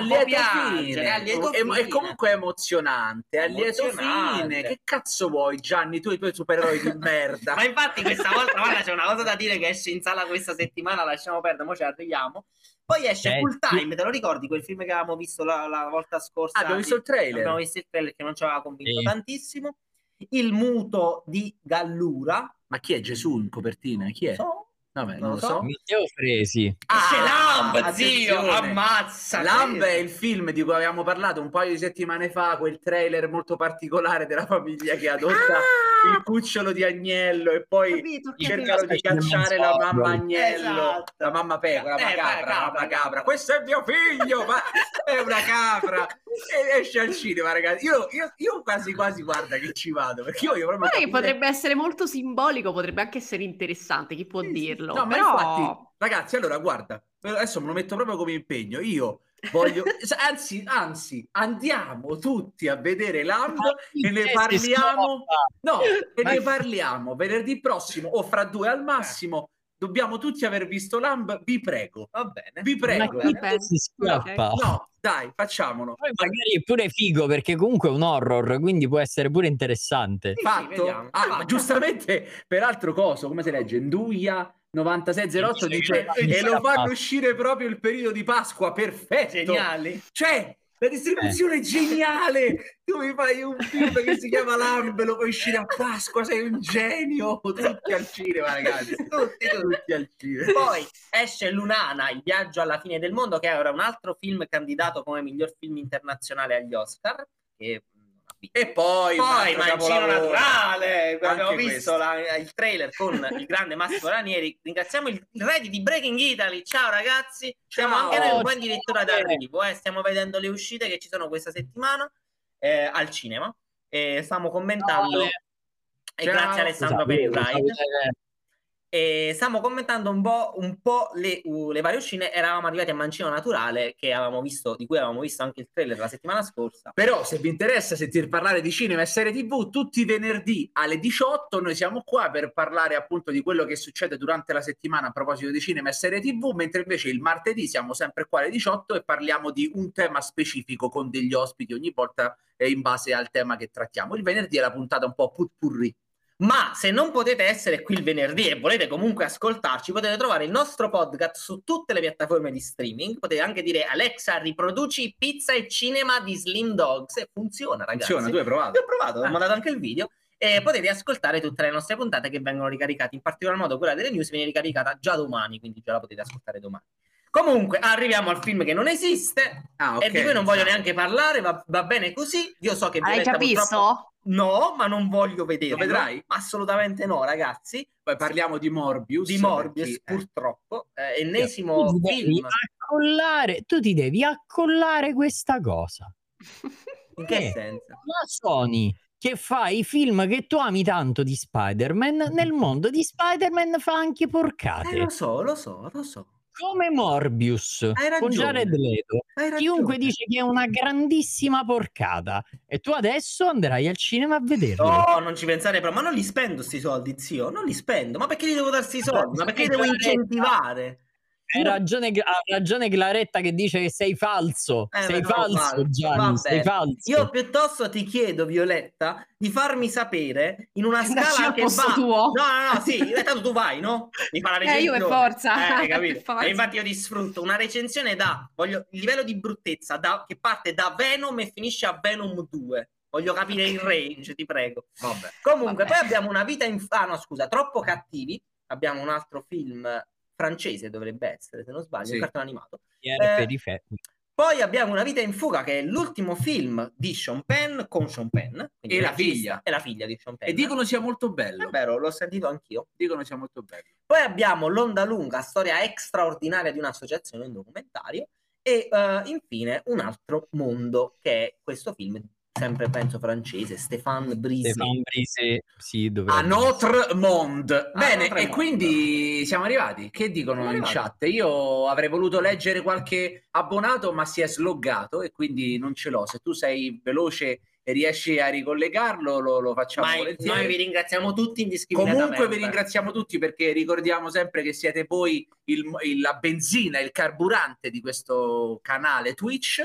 lieto fine. E comunque emozionante, a lieto fine. Che cazzo vuoi, Gianni, tu e i tuoi supereroi di merda? Ma infatti questa volta, guarda, c'è una cosa da dire che esce in sala questa settimana, lasciamo perdere, mo ci arriviamo. Poi esce Full Time, te lo ricordi quel film che avevamo visto la volta scorsa? Abbiamo visto il trailer. Abbiamo visto il trailer che non ci aveva convinto tantissimo. Il muto di Gallura. Ma chi è Gesù in copertina? Chi è? Vabbè, non lo so. Matteo Fresi. C'è Lamb, zio, ammazza. Lamb è il film di cui avevamo parlato un paio di settimane fa, quel trailer molto particolare della famiglia che adotta il cucciolo di agnello e poi cercano di cacciare la mamma agnello, la mamma pecora, la mamma capra. Questo è mio figlio, ma è una capra. E esce al cinema, ragazzi. Io quasi guarda che ci vado, perché io proprio che potrebbe essere molto simbolico, potrebbe anche essere interessante, chi può dirlo. No, ma infatti, ragazzi, allora guarda, adesso me lo metto proprio come impegno. Io voglio, anzi, andiamo tutti a vedere Lamb e ne parliamo. No, e ne parliamo venerdì prossimo o fra 2 al massimo. Dobbiamo tutti aver visto Lamb, vi prego. Va bene, vi prego. Si scappa. No, dai, facciamolo. Poi magari è pure figo, perché comunque è un horror, quindi può essere pure interessante. Fatto? Ma giustamente, peraltro coso, come si legge? Nduia 9608 dice e lo fanno uscire proprio il periodo di Pasqua, perfetto. Geniali. Cioè, la distribuzione è geniale. Tu mi fai un film che si chiama Lamb, lo puoi uscire a Pasqua, sei un genio. Tutti al cinema, ragazzi. Tutti al cinema. Poi esce Lunana, Il viaggio alla fine del mondo, che era un altro film candidato come miglior film internazionale agli Oscar. E poi Mancino Naturale, abbiamo visto il trailer con il grande Massimo Ranieri. Ringraziamo il Reddit di Breaking Italy. Ciao ragazzi, siamo anche noi un po' addirittura d'arrivo, stiamo vedendo le uscite che ci sono questa settimana al cinema e stiamo commentando e grazie a Alessandro per il Pride. E stiamo commentando un po' le varie uscite. Eravamo arrivati a Mancino Naturale, che avevamo visto, di cui avevamo visto anche il trailer la settimana scorsa. Però se vi interessa sentir parlare di cinema e serie TV, tutti i venerdì alle 18 noi siamo qua per parlare appunto di quello che succede durante la settimana a proposito di cinema e serie TV, mentre invece il martedì siamo sempre qua alle 18 e parliamo di un tema specifico con degli ospiti ogni volta in base al tema che trattiamo. Il venerdì è la puntata un po' putpurri. Ma se non potete essere qui il venerdì e volete comunque ascoltarci, potete trovare il nostro podcast su tutte le piattaforme di streaming. Potete anche dire Alexa, riproduci pizza e cinema di Slim Dogs, e funziona, ragazzi. Funziona, tu hai provato? Io ho provato, ho mandato anche il video. E potete ascoltare tutte le nostre puntate che vengono ricaricate, in particolar modo quella delle news viene ricaricata già domani, quindi già la potete ascoltare domani. Comunque, arriviamo al film che non esiste e di cui non voglio neanche parlare, va bene così. Io so che Hai capito? No, ma non voglio vederlo. Lo vedrai? Assolutamente no, ragazzi. Poi parliamo di Morbius. Purtroppo. Ennesimo film. Tu ti devi accollare questa cosa. In che senso? La Sony, che fa i film che tu ami tanto di Spider-Man, nel mondo di Spider-Man fa anche porcate. Lo so. Come Morbius con Jared Leto. Chiunque dice che è una grandissima porcata e tu adesso andrai al cinema a vederlo. No, non ci pensare però, ma non li spendo sti soldi, zio, non li spendo, ma perché gli devo dar sti soldi? Ma perché li devo incentivare? Ha ragione Claretta che dice che sei falso. Sei falso, Gianni, sei falso. Io piuttosto ti chiedo, Violetta, di farmi sapere in una scala che va... tuo. No, sì, tanto tu vai, no? Mi fa la recensione. Io per forza. Capito? E infatti io ti sfrutto. Una recensione il livello di bruttezza che parte da Venom e finisce a Venom 2. Voglio capire il range, ti prego. Vabbè. Comunque, poi abbiamo Una vita in... Ah, no, scusa, Troppo cattivi. Abbiamo un altro film... francese dovrebbe essere, se non sbaglio, un cartone animato. Poi abbiamo Una vita in fuga, che è l'ultimo film di Sean Penn con Sean Penn e la figlia. È la figlia di Sean Penn. E dicono sia molto bello. È vero, l'ho sentito anch'io. Dicono sia molto bello. Poi abbiamo L'onda lunga, storia straordinaria di un'associazione, un documentario. E infine Un altro mondo, che è questo film sempre penso francese, Stéphane Brisé, sì, a Notre Monde. Bene, e quindi siamo arrivati. Che dicono in chat? Io avrei voluto leggere qualche abbonato, ma si è sloggato e quindi non ce l'ho. Se tu sei veloce e riesci a ricollegarlo, lo facciamo volentieri. Noi vi ringraziamo tutti indiscriminatamente. Comunque vi ringraziamo tutti, perché ricordiamo sempre che siete voi la benzina, il carburante di questo canale Twitch.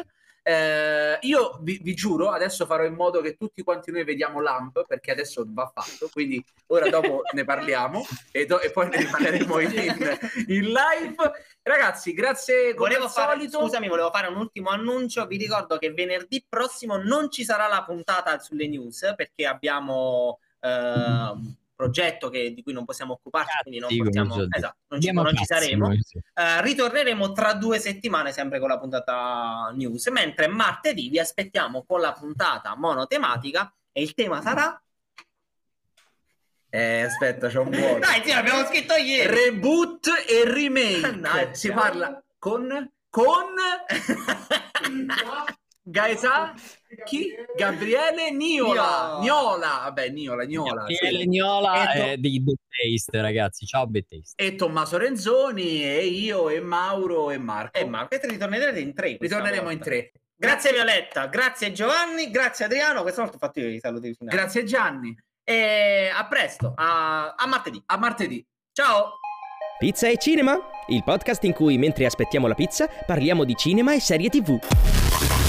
Io vi giuro, adesso farò in modo che tutti quanti noi vediamo Lamp, perché adesso va fatto, quindi ora dopo ne parliamo e poi ne parleremo in live. Ragazzi, grazie come al solito. Scusami, volevo fare un ultimo annuncio. Vi ricordo che venerdì prossimo non ci sarà la puntata sulle news, perché abbiamo progetto di cui non possiamo occuparci, quindi non ci saremo. Ritorneremo tra 2 settimane sempre con la puntata news, mentre martedì vi aspettiamo con la puntata monotematica e il tema sarà aspetta, c'è un vuoto. Dai, sì, l'abbiamo scritto ieri. Reboot e remake. Si parla con Gaeta? Chi? Gabriele Niola. Vabbè, Niola. Gabriele Niola è di Bad Taste, ragazzi. Ciao Bad Taste. E Tommaso Renzoni, e io, e Mauro, e Marco. E ritornerete in 3. Ritorneremo in 3. Grazie Violetta, grazie Giovanni, grazie Adriano. Questa volta ho fatto io i saluti finali. Grazie Gianni. E a presto, a martedì. A martedì. Ciao. Pizza e Cinema, il podcast in cui mentre aspettiamo la pizza parliamo di cinema e serie TV.